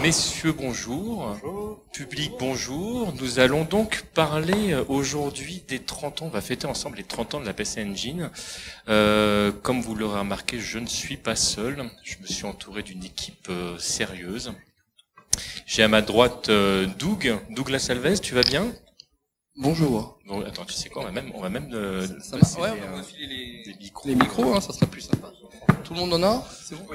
Messieurs, bonjour. Public, bonjour. Nous allons donc parler aujourd'hui des 30 ans. On va fêter ensemble les 30 ans de la PC Engine. Comme vous l'aurez remarqué, je ne suis pas seul. Je me suis entouré d'une équipe sérieuse. J'ai à ma droite Douglas Alves. Tu vas bien? Bonjour. Bon, attends, tu sais quoi? On va même passer on va filer les micros. Les micros, ça sera plus sympa. Tout le monde en a? C'est bon? Oui.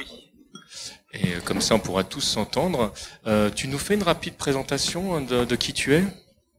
Et comme ça, on pourra tous s'entendre. Tu nous fais une rapide présentation de qui tu es?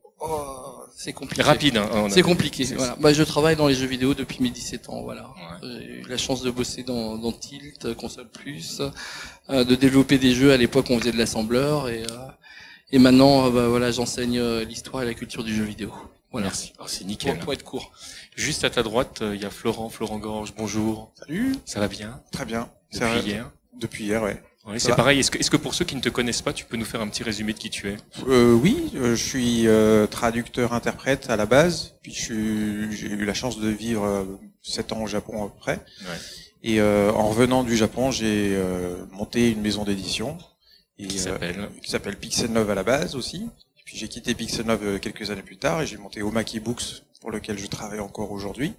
C'est compliqué. Rapide. Hein, c'est compliqué. Voilà. Je travaille dans les jeux vidéo depuis mes 17 ans. Voilà. Ouais. J'ai eu la chance de bosser dans Tilt, Console Plus, de développer des jeux. À l'époque, on faisait de l'assembleur et maintenant, voilà, j'enseigne l'histoire et la culture du jeu vidéo. Voilà. Merci. Oh, c'est nickel. Pour être court. Juste à ta droite, il y a Florent Gorge. Bonjour. Salut. Ça va bien? Très bien. Depuis hier? Depuis hier, ouais. Oui, c'est pareil. Est-ce que pour ceux qui ne te connaissent pas, tu peux nous faire un petit résumé de qui tu es? Oui, je suis traducteur-interprète à la base. Puis j'ai eu la chance de vivre 7 ans au Japon à peu près. Ouais. Et en revenant du Japon, j'ai monté une maison d'édition qui s'appelle Pixel Love à la base aussi. Puis j'ai quitté Pixel Love quelques années plus tard et j'ai monté Omaki Books pour lequel je travaille encore aujourd'hui.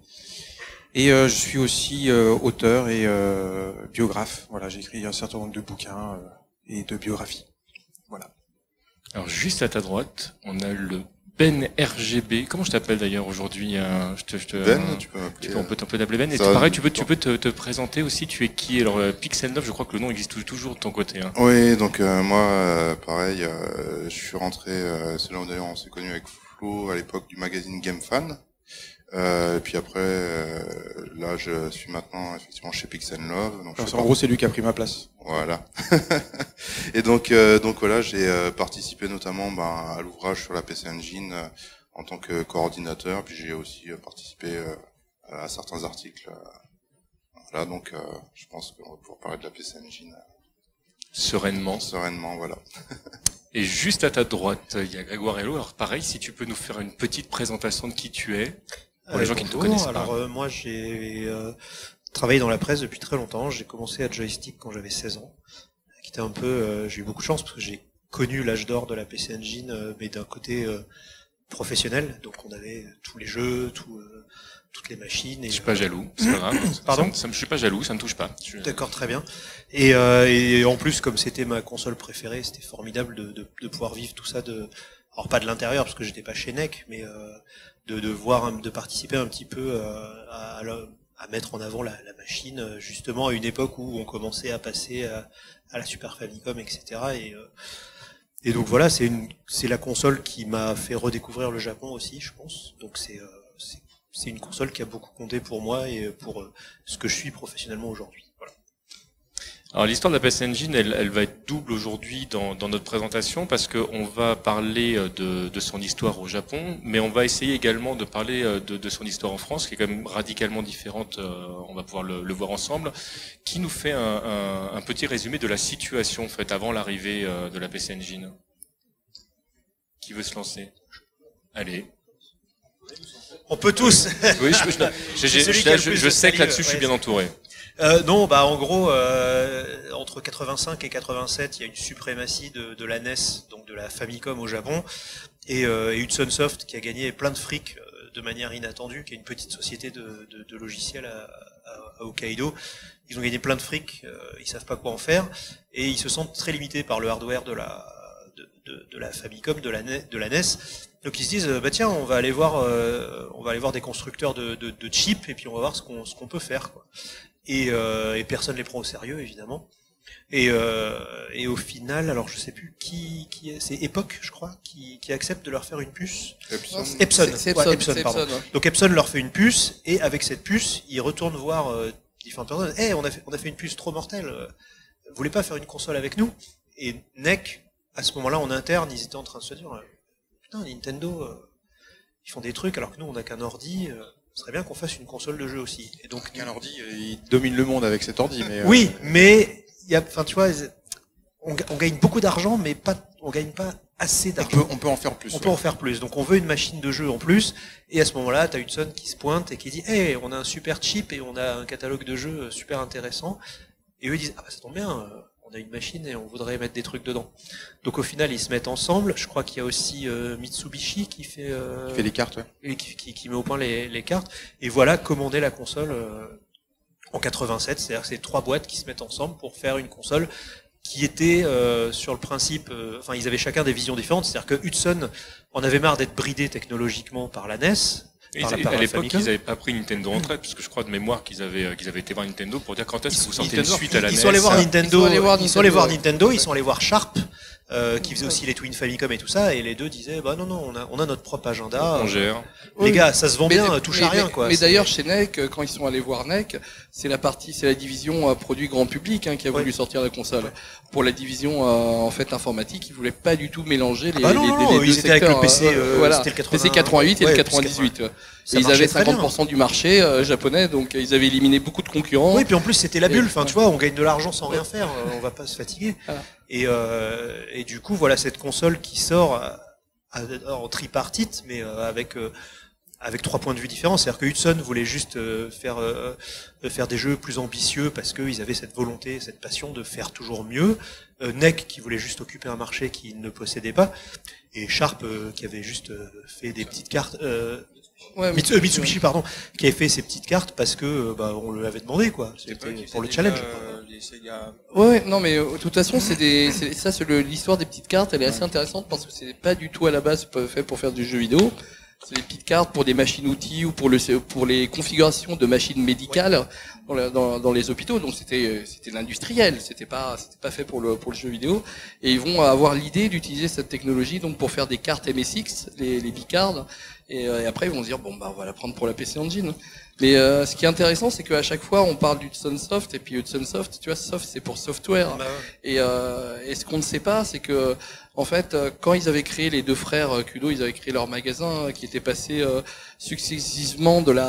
Et je suis aussi auteur et biographe. Voilà, j'ai écrit un certain nombre de bouquins et de biographies. Voilà. Alors juste à ta droite, on a le Ben RGB. Comment je t'appelle d'ailleurs aujourd'hui? Ben, tu peux m'appeler. On peut t'appeler Ben. Et c'est pareil, tu peux te présenter aussi. Tu es qui? Alors Pixel 9, je crois que le nom existe toujours de ton côté. Hein. Oui, donc moi, pareil, je suis rentré. C'est là où d'ailleurs on s'est connu avec Flo à l'époque du magazine Game Fan. Et puis après, là, je suis maintenant effectivement chez Pixel Love. Donc en gros, c'est lui qui a pris ma place. Voilà. Et donc voilà, j'ai participé notamment à l'ouvrage sur la PC Engine en tant que coordinateur. Puis j'ai aussi participé à certains articles. Voilà, donc je pense qu'on va pouvoir parler de la PC Engine sereinement, voilà. Et juste à ta droite, il y a Grégoire Hello. Alors pareil, si tu peux nous faire une petite présentation de qui tu es. Pour les gens qui ne te connaissent pas. Alors moi j'ai travaillé dans la presse depuis très longtemps. J'ai commencé à Joystick quand j'avais 16 ans. Qui était un peu, j'ai eu beaucoup de chance parce que j'ai connu l'âge d'or de la PC Engine, mais d'un côté professionnel. Donc on avait tous les jeux, toutes les machines. Et, je suis pas jaloux, c'est pas grave. Pardon. Je suis pas jaloux, ça me touche pas. D'accord, très bien. Et en plus, comme c'était ma console préférée, c'était formidable de pouvoir vivre tout ça alors pas de l'intérieur parce que j'étais pas chez NEC, mais de participer un petit peu à mettre en avant la machine, justement à une époque où on commençait à passer à la Super Famicom, etc. Et donc voilà, c'est la console qui m'a fait redécouvrir le Japon aussi, je pense. Donc c'est une console qui a beaucoup compté pour moi et pour ce que je suis professionnellement aujourd'hui. Voilà. Alors l'histoire de la PC Engine, elle va être double aujourd'hui dans notre présentation parce que on va parler de son histoire au Japon, mais on va essayer également de parler de son histoire en France, qui est quand même radicalement différente. On va pouvoir le voir ensemble. Qui nous fait un petit résumé de la situation en fait avant l'arrivée de la PC Engine? Qui veut se lancer? Allez. On peut tous. Oui, je sais que là-dessus, je suis bien entouré. Non, en gros, entre 85 et 87, il y a une suprématie de la NES, donc de la Famicom au Japon, et Hudson Soft qui a gagné plein de fric de manière inattendue, qui est une petite société de logiciels à Hokkaido. Ils ont gagné plein de fric, ils savent pas quoi en faire, et ils se sentent très limités par le hardware de la Famicom, de la NES. Donc ils se disent tiens, on va aller voir des constructeurs de chips et puis on va voir ce qu'on peut faire, quoi. Et personne les prend au sérieux, évidemment. Et au final, alors je sais plus qui est, c'est Epoch, je crois, qui accepte de leur faire une puce. Epson, pardon. Ouais. Donc Epson leur fait une puce et avec cette puce, ils retournent voir différentes personnes. On a fait une puce trop mortelle. Vous voulez pas faire une console avec nous? Et NEC, à ce moment-là, en interne, ils étaient en train de se dire putain, Nintendo, ils font des trucs alors que nous, on n'a qu'un ordi. Ce serait bien qu'on fasse une console de jeu aussi. Et donc un ordi, il domine le monde avec cet ordi. Mais oui, mais tu vois, on gagne beaucoup d'argent, mais on gagne pas assez d'argent. On peut en faire plus. On peut en faire plus. Donc on veut une machine de jeu en plus. Et à ce moment-là, t'as Hudson qui se pointe et qui dit « on a un super chip et on a un catalogue de jeux super intéressant. » Et eux ils disent « ça tombe bien, on a une machine et on voudrait mettre des trucs dedans. Donc au final, ils se mettent ensemble. Je crois qu'il y a aussi Mitsubishi qui fait les cartes, ouais. et qui met au point les cartes. Et voilà comment naît la console en 87. C'est-à-dire que c'est 3 boîtes qui se mettent ensemble pour faire une console qui était sur le principe, enfin ils avaient chacun des visions différentes. C'est-à-dire que Hudson en avait marre d'être bridé technologiquement par la NES. À l'époque, ils n'avaient pas pris Nintendo en traite, parce que je crois de mémoire qu'ils avaient été voir Nintendo pour dire quand est-ce que vous sortez une suite à la NES. Ils sont allés voir Nintendo, ils sont allés voir Sharp, qui faisait aussi les Twin Famicom et tout ça, et les deux disaient, bah non, on a notre propre agenda. On gère. Les gars, ça se vend bien, touche à rien, quoi. Mais d'ailleurs, chez NEC, quand ils sont allés voir NEC, c'est la division produit grand public, hein, qui a voulu sortir la console. Ouais. Pour la division, en fait, informatique, ils voulaient pas du tout mélanger les deux ils étaient secteurs. Avec le PC, voilà. C'était le PC 88 et le 98. Et ils avaient 50% du marché japonais, donc ils avaient éliminé beaucoup de concurrents. Oui, puis en plus c'était la bulle. Enfin, tu vois, on gagne de l'argent sans rien faire. On va pas se fatiguer. Voilà. Et du coup, voilà cette console qui sort en tripartite, mais avec 3 points de vue différents. C'est-à-dire que Hudson voulait juste faire des jeux plus ambitieux parce qu'ils avaient cette volonté, cette passion de faire toujours mieux. NEC qui voulait juste occuper un marché qu'il ne possédait pas. Et Sharp qui avait juste fait des petites cartes. Mitsubishi, pardon, qui avait fait ces petites cartes parce que on lui avait demandé, quoi. C'était pour le challenge. Ouais, non, mais de toute façon, l'histoire des petites cartes, elle est assez intéressante parce que c'est pas du tout à la base fait pour faire du jeu vidéo. C'est des petites cartes pour des machines-outils ou pour les configurations de machines médicales dans les hôpitaux. Donc c'était l'industriel, c'était pas fait pour le jeu vidéo. Et ils vont avoir l'idée d'utiliser cette technologie donc pour faire des cartes MSX, les bicards. Et après ils vont se dire on va la prendre pour la PC Engine. Mais ce qui est intéressant, c'est qu'à chaque fois on parle d'Hudson Soft et puis Hudson Soft, tu vois, soft c'est pour software. Bah ouais. Et ce qu'on ne sait pas, c'est que en fait, quand ils avaient créé les deux frères Kudo, ils avaient créé leur magasin qui était passé successivement de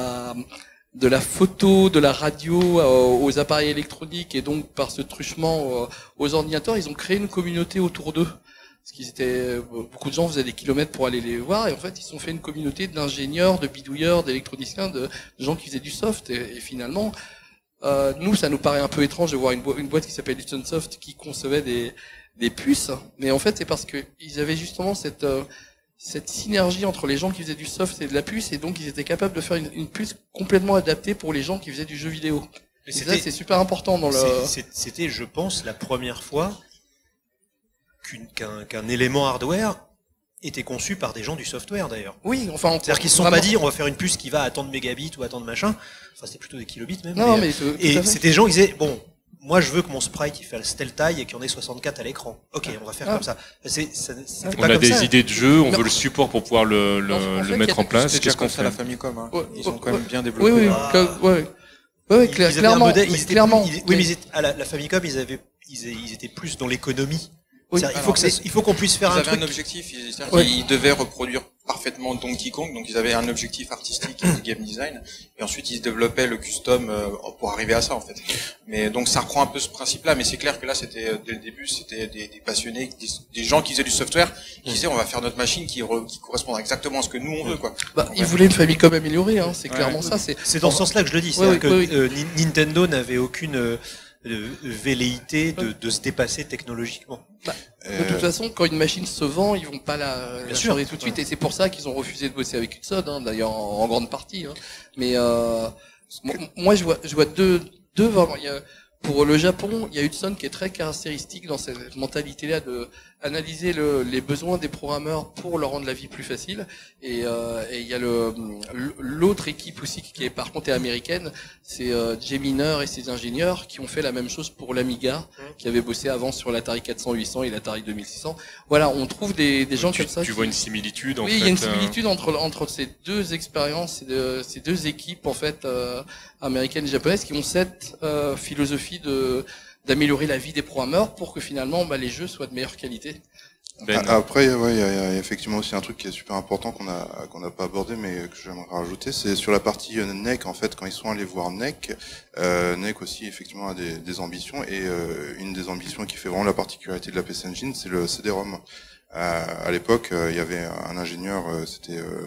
la photo, de la radio aux appareils électroniques et donc par ce truchement aux ordinateurs, ils ont créé une communauté autour d'eux. Parce qu'ils étaient, beaucoup de gens faisaient des kilomètres pour aller les voir, et en fait, ils se sont fait une communauté d'ingénieurs, de bidouilleurs, d'électroniciens, de gens qui faisaient du soft, et finalement, nous, ça nous paraît un peu étrange de voir une boîte qui s'appelle Hudson Soft qui concevait des puces, mais en fait, c'est parce que ils avaient justement cette synergie entre les gens qui faisaient du soft et de la puce, et donc ils étaient capables de faire une puce complètement adaptée pour les gens qui faisaient du jeu vidéo. Et ça, c'est super important dans C'était, je pense, la première fois qu'un élément hardware était conçu par des gens du software d'ailleurs. Oui, enfin, c'est-à-dire qu'ils se sont pas dit on va faire une puce qui va à tant de mégabits ou à tant de machin. Enfin, c'était plutôt des kilobits même. Non, mais et c'était des gens qui disaient bon, moi je veux que mon sprite il fasse telle taille et qu'il y en ait 64 à l'écran. Ok, on va faire comme ça. On a des idées de jeu, on veut le support pour pouvoir le mettre en place. Qu'est-ce qu'on fait à la Famicom, hein. Ils ont quand même bien développé. Oui, clairement. Oui, mais à la Famicom ils étaient plus dans l'économie. Oui. Il faut qu'on puisse faire un truc. Ils avaient un objectif, ils devaient reproduire parfaitement Donkey Kong, donc ils avaient un objectif artistique et game design, et ensuite ils se développaient le custom pour arriver à ça en fait. Mais donc ça reprend un peu ce principe-là, mais c'est clair que là c'était dès le début c'était des passionnés, des gens qui faisaient du software, qui disaient on va faire notre machine qui correspond exactement à ce que nous on veut quoi. Ils voulaient une Famicom améliorée, hein, c'est clairement ça. C'est dans ce sens-là que je le dis, c'est que Nintendo n'avait aucune velléité de se dépasser technologiquement. De toute façon, quand une machine se vend, ils vont pas la changer tout de suite, et c'est pour ça qu'ils ont refusé de bosser avec Hudson, hein, d'ailleurs en grande partie. Hein. Mais moi, je vois deux vraiment. Pour le Japon, il y a Hudson qui est très caractéristique dans cette mentalité-là de analyser les besoins des programmeurs pour leur rendre la vie plus facile. Et il y a l'autre équipe aussi qui est par contre américaine, c'est Jay Miner et ses ingénieurs qui ont fait la même chose pour l'Amiga, qui avaient bossé avant sur l'Atari 400-800 et l'Atari 2600. Voilà, on trouve des gens comme ça. Tu vois une similitude en fait. Oui, il y a une similitude entre ces deux expériences, ces deux équipes en fait américaines et japonaises qui ont cette philosophie d'améliorer la vie des programmeurs pour que finalement les jeux soient de meilleure qualité. Après, il y a effectivement aussi un truc qui est super important qu'on n'a pas abordé, mais que j'aimerais rajouter, c'est sur la partie NEC. En fait, quand ils sont allés voir NEC, NEC aussi effectivement a des ambitions, et une des ambitions qui fait vraiment la particularité de la PC Engine, c'est le CD-ROM. À l'époque, il y avait un ingénieur, c'était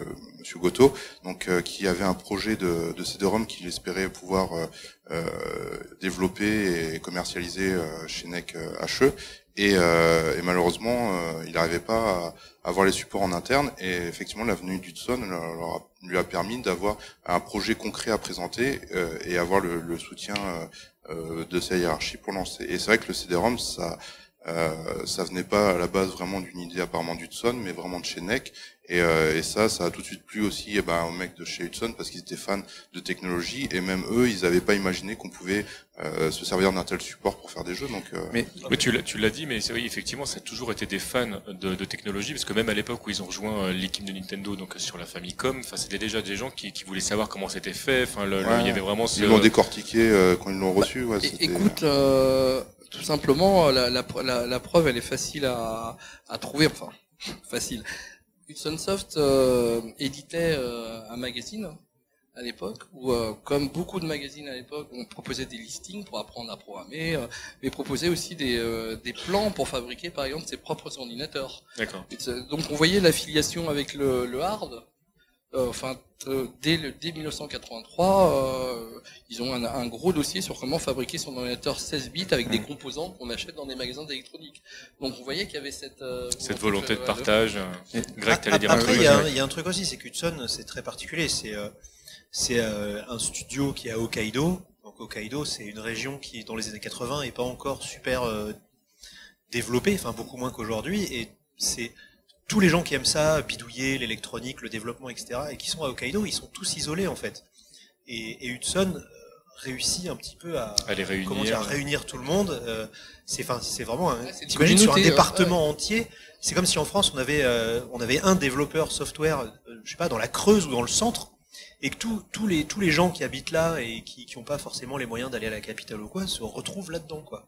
Monsieur Goto, donc qui avait un projet de CD-ROM qu'il espérait pouvoir développer et commercialiser chez NEC HE. Et malheureusement, il n'arrivait pas à avoir les supports en interne. Et effectivement, la venue d'Hudson lui a permis d'avoir un projet concret à présenter et avoir le soutien de sa hiérarchie pour lancer. Et c'est vrai que le CD-ROM, ça venait pas à la base vraiment d'une idée apparemment d'Hudson, mais vraiment de chez NEC. Et ça a tout de suite plu aussi aux mecs de chez Hudson parce qu'ils étaient fans de technologie et même eux, ils n'avaient pas imaginé qu'on pouvait se servir d'un tel support pour faire des jeux. Donc, mais tu l'as dit, mais c'est vrai, effectivement, ça a toujours été des fans de technologie parce que même à l'époque où ils ont rejoint l'équipe de Nintendo, donc sur la Famicom, enfin c'était déjà des gens qui voulaient savoir comment c'était fait. Enfin, il y avait vraiment ils l'ont décortiqué quand ils l'ont reçu. Ouais, écoute. Tout simplement, la preuve, elle est facile à trouver. Enfin, facile. Hudson Soft éditait un magazine à l'époque où, comme beaucoup de magazines à l'époque, on proposait des listings pour apprendre à programmer, mais proposait aussi des plans pour fabriquer, par exemple, ses propres ordinateurs. D'accord. Donc, on voyait l'affiliation avec le hard. Dès 1983, ils ont un gros dossier sur comment fabriquer son ordinateur 16 bits avec des composants qu'on achète dans des magasins d'électronique. Donc on voyait qu'il y avait cette volonté de partage. Greg, t'allais dire après, il y a un truc aussi, c'est qu'Hudson, c'est très particulier. C'est un studio qui est à Hokkaido. Donc Hokkaido, c'est une région qui, dans les années 80, est pas encore super développée, enfin beaucoup moins qu'aujourd'hui. Et c'est tous les gens qui aiment ça, bidouiller, l'électronique, le développement, etc., et qui sont à Hokkaido, ils sont tous isolés en fait. Et Hudson réussit un petit peu à réunir tout le monde. C'est vraiment t'imagines sur un département entier. C'est comme si en France on avait un développeur software, je sais pas, dans la Creuse ou dans le centre, et que tous les gens qui habitent là et qui ont pas forcément les moyens d'aller à la capitale ou quoi se retrouvent là-dedans, quoi.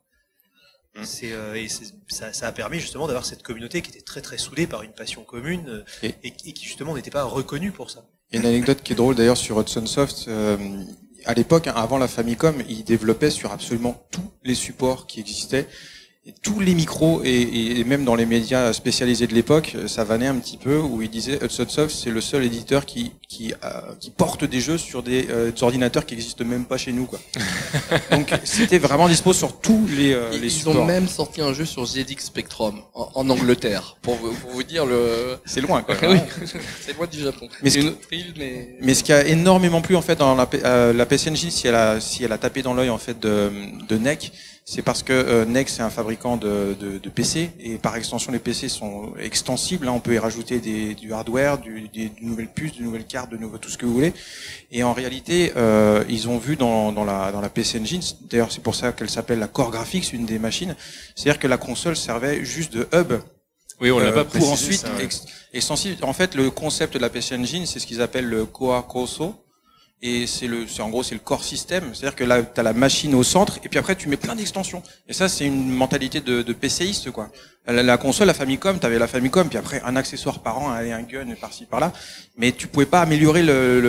Ça a permis justement d'avoir cette communauté qui était très très soudée par une passion commune et qui justement n'était pas reconnue pour ça. Il y a une anecdote qui est drôle d'ailleurs sur Hudson Soft. À l'époque, avant la Famicom, ils développaient sur absolument tous les supports qui existaient. Et tous les micros et même dans les médias spécialisés de l'époque, ça vannait un petit peu où ils disaient Hudson Soft c'est le seul éditeur qui porte des jeux sur des ordinateurs qui existent même pas chez nous, quoi. Donc c'était vraiment dispo sur tous les supports. Ils ont même sorti un jeu sur ZX Spectrum en Angleterre pour vous dire c'est loin, quoi. Oui, c'est loin du Japon. Mais ce qui a énormément plu en fait dans la PC Engine, si elle a tapé dans l'œil en fait de NEC, c'est parce que NEC c'est un fabricant de PC et par extension les PC sont extensibles. Hein, on peut y rajouter du hardware, des nouvelles puces, de nouvelles cartes, tout ce que vous voulez. Et en réalité, ils ont vu dans la PC Engine, d'ailleurs c'est pour ça qu'elle s'appelle la Core Graphics, une des machines, c'est-à-dire que la console servait juste de hub. Oui, on l'a pas précisé. Pour ensuite extensible. En fait, le concept de la PC Engine, c'est ce qu'ils appellent le Koa Koso. Et en gros c'est le core system, c'est-à-dire que là t'as la machine au centre et puis après tu mets plein d'extensions. Et ça c'est une mentalité de PCiste, quoi. La console, la Famicom, t'avais la Famicom puis après un accessoire par an, un gun par-ci par-là, mais tu pouvais pas améliorer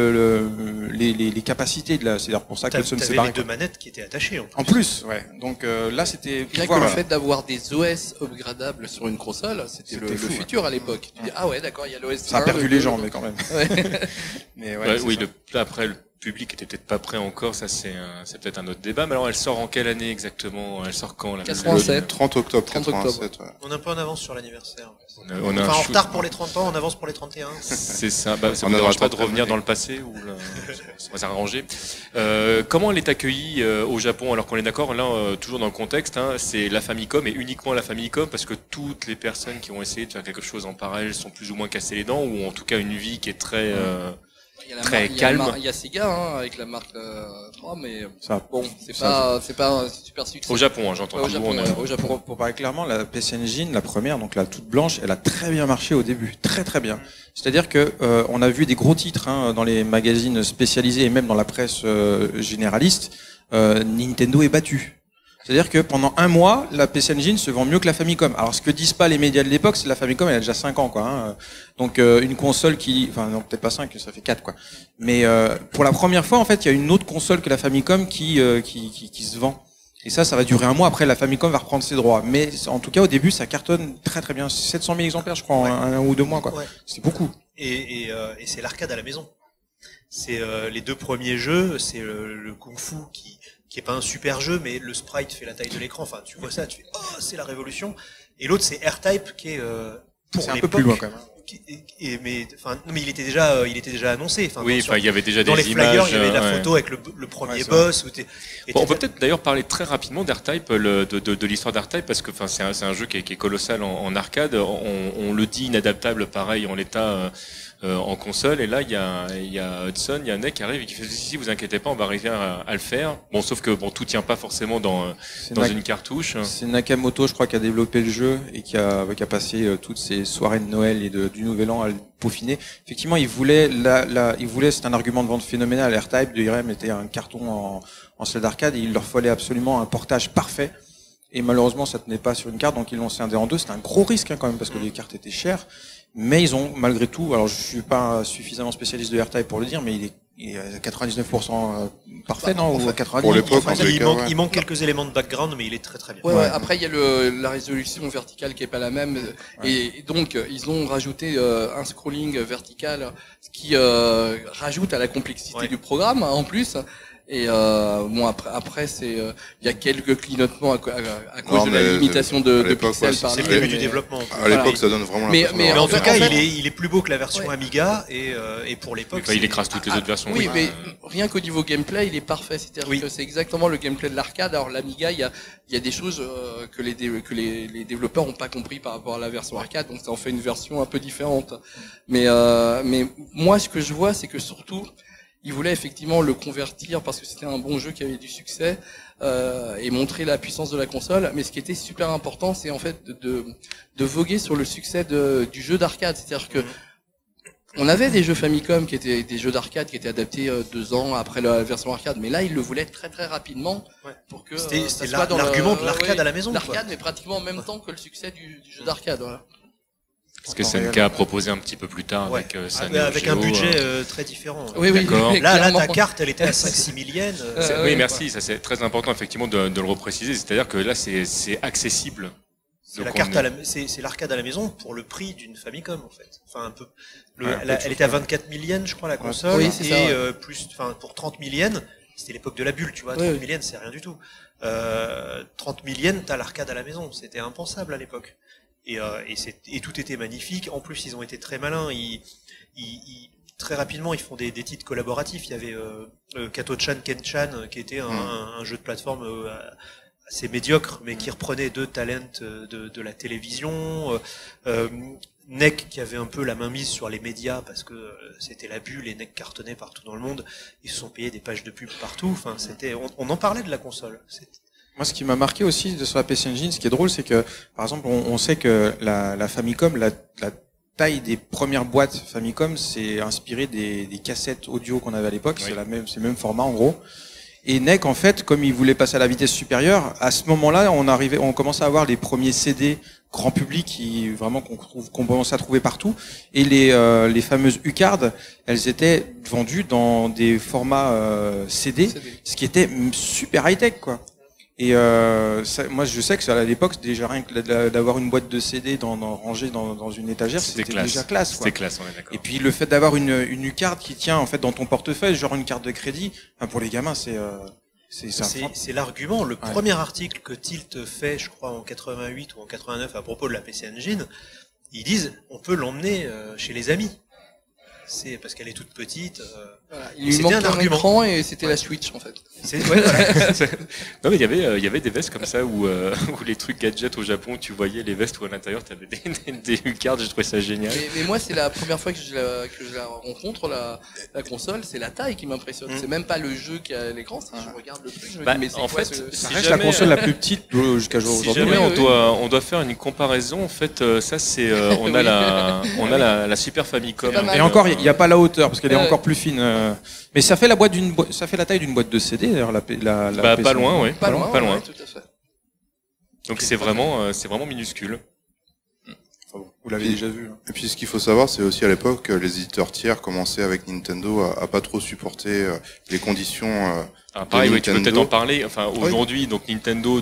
les capacités de la. C'est-à-dire pour ça que Hudson s'est barré. T'avais les deux manettes qui étaient attachées. En plus, ouais. Donc là c'était. Bien que le fait d'avoir des OS upgradables sur une console, c'était le futur à l'époque. Tu dis ah ouais d'accord, il y a l'OS. Ça a perdu les gens, mais quand même. Mais ouais, oui, après le public était peut-être pas prêt encore, ça c'est peut-être un autre débat. Mais alors elle sort en quelle année exactement? Elle sort quand? 87. Le 30 octobre 87. Ouais. On est un peu en avance sur l'anniversaire. On a en retard pour les 30 ans, on avance pour les 31. C'est ça. Ça ne me dérange pas de revenir dans le passé ou ça va s'arranger. Comment elle est accueillie au Japon? Alors qu'on est d'accord, là toujours dans le contexte, hein, c'est la Famicom et uniquement la Famicom parce que toutes les personnes qui ont essayé de faire quelque chose en parallèle sont plus ou moins cassées les dents ou en tout cas une vie qui est très très calme. Il y a Sega avec la marque 3, mais ça, bon, c'est pas un super succès. Au Japon, hein, j'entends. Au Japon. Pour parler clairement, la PC Engine, la première, donc la toute blanche, elle a très bien marché au début, très très bien. C'est-à-dire que on a vu des gros titres dans les magazines spécialisés et même dans la presse généraliste. Nintendo est battu. C'est-à-dire que pendant un mois, la PC Engine se vend mieux que la Famicom. Alors ce que disent pas les médias de l'époque, c'est que la Famicom elle a déjà 5 ans, quoi. Hein. Donc une console enfin non peut-être pas 5, ça fait 4, quoi. Mais pour la première fois, en fait, il y a une autre console que la Famicom qui se vend. Et ça va durer un mois. Après, la Famicom va reprendre ses droits. Mais en tout cas, au début, ça cartonne très très bien. 700 000 exemplaires, je crois, en un ou 2 mois, quoi. Ouais. C'est beaucoup. Et c'est l'arcade à la maison. C'est les 2 premiers jeux, c'est le Kung Fu qui est pas un super jeu, mais le sprite fait la taille de l'écran. Enfin, tu vois ça, tu fais oh, c'est la révolution. Et l'autre, c'est R-Type qui est pour c'est un peu plus loin quand même. Mais il était déjà annoncé. Enfin, oui, il y avait déjà dans des les images. flyers, il y avait la photo avec le premier boss. On peut peut-être d'ailleurs parler très rapidement d'R-Type, de l'histoire d'R-Type, parce que c'est un jeu qui est colossal en arcade. On le dit inadaptable, pareil en l'état. En console, et là il y a Hudson, il y a un mec qui arrive et qui fait si vous inquiétez pas, on va arriver à le faire. Bon, sauf que tout tient pas forcément dans une cartouche. C'est Nakamoto, je crois, qui a développé le jeu et qui a passé toutes ses soirées de Noël et du Nouvel An à le peaufiner. Effectivement, il voulait c'est un argument de vente phénoménal. R-Type de IRM était un carton en salle d'arcade et il leur fallait absolument un portage parfait. Et malheureusement, ça tenait pas sur une carte, donc ils l'ont scindé en 2. C'était un gros risque quand même parce que les cartes étaient chères. Mais ils ont, malgré tout, alors je suis pas suffisamment spécialiste de R-Type pour le dire, mais il est à 99% parfait, non? Ou à 90%? Pour l'époque, en tout cas, il manque quelques éléments de background, mais il est très très bien. Ouais. Après, il y a la résolution verticale qui est pas la même. Ouais. Et donc, ils ont rajouté un scrolling vertical, ce qui rajoute à la complexité du programme, en plus. Et après c'est il y a quelques clignotements à cause de la limitation de pixels par c'est le début du développement. À l'époque, ça donne vraiment mais en tout cas, il est plus beau que la version Amiga et pour l'époque, il écrase toutes les autres versions. Oui, mais rien qu'au niveau gameplay, il est parfait, c'est-à-dire que c'est exactement le gameplay de l'arcade. Alors l'Amiga, il y a des choses que les développeurs ont pas compris par rapport à la version arcade, donc ça en fait une version un peu différente. Mais moi ce que je vois, c'est que surtout il voulait effectivement le convertir parce que c'était un bon jeu qui avait du succès et montrer la puissance de la console. Mais ce qui était super important, c'est en fait de voguer sur le succès du jeu d'arcade. C'est-à-dire que on avait des jeux Famicom qui étaient des jeux d'arcade qui étaient adaptés 2 ans après la version arcade, mais là ils le voulaient très très rapidement pour que c'était l'argument de l'arcade à la maison. L'arcade, mais pratiquement en même temps que le succès du jeu d'arcade. Voilà. Ce que SNK a proposé un petit peu plus tard avec avec un budget très différent. Oui, d'accord. Là, ta carte, elle était à 5-6 000 yens. Oui, merci. Ça c'est très important effectivement de le repréciser. C'est-à-dire que là, c'est accessible. C'est l'arcade à la maison pour le prix d'une Famicom en fait. Enfin un peu. Elle était à 24 000 yens, je crois, la console. Oui, c'est ça. Et pour 30 000 yens, c'était l'époque de la bulle, tu vois. 30 000 yens, c'est rien du tout. 30 000 yens, t'as l'arcade à la maison. C'était impensable à l'époque. Et tout était magnifique. En plus, ils ont été très malins. Très rapidement, ils font des titres collaboratifs. Il y avait Kato-chan Ken-chan, qui était un jeu de plateforme assez médiocre, mais qui reprenait 2 talents de la télévision. NEC, qui avait un peu la main mise sur les médias parce que c'était la bulle et NEC cartonnait partout dans le monde. Ils se sont payés des pages de pub partout. Enfin, on en parlait de la console. Moi, ce qui m'a marqué aussi sur la PC Engine, ce qui est drôle, c'est que, par exemple, on sait que la Famicom, la taille des premières boîtes Famicom, c'est inspiré des cassettes audio qu'on avait à l'époque. C'est le même format, en gros. Et NEC, en fait, comme il voulait passer à la vitesse supérieure, à ce moment-là, on commençait à avoir les premiers CD grand public qu'on commençait à trouver partout. Et les fameuses U-Card, elles étaient vendues dans des formats CD, ce qui était super high-tech, quoi. Et moi, je sais que à l'époque, déjà rien que d'avoir une boîte de CD rangée dans une étagère, c'était déjà classe. C'était classe, on est d'accord. Et puis le fait d'avoir une U-card qui tient en fait dans ton portefeuille, genre une carte de crédit, pour les gamins, c'est l'argument. Le premier article que Tilt fait, je crois en 88 ou en 89 à propos de la PC Engine, ils disent on peut l'emmener chez les amis. C'est parce qu'elle est toute petite. Voilà, il lui manque un écran et c'était la Switch en fait. Non mais il y avait des vestes comme ça où les trucs gadgets au Japon, tu voyais les vestes où à l'intérieur tu avais des U-cards, je trouvais ça génial. Mais moi c'est la première fois que je la rencontre la console, c'est la taille qui m'impressionne. C'est même pas le jeu qui a l'écran, je regarde le truc, je me dis mais c'est en quoi fait, ça reste la console la plus petite jusqu'à aujourd'hui. Si jamais on doit faire une comparaison, en fait ça c'est on a la Super Famicom. Et encore il n'y a pas la hauteur parce qu'elle est encore plus fine. Mais ça fait la taille d'une boîte de CD d'ailleurs la pas loin, oui. Pas loin. Tout à fait. Donc c'est vraiment minuscule. Vous l'avez déjà vu. Et puis ce qu'il faut savoir, c'est aussi à l'époque, les éditeurs tiers commençaient avec Nintendo à pas trop supporter les conditions. Pareil, oui, tu peux peut-être en parler. Enfin, aujourd'hui, donc Nintendo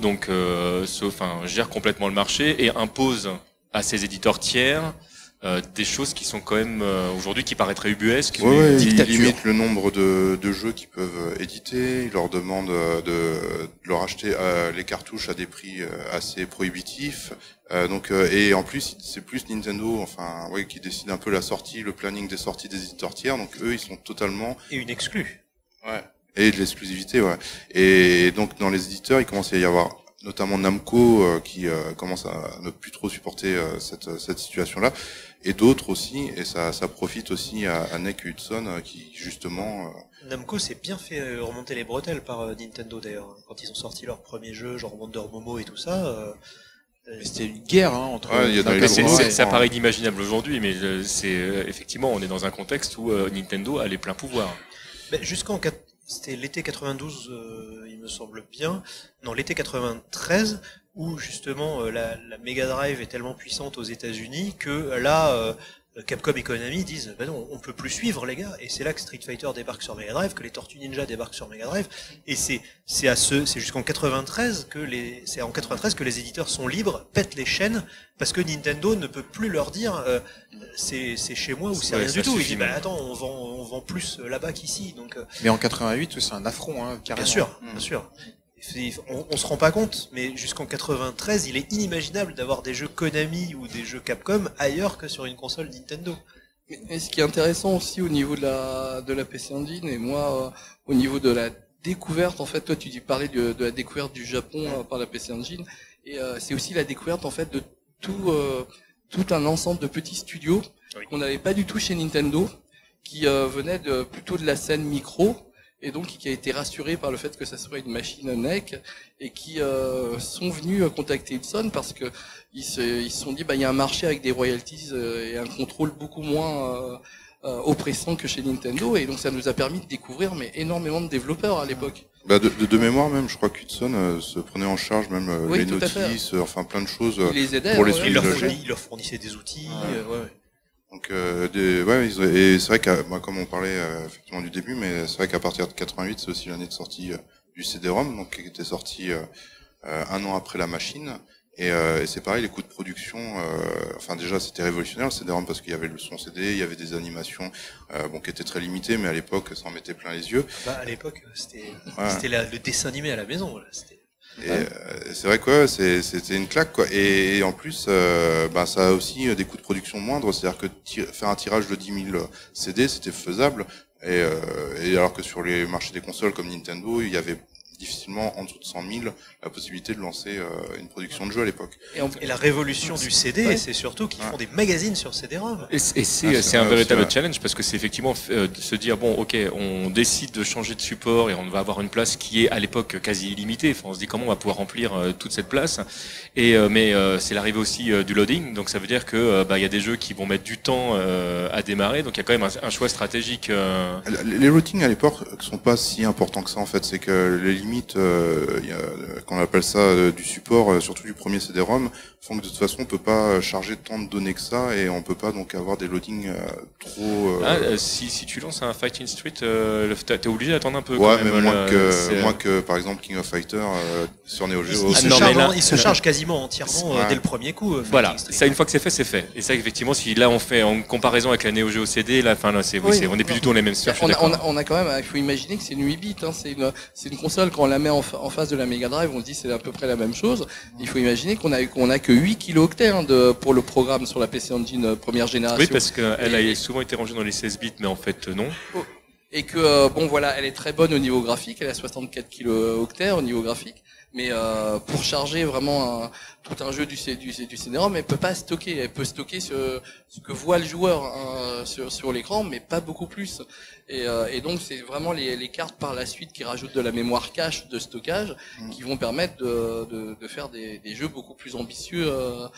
gère complètement le marché et impose à ses éditeurs tiers des choses qui sont quand même aujourd'hui qui paraîtraient ubuesques. Ouais, ils limitent le nombre de jeux qu'ils peuvent éditer. Ils leur demandent de leur acheter les cartouches à des prix assez prohibitifs. Et en plus c'est plus Nintendo, qui décide un peu la sortie, le planning des sorties des éditeurs tiers. Donc eux, ils sont totalement et une exclue. Ouais. Et de l'exclusivité, ouais. Et donc dans les éditeurs, il commence à y avoir notamment Namco qui commence à ne plus trop supporter cette situation-là, et d'autres aussi, et ça profite aussi à NEC Hudson qui justement Namco s'est bien fait remonter les bretelles par Nintendo d'ailleurs quand ils ont sorti leur premier jeu, genre Wonder Momo et tout ça. Mais c'était une guerre entre. Ça paraît inimaginable aujourd'hui, mais effectivement, on est dans un contexte où Nintendo a les pleins pouvoirs. C'était l'été 92, il me semble bien. Non, l'été 93, où justement la Mega Drive est tellement puissante aux États-Unis que là, Capcom et Konami disent bah non, on peut plus suivre les gars. Et c'est là que Street Fighter débarque sur Mega Drive, que les Tortues Ninja débarquent sur Mega Drive. Et c'est jusqu'en 93 que les éditeurs sont libres, pètent les chaînes, parce que Nintendo ne peut plus leur dire c'est chez moi ou c'est rien du tout. Il dit bah attends, on vend plus là-bas qu'ici. Donc mais en 88, c'est un affront, carrément. Bien sûr. On se rend pas compte, mais jusqu'en 93, il est inimaginable d'avoir des jeux Konami ou des jeux Capcom ailleurs que sur une console Nintendo. Mais ce qui est intéressant aussi au niveau de la PC Engine, et moi au niveau de la découverte, en fait, toi tu parlais de la découverte du Japon par la PC Engine, et c'est aussi la découverte en fait de tout un ensemble de petits studios qu'on n'avait pas du tout chez Nintendo, qui venaient plutôt de la scène micro, et donc qui a été rassuré par le fait que ça soit une machine NEC, et qui sont venus contacter Hudson parce que ils se sont dit il y a un marché avec des royalties et un contrôle beaucoup moins oppressant que chez Nintendo, et donc ça nous a permis de découvrir énormément de développeurs à l'époque. De mémoire même, je crois qu'Hudson se prenait en charge même les notices, plein de choses les aidaient, pour les suivre. Il leur fournissait des outils. Donc et c'est vrai comme on parlait effectivement du début, mais c'est vrai qu'à partir de 88, c'est aussi l'année de sortie du CD-ROM, donc qui était sorti un an après la machine. Et c'est pareil, les coûts de production, déjà c'était révolutionnaire le CD-ROM parce qu'il y avait le son CD, il y avait des animations qui étaient très limitées, mais à l'époque ça en mettait plein les yeux. À l'époque c'était le dessin animé à la maison. C'est vrai que c'était une claque quoi. Et en plus ça a aussi des coûts de production moindres, c'est-à-dire que faire un tirage de 10 000 CD c'était faisable, et alors que sur les marchés des consoles comme Nintendo, il y avait difficilement en dessous de 100 000 la possibilité de lancer une production de jeu à l'époque. Et la révolution du CD, c'est surtout qu'ils font des magazines sur CD-ROM. Et c'est un véritable challenge, parce que c'est effectivement de se dire on décide de changer de support et on va avoir une place qui est à l'époque quasi illimitée. On se dit comment on va pouvoir remplir toute cette place. Mais c'est l'arrivée aussi du loading, donc ça veut dire que il y a des jeux qui vont mettre du temps à démarrer, donc il y a quand même un choix stratégique. Les loadings à l'époque sont pas si importants que ça en fait, c'est que les limites, qu'on appelle ça du support, surtout du premier CD-ROM, font que de toute façon on peut pas charger tant de données que ça, et on peut pas donc avoir des loadings trop. Si tu lances un Fighting Street, t'es obligé d'attendre un peu. Ouais, quand mais même, moins que par exemple King of Fighter sur Neo Geo. Il se charge quasiment entièrement dès le premier coup. Voilà, ça une fois que c'est fait. Et ça effectivement, si là on fait en comparaison avec la Neo Geo CD, on est plus du tout dans les mêmes sphères. On a quand même, il faut imaginer que c'est une 8 bits, c'est une console, quand on la met en face de la Mega Drive, on se dit c'est à peu près la même chose. Il faut imaginer qu'on a que 8 kilooctets pour le programme sur la PC Engine première génération. Oui, parce qu'elle a souvent été rangée dans les 16 bits, mais en fait non. Et que elle est très bonne au niveau graphique, elle a 64 kilooctets au niveau graphique, mais pour charger vraiment tout un jeu du CD-ROM, elle peut pas stocker. Elle peut stocker ce que voit le joueur sur l'écran, mais pas beaucoup plus. Et donc c'est vraiment les cartes par la suite qui rajoutent de la mémoire cache de stockage qui vont permettre de faire des jeux beaucoup plus ambitieux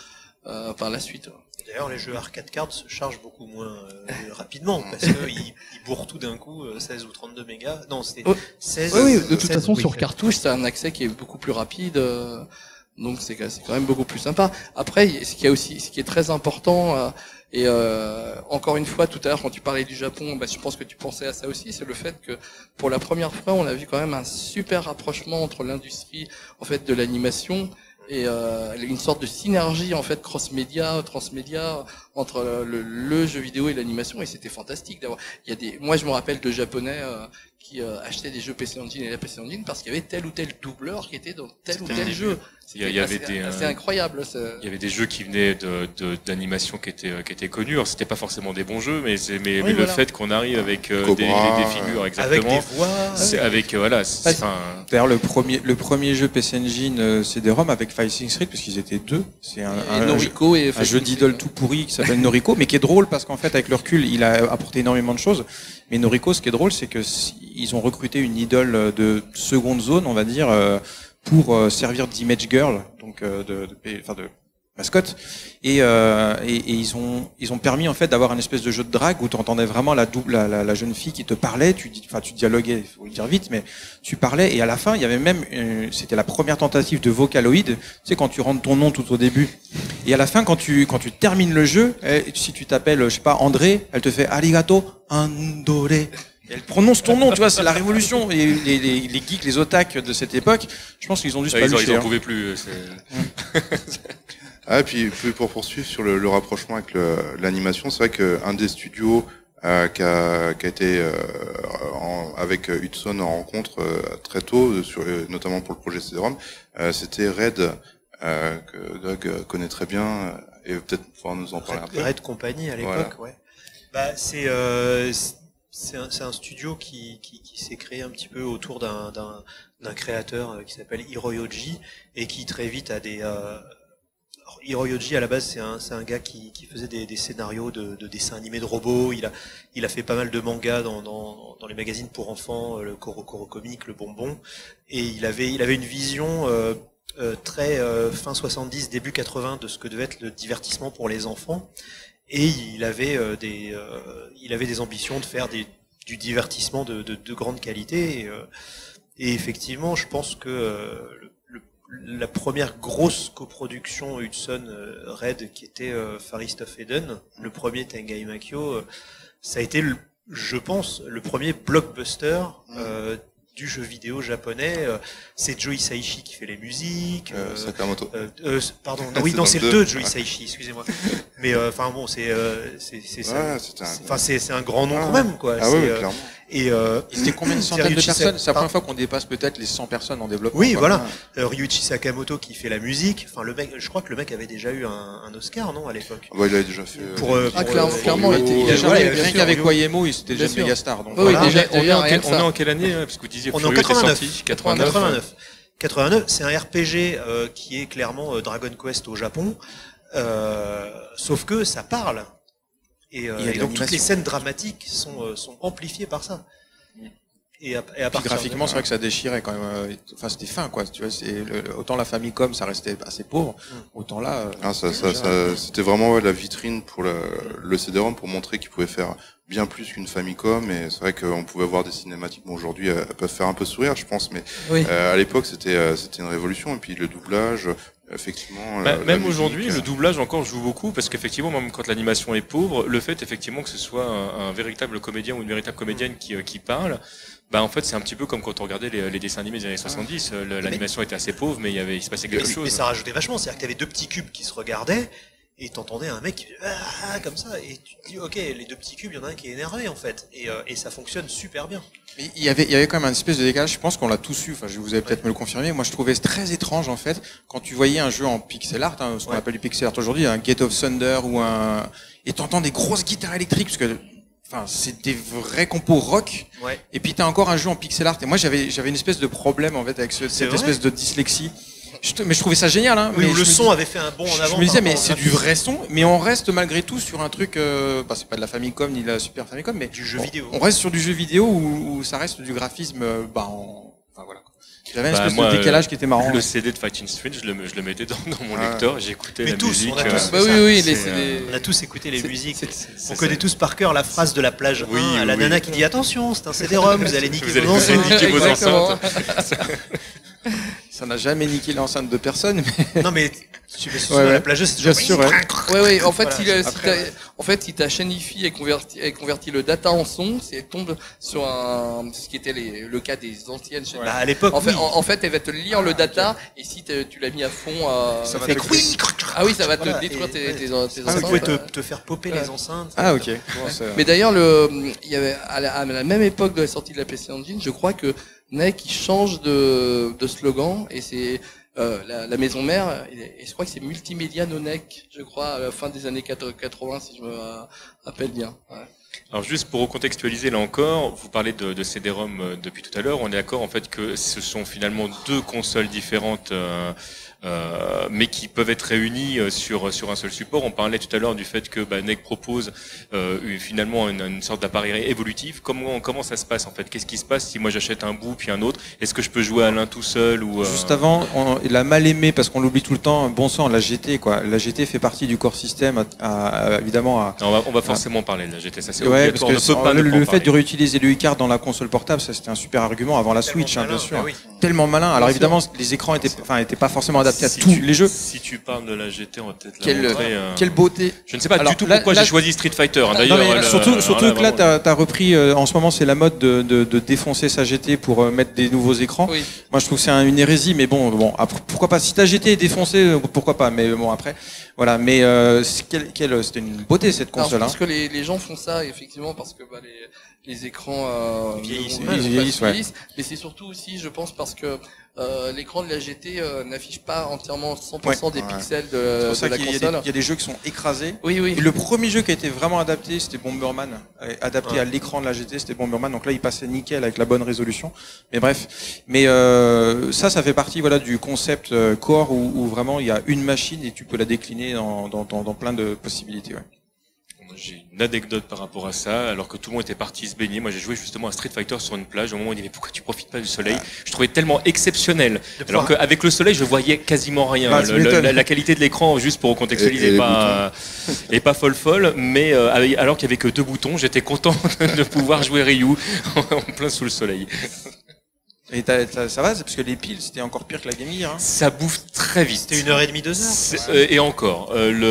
par la suite. D'ailleurs, les jeux arcade card se chargent beaucoup moins rapidement, parce qu'ils bourrent tout d'un coup 16 ou 32 mégas. Non, c'était 16. Oui, de toute façon, sur cartouche, c'est un accès qui est beaucoup plus rapide. Donc c'est quand même beaucoup plus sympa. Après, ce qui est très important, encore une fois, tout à l'heure quand tu parlais du Japon, je pense que tu pensais à ça aussi, c'est le fait que pour la première fois, on a vu quand même un super rapprochement entre l'industrie en fait de l'animation et une sorte de synergie en fait cross-média, transmédia entre le jeu vidéo et l'animation, et c'était fantastique d'avoir. Moi je me rappelle de Japonais qui achetaient des jeux PC Engine et la PC Engine parce qu'il y avait tel ou tel doubleur qui était dans tel ou tel jeu. C'est incroyable. Il y avait des jeux qui venaient d'animations qui étaient connues. Alors c'était pas forcément des bons jeux, mais le fait qu'on arrive avec des figures exactement, avec des voix, avec D'ailleurs le premier jeu PC Engine CD-ROM avec Fighting Street, parce qu'ils étaient deux. C'est un jeu d'idole tout pourri qui s'appelle Noriko, mais qui est drôle parce qu'en fait avec le recul il a apporté énormément de choses. Mais Noriko, ce qui est drôle, c'est que ils ont recruté une idole de seconde zone, on va dire, pour servir d'image girl, donc de mascotte, et ils ont permis en fait d'avoir un espèce de jeu de drague où tu entendais vraiment la jeune fille qui te parlait, tu dialoguais, il faut le dire vite, mais tu parlais, et à la fin il y avait même c'était la première tentative de Vocaloid, tu sais, quand tu rentres ton nom tout au début, et à la fin quand tu termines le jeu, si tu t'appelles je sais pas André, elle te fait arigato andore. Elle prononce ton nom, tu vois, c'est la révolution. Et les geeks, les otaques de cette époque, je pense qu'ils ont dû se palucher. Ils en pouvaient plus. Et puis pour poursuivre sur le rapprochement avec l'animation, c'est vrai qu'un des studios qui a été avec Hudson en rencontre très tôt, notamment pour le projet CD-ROM, c'était Red, que Doug connaît très bien, et peut-être pouvoir nous en parler un peu. Red Company à l'époque, ouais. C'est un studio qui s'est créé un petit peu autour d'un créateur qui s'appelle Hiroyoji, et qui très vite a des Hiroyoji à la base c'est un gars qui faisait des scénarios de dessins animés de robots. Il a fait pas mal de mangas dans les magazines pour enfants, le Koro Comic, le Bonbon, et il avait une vision très fin 70 début 80 de ce que devait être le divertissement pour les enfants. Et il avait des ambitions de faire du divertissement de grande qualité. Et effectivement, je pense que la première grosse coproduction Hudson Red, qui était Far East of Eden, le premier Tengai Makyo, ça a été, je pense, le premier blockbuster du jeu vidéo japonais. C'est Joe Hisaishi qui fait les musiques. Sakamoto. Pardon, non, oui, non, c'est le 2 de Joe Hisaishi, excusez-moi. Mais enfin bon, c'est un grand nom quand même, quoi. Ah oui, clairement. Et c'était combien de centaines de personnes? C'est la première fois qu'on dépasse peut-être les 100 personnes en développement. Oui, voilà. Ryuichi Sakamoto qui fait la musique. Enfin, le mec, je crois que le mec avait déjà eu un Oscar, non, à l'époque. Ouais, il avait déjà fait. Clairement, rien qu'avec Wayemo, c'était déjà une méga star. Donc, oui, voilà. déjà, on est en quelle année, parce que vous disiez on est en 89. C'est un RPG qui est clairement Dragon Quest au Japon, sauf que ça parle. Et donc toutes les scènes dramatiques sont amplifiées par ça. Et à partir graphiquement, c'est vrai que ça déchirait quand même. Enfin, c'était fin, quoi. Tu vois, autant la Famicom, ça restait assez pauvre, autant là. C'était vraiment la vitrine pour le CD-ROM pour montrer qu'il pouvait faire bien plus qu'une Famicom. Et c'est vrai qu'on pouvait voir des cinématiques. Bon, aujourd'hui, elles peuvent faire un peu sourire, je pense, mais à l'époque, c'était une révolution. Et puis le doublage. Effectivement. Même aujourd'hui, le doublage encore joue beaucoup, parce qu'effectivement, même quand l'animation est pauvre, le fait effectivement que ce soit un véritable comédien ou une véritable comédienne qui parle, en fait, c'est un petit peu comme quand on regardait les dessins animés des années 70. L'animation était assez pauvre, mais il se passait quelque chose. Mais ça rajoutait vachement. C'est-à-dire que t'avais deux petits cubes qui se regardaient, et t'entendais un mec comme ça, et tu te dis ok, les deux petits cubes, il y en a un qui est énervé en fait, et ça fonctionne super bien. Mais il y avait quand même un espèce de décalage. Je pense qu'on l'a tous eu. Enfin, vous allez peut-être me le confirmer. Moi, je trouvais très étrange en fait quand tu voyais un jeu en pixel art, ce qu'on appelle du pixel art aujourd'hui, un Gate of Thunder et t'entends des grosses guitares électriques parce que. Enfin, c'est des vrais compos rock. Ouais. Et puis t'as encore un jeu en pixel art. Et moi, j'avais une espèce de problème en fait avec cette espèce de dyslexie. Mais je trouvais ça génial, hein. Oui, où le son avait fait un bond en avant. Je me disais, mais c'est du vrai son, mais on reste malgré tout sur un truc, c'est pas de la Famicom ni de la Super Famicom, mais du jeu vidéo. On reste sur du jeu vidéo où ça reste du graphisme, enfin voilà. J'avais une espèce de décalage qui était marrant. Le CD de Fighting Street, je le mettais dans mon lecteur, j'écoutais la musique. On a tous écouté les musiques. On connaît tous par cœur la phrase de la plage 1 à la nana qui dit attention, c'est un CD-ROM, vous allez niquer vos enceintes. Ça n'a jamais niqué l'enceinte de personne. Mais... Non mais tu fais sur la plage, c'est bien sûr. Ouais. En fait, voilà, si ta chaîne hi-fi est converti le data en son, si elle tombe sur ce qui était le cas des anciennes chaînes. Bah, à l'époque, en fait, elle va te lire le data et si tu l'as mis à fond, ça va ça va te détruire tes enceintes. Ça pouvait te faire popper les enceintes. Ah ok. Mais d'ailleurs, il y avait à la même époque de la sortie de la PC Engine, je crois que NEC il change de slogan et c'est la maison mère, et je crois que c'est Multimédia No NEC, je crois, à la fin des années 80, si je me rappelle bien. Ouais. Alors juste pour recontextualiser là encore, vous parlez de CD-ROM depuis tout à l'heure, on est d'accord en fait que ce sont finalement deux consoles différentes mais qui peuvent être réunies sur un seul support. On parlait tout à l'heure du fait que NEC propose finalement une sorte d'appareil évolutif. Comment ça se passe en fait? Qu'est-ce qui se passe si moi j'achète un bout puis un autre? Est-ce que je peux jouer à l'un tout seul ou Juste avant, il a mal aimé parce qu'on l'oublie tout le temps. Bon sang, la GT quoi. La GT fait partie du core system évidemment. On va forcément parler de la GT. Ça c'est ouais, parce obligatoire. que On ne peut pas le fait de réutiliser le e-card dans la console portable, ça c'était un super argument avant la Switch, malin, bien sûr. bah oui. Tellement malin. Alors évidemment, les écrans étaient pas forcément adaptés à tous les jeux. Si tu parles de la GT, on va peut-être la montrer. Quelle beauté. Je ne sais pas Alors, du tout pourquoi j'ai choisi Street Fighter. Non, D'ailleurs, mais surtout que là, t'as repris. En ce moment, c'est la mode de défoncer sa GT pour mettre des nouveaux écrans. Oui. Moi, je trouve que c'est une hérésie, mais bon, après, pourquoi pas. Si ta GT est défoncée, pourquoi pas. Mais bon, après, voilà. Mais c'était une beauté cette console. Alors, je pense que les gens font ça effectivement parce que les écrans vieillissent. vieillissent, mais c'est surtout aussi, je pense, parce que l'écran de la GT n'affiche pas entièrement 100% des pixels de la console. Il y a des jeux qui sont écrasés. Oui. Et le premier jeu qui a été vraiment adapté, c'était Bomberman. Adapté à l'écran de la GT, c'était Bomberman. Donc là, il passait nickel avec la bonne résolution. Mais bref. Mais ça fait partie du concept core où vraiment il y a une machine et tu peux la décliner dans plein de possibilités. Ouais. J'ai une anecdote par rapport à ça, alors que tout le monde était parti se baigner. Moi, j'ai joué justement à Street Fighter sur une plage. Au moment où il dit, mais pourquoi tu profites pas du soleil? Je trouvais tellement exceptionnel. Alors qu'avec le soleil, je voyais quasiment rien. La qualité de l'écran, juste pour contextualiser, est pas folle. Mais alors qu'il y avait que 2 boutons, j'étais content de pouvoir jouer Ryu en plein sous le soleil. Et ça va, parce que les piles, c'était encore pire que la Game Gear. Hein. Ça bouffe très vite. C'était 1h30, 2h. Et encore,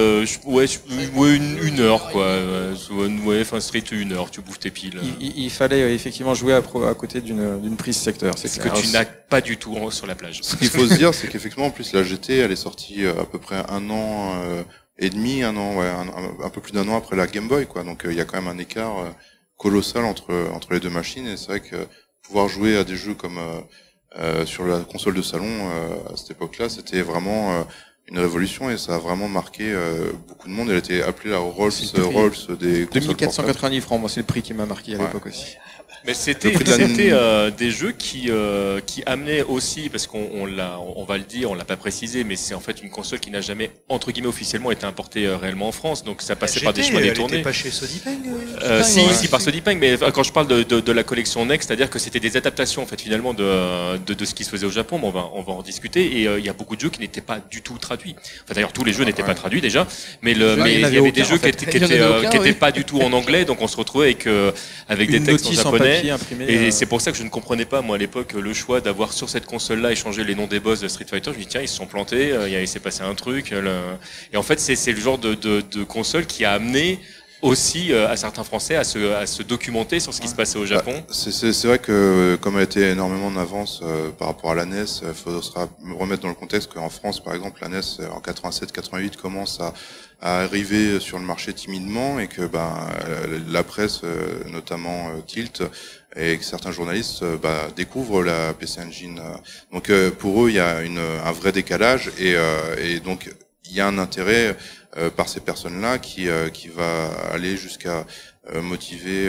une heure quoi. Enfin Street 1 heure, tu bouffes tes piles. Il fallait effectivement jouer à côté d'une prise secteur. C'est ce que tu n'as pas du tout sur la plage. Ce qu'il faut se dire, c'est qu'effectivement, en plus, la GT, elle est sortie à peu près 1 an et demi, un peu plus d'1 an après la Game Boy, quoi. Donc il y a quand même un écart colossal entre les deux machines, et c'est vrai que pouvoir jouer à des jeux comme sur la console de salon à cette époque-là, c'était vraiment une révolution, et ça a vraiment marqué beaucoup de monde. Elle a été appelée la Rolls des 2490 francs. Moi, c'est le prix qui m'a marqué à l'époque aussi. Mais c'était des jeux qui amenaient aussi, parce qu'on va le dire, on l'a pas précisé, mais c'est en fait une console qui n'a jamais entre guillemets officiellement été importée réellement en France, donc ça passait par des chemins détournés. Elle était pas chez Sodipeng. Si par Sodipeng, mais quand je parle de la collection NEC, c'est-à-dire que c'était des adaptations en fait finalement de ce qui se faisait au Japon. Mais on va en discuter, et il y a beaucoup de jeux qui n'étaient pas du tout traduits. Enfin d'ailleurs tous les jeux n'étaient pas traduits déjà, mais il y avait des jeux qui étaient pas du tout en anglais, donc on se retrouvait avec des textes en japonais. Et c'est pour ça que je ne comprenais pas, moi, à l'époque, le choix d'avoir sur cette console-là échangé les noms des boss de Street Fighter. Je me dis, tiens, ils se sont plantés, il s'est passé un truc. Et en fait, c'est le genre de console qui a amené aussi à certains Français à se documenter sur ce qui se passait au Japon. C'est vrai que comme elle était énormément en avance par rapport à la NES, il faudra remettre dans le contexte qu'en France, par exemple, la NES en 87-88 commence à arriver sur le marché timidement, et que la presse, notamment Tilt, et que certains journalistes découvrent la PC Engine. Donc pour eux, il y a un vrai décalage, et donc il y a un intérêt par ces personnes-là qui va aller jusqu'à motiver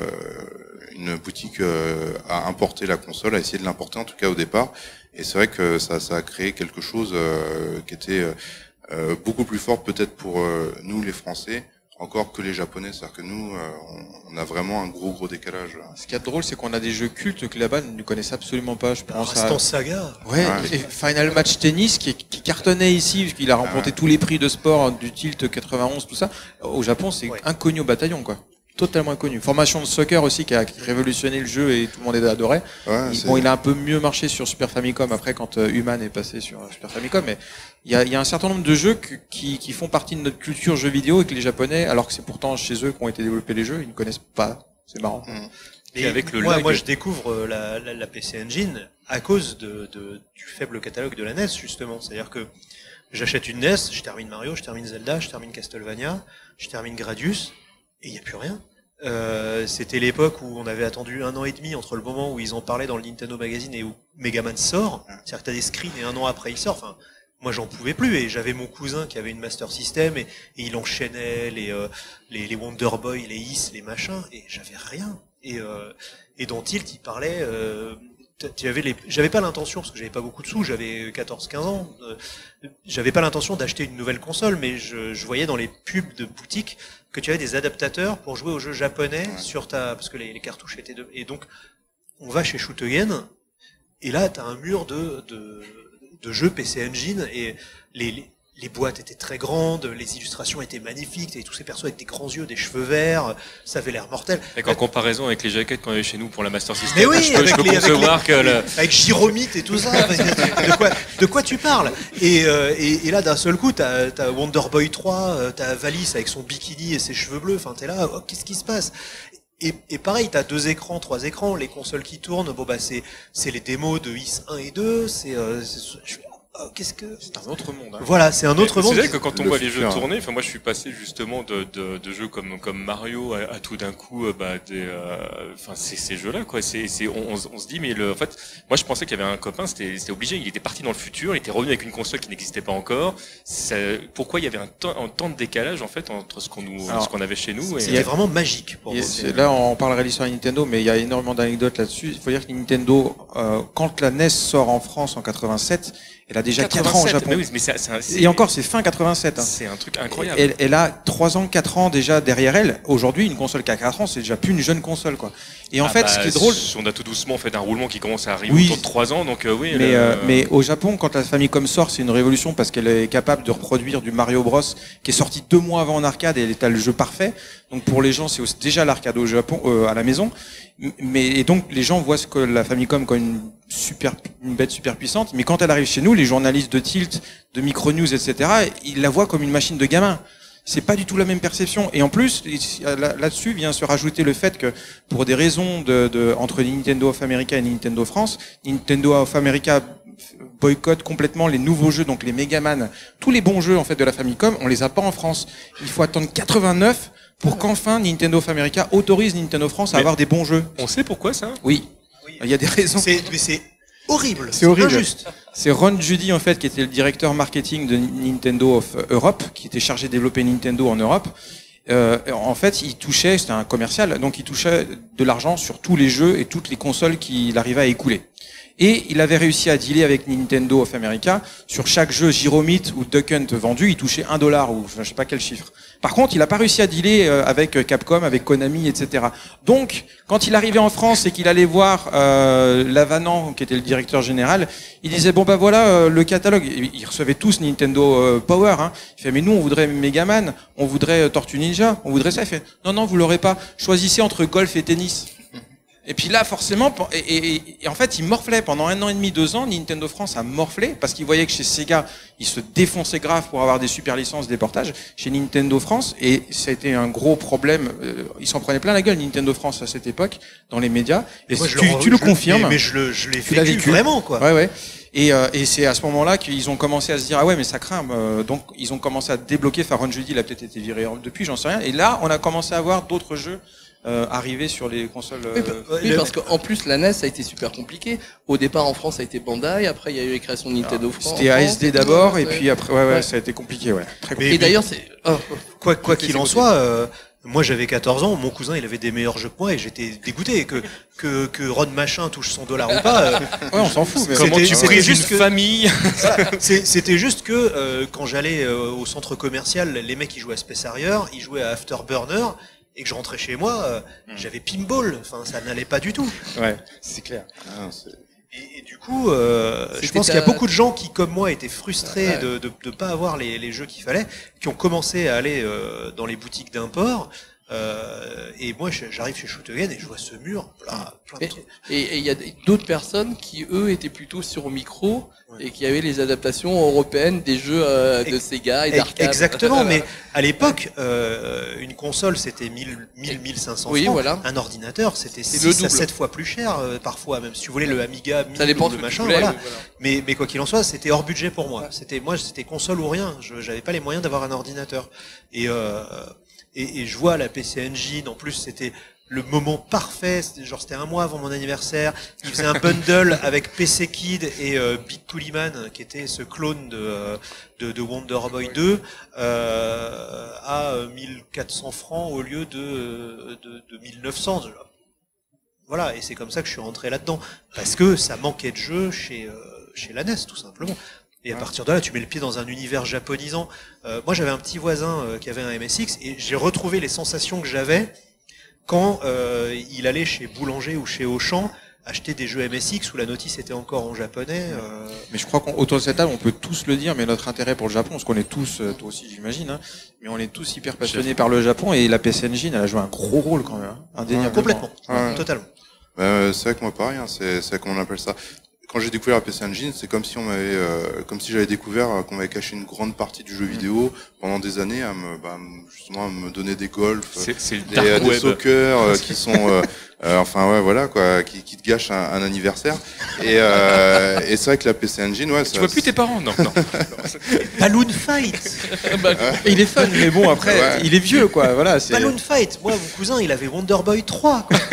une boutique à importer la console, à essayer de l'importer en tout cas au départ. Et c'est vrai que ça a créé quelque chose qui était beaucoup plus fort peut-être pour nous les Français encore que les Japonais. C'est-à-dire que nous, on a vraiment un gros décalage. Ce qui est drôle, c'est qu'on a des jeux cultes que là-bas ne connaissent absolument pas. Je pense à Saga. Ouais. Et Final Match Tennis qui cartonnait ici, puisqu'il a remporté tous les prix de sport du Tilt 91, tout ça. Au Japon, c'est inconnu au bataillon, quoi. totalement inconnu. Formation de soccer aussi qui a révolutionné le jeu et tout le monde adorait. Ouais, Il a un peu mieux marché sur Super Famicom après quand Human est passé sur Super Famicom, mais il y a un certain nombre de jeux qui font partie de notre culture jeux vidéo et que les Japonais, alors que c'est pourtant chez eux qu'ont été développés les jeux, ils ne connaissent pas. C'est marrant. Et avec le moi, je découvre la PC Engine à cause du faible catalogue de la NES, justement. C'est-à-dire que j'achète une NES, je termine Mario, je termine Zelda, je termine Castlevania, je termine Gradius, et il n'y a plus rien. C'était l'époque où on avait attendu 1 an et demi entre le moment où ils en parlaient dans le Nintendo Magazine et où Megaman sort. C'est-à-dire que t'as des screens et 1 an après il sort. Enfin, moi j'en pouvais plus et j'avais mon cousin qui avait une Master System et il enchaînait les Wonder Boy, les Is, les machins et j'avais rien. Et dans Tilt, il parlait. J'avais pas l'intention, parce que j'avais pas beaucoup de sous, j'avais 14-15 ans, j'avais pas l'intention d'acheter une nouvelle console, mais je voyais dans les pubs de boutiques que tu avais des adaptateurs pour jouer aux jeux japonais sur parce que les cartouches étaient et donc, on va chez Shoot Again, et là, t'as un mur de jeux PC Engine, et les boîtes étaient très grandes, les illustrations étaient magnifiques, t'avais tous ces persos avec des grands yeux, des cheveux verts, ça avait l'air mortel. Et en comparaison avec les jaquettes qu'on avait chez nous pour la Master System, mais oui, je peux concevoir avec Giromite et tout ça, de quoi tu parles? Et là, d'un seul coup, t'as Wonder Boy 3, t'as Valis avec son bikini et ses cheveux bleus, enfin t'es là, oh, qu'est-ce qui se passe? Et pareil, t'as 2 écrans, 3 écrans, les consoles qui tournent, bon bah c'est les démos de Is 1 et 2, oh, qu'est-ce que... C'est un autre monde. Hein. Voilà, c'est un autre monde. C'est vrai que quand on voit les jeux tourner, enfin moi je suis passé justement de jeux comme Mario à tout d'un coup ces jeux-là quoi. On se dit mais en fait moi je pensais qu'il y avait un copain, c'était obligé, il était parti dans le futur, il était revenu avec une console qui n'existait pas encore. Pourquoi il y avait un temps de décalage en fait entre ce qu'on avait chez nous. C'était vraiment magique. Pour là on parlerait de l'histoire de Nintendo, mais il y a énormément d'anecdotes là-dessus. Il faut dire que Nintendo, quand la NES sort en France en 87, elle a déjà 4 ans au Japon. Mais oui, et encore, c'est fin 87. Hein. C'est un truc incroyable. Elle a 3 ans, 4 ans déjà derrière elle. Aujourd'hui, une console qui a 4 ans, c'est déjà plus une jeune console, quoi. Et en fait, ce qui est drôle... On a tout doucement fait un roulement qui commence à arriver autour de 3 ans, donc oui. Mais au Japon, quand la Famicom sort, c'est une révolution parce qu'elle est capable de reproduire du Mario Bros qui est sorti 2 mois avant en arcade et elle a le jeu parfait. Donc pour les gens, c'est déjà l'arcade au Japon, à la maison. Et donc les gens voient ce que la Famicom comme une bête super puissante, mais quand elle arrive chez nous, les journalistes de Tilt, de Micronews, etc., ils la voient comme une machine de gamin. C'est pas du tout la même perception. Et en plus, là-dessus vient se rajouter le fait que, pour des raisons entre Nintendo of America et Nintendo France, Nintendo of America boycotte complètement les nouveaux jeux, donc les Megaman, tous les bons jeux en fait de la Famicom, on les a pas en France. Il faut attendre 89 pour qu'enfin Nintendo of America autorise Nintendo France à avoir des bons jeux. On sait pourquoi ça? Oui. Il y a des raisons. Mais c'est horrible. C'est horrible. Injuste. C'est Ron Judy en fait qui était le directeur marketing de Nintendo of Europe, qui était chargé de développer Nintendo en Europe. En fait, c'était un commercial, donc il touchait de l'argent sur tous les jeux et toutes les consoles qu'il arrivait à écouler. Et il avait réussi à dealer avec Nintendo of America sur chaque jeu Giromite ou Duck Hunt vendu, il touchait $1 ou je sais pas quel chiffre. Par contre, il a pas réussi à dealer avec Capcom, avec Konami, etc. Donc, quand il arrivait en France et qu'il allait voir Lavanant, qui était le directeur général, il disait bon bah voilà le catalogue. Ils recevaient tous Nintendo Power. Hein. Il fait mais nous on voudrait Megaman, on voudrait Tortue Ninja, on voudrait ça. Il fait non vous l'aurez pas. Choisissez entre golf et tennis. Et puis là, forcément, et en fait, il morflait pendant 1 an et demi, 2 ans. Nintendo France a morflé parce qu'il voyait que chez Sega, ils se défonçaient grave pour avoir des super licences, des portages. Chez Nintendo France, et ça a été un gros problème. Ils s'en prenaient plein la gueule, Nintendo France à cette époque, dans les médias. Et moi, tu le confirmes. Mais je l'ai vécu vraiment, quoi. Ouais. Et c'est à ce moment-là qu'ils ont commencé à se dire ah ouais mais ça craint. Donc ils ont commencé à débloquer. Ron Judy, il a peut-être été viré depuis, j'en sais rien. Et là, on a commencé à avoir d'autres jeux arriver sur les consoles. Oui, parce qu'en plus la NES a été super compliqué. Au départ en France ça a été Bandai, après il y a eu les créations de Nintendo France. C'était ASD d'abord et puis après ça a été compliqué Très compliqué. Et d'ailleurs c'est quoi qu'il en soit, moi j'avais 14 ans, mon cousin il avait des meilleurs jeux que moi et j'étais dégoûté que Ron Machin touche $100 ou pas. On s'en fout. Mais comment tu prises une famille? C'était juste que quand j'allais au centre commercial, les mecs ils jouaient à Space Harrier, ils jouaient à Afterburner. Et que je rentrais chez moi, j'avais Pinball. Enfin, ça n'allait pas du tout. Ouais, c'est clair. Et du coup, je pense qu'il y a beaucoup de gens qui, comme moi, étaient frustrés de pas avoir les jeux qu'il fallait, qui ont commencé à aller dans les boutiques d'import. Et moi, j'arrive chez Shoot Again et je vois ce mur, là, plein de trucs. Et il y a d'autres personnes qui, eux, étaient plutôt sur micro et qui avaient les adaptations européennes des jeux de Sega et d'arcade. Exactement, mais à l'époque, une console, c'était 1500 oui, francs. Voilà. Un ordinateur, c'était 6 à 7 fois plus cher, parfois, même si tu voulais le Amiga, ça dépend le de machin, voilà. Mais quoi qu'il en soit, c'était hors budget pour moi. C'était console ou rien. J'avais pas les moyens d'avoir un ordinateur. Et je vois la PC Engine, en plus, c'était le moment parfait, c'était un mois avant mon anniversaire, il faisait un bundle avec PC Kid et Big Cooliman, qui était ce clone de Wonder Boy 2, à 1400 francs au lieu de 1900. Voilà, et c'est comme ça que je suis rentré là-dedans, parce que ça manquait de jeux chez la NES, tout simplement. Et à partir de là, tu mets le pied dans un univers japonisant. Moi, j'avais un petit voisin qui avait un MSX, et j'ai retrouvé les sensations que j'avais quand il allait chez Boulanger ou chez Auchan acheter des jeux MSX où la notice était encore en japonais. Mais je crois qu'autour de cette table, on peut tous le dire, mais notre intérêt pour le Japon, parce qu'on est tous, toi aussi j'imagine, hein, mais on est tous hyper passionnés par le Japon, et la PC Engine, elle a joué un gros rôle quand même, hein, indéniablement. Complètement, totalement. C'est vrai que moi pareil, hein, c'est comment on appelle ça. Quand j'ai découvert la PC Engine, c'est comme si comme si j'avais découvert qu'on m'avait caché une grande partie du jeu vidéo pendant des années à me donner des golfs, des soccer qui sont, enfin ouais voilà quoi, qui te gâchent un anniversaire. Et c'est vrai que la PC Engine, ouais. Tu vois plus tes parents, non. Balloon Fight. Il est fun, mais bon après, il est vieux quoi, voilà. Balloon Fight. Moi, mon cousin, il avait Wonder Boy 3. Quoi.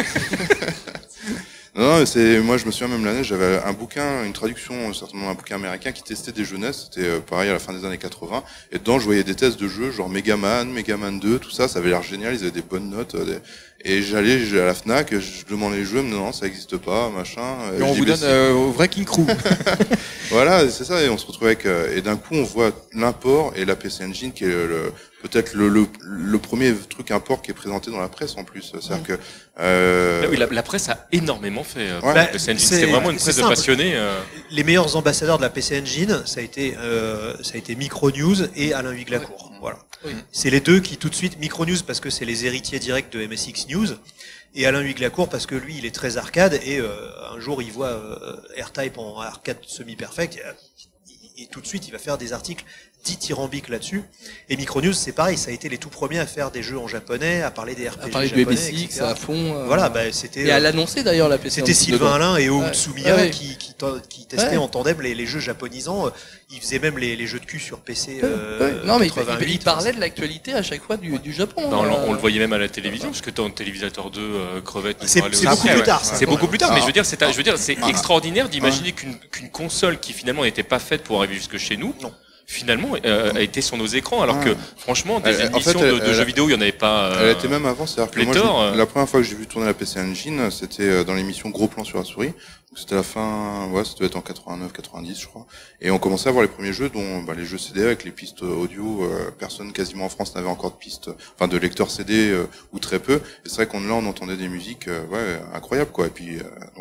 Non, moi je me souviens même l'année, j'avais un bouquin, une traduction, certainement un bouquin américain qui testait des jeunesses, c'était pareil à la fin des années 80, et dedans je voyais des tests de jeux, genre Megaman 2, tout ça, ça avait l'air génial, ils avaient des bonnes notes, et j'allais à la Fnac, je demandais les jeux, mais non, ça existe pas, machin. Et on vous donne au vrai King Crew. Voilà, c'est ça, et on se retrouve avec, et d'un coup on voit l'import et la PC Engine qui est peut-être le premier truc import qui est présenté dans la presse en plus. C'est-à-dire que oui, la presse a énormément fait. La PC Engine, c'était vraiment une presse de passionnés. Les meilleurs ambassadeurs de la PC Engine, ça a été Micronews et Alain Huyglacourt. Voilà. Oui. C'est les deux qui tout de suite, Micronews parce que c'est les héritiers directs de MSX News, et Alain Huyglacourt parce que lui il est très arcade, et un jour il voit R-Type en arcade semi-perfect, et tout de suite il va faire des articles dithyrambiques là-dessus. Et Micronews, c'est pareil, ça a été les tout premiers à faire des jeux en japonais, à parler des RPG à parler japonais, du MSX etc. à fond. Voilà, c'était. Et à l'annoncer d'ailleurs la PC. C'était Sylvain Alain et Oum Tsumiya qui testaient en tandem les jeux japonisants. Ils faisaient même les jeux de cul sur PC. Non, mais 88, il parlait de l'actualité à chaque fois du Japon. Non, on le voyait même à la télévision, parce que dans Télévisateur 2, Crevette. C'est beaucoup plus tard. C'est beaucoup plus tard, mais je veux dire, c'est extraordinaire d'imaginer qu'une console qui finalement n'était pas faite pour arriver jusque chez nous. Non. Finalement, a été sur nos écrans, alors que franchement, des émissions de jeux vidéo, il n'y en avait pas. Elle était même avant, c'est-à-dire que moi, la première fois que j'ai vu tourner la PC Engine, c'était dans l'émission Gros Plan sur la souris. C'était la fin, ça devait être en 89, 90, je crois. Et on commençait à voir les premiers jeux, dont les jeux CD avec les pistes audio. Personne quasiment en France n'avait encore de pistes, enfin de lecteurs CD ou très peu. Et c'est vrai qu'on entendait des musiques, incroyables quoi. Et puis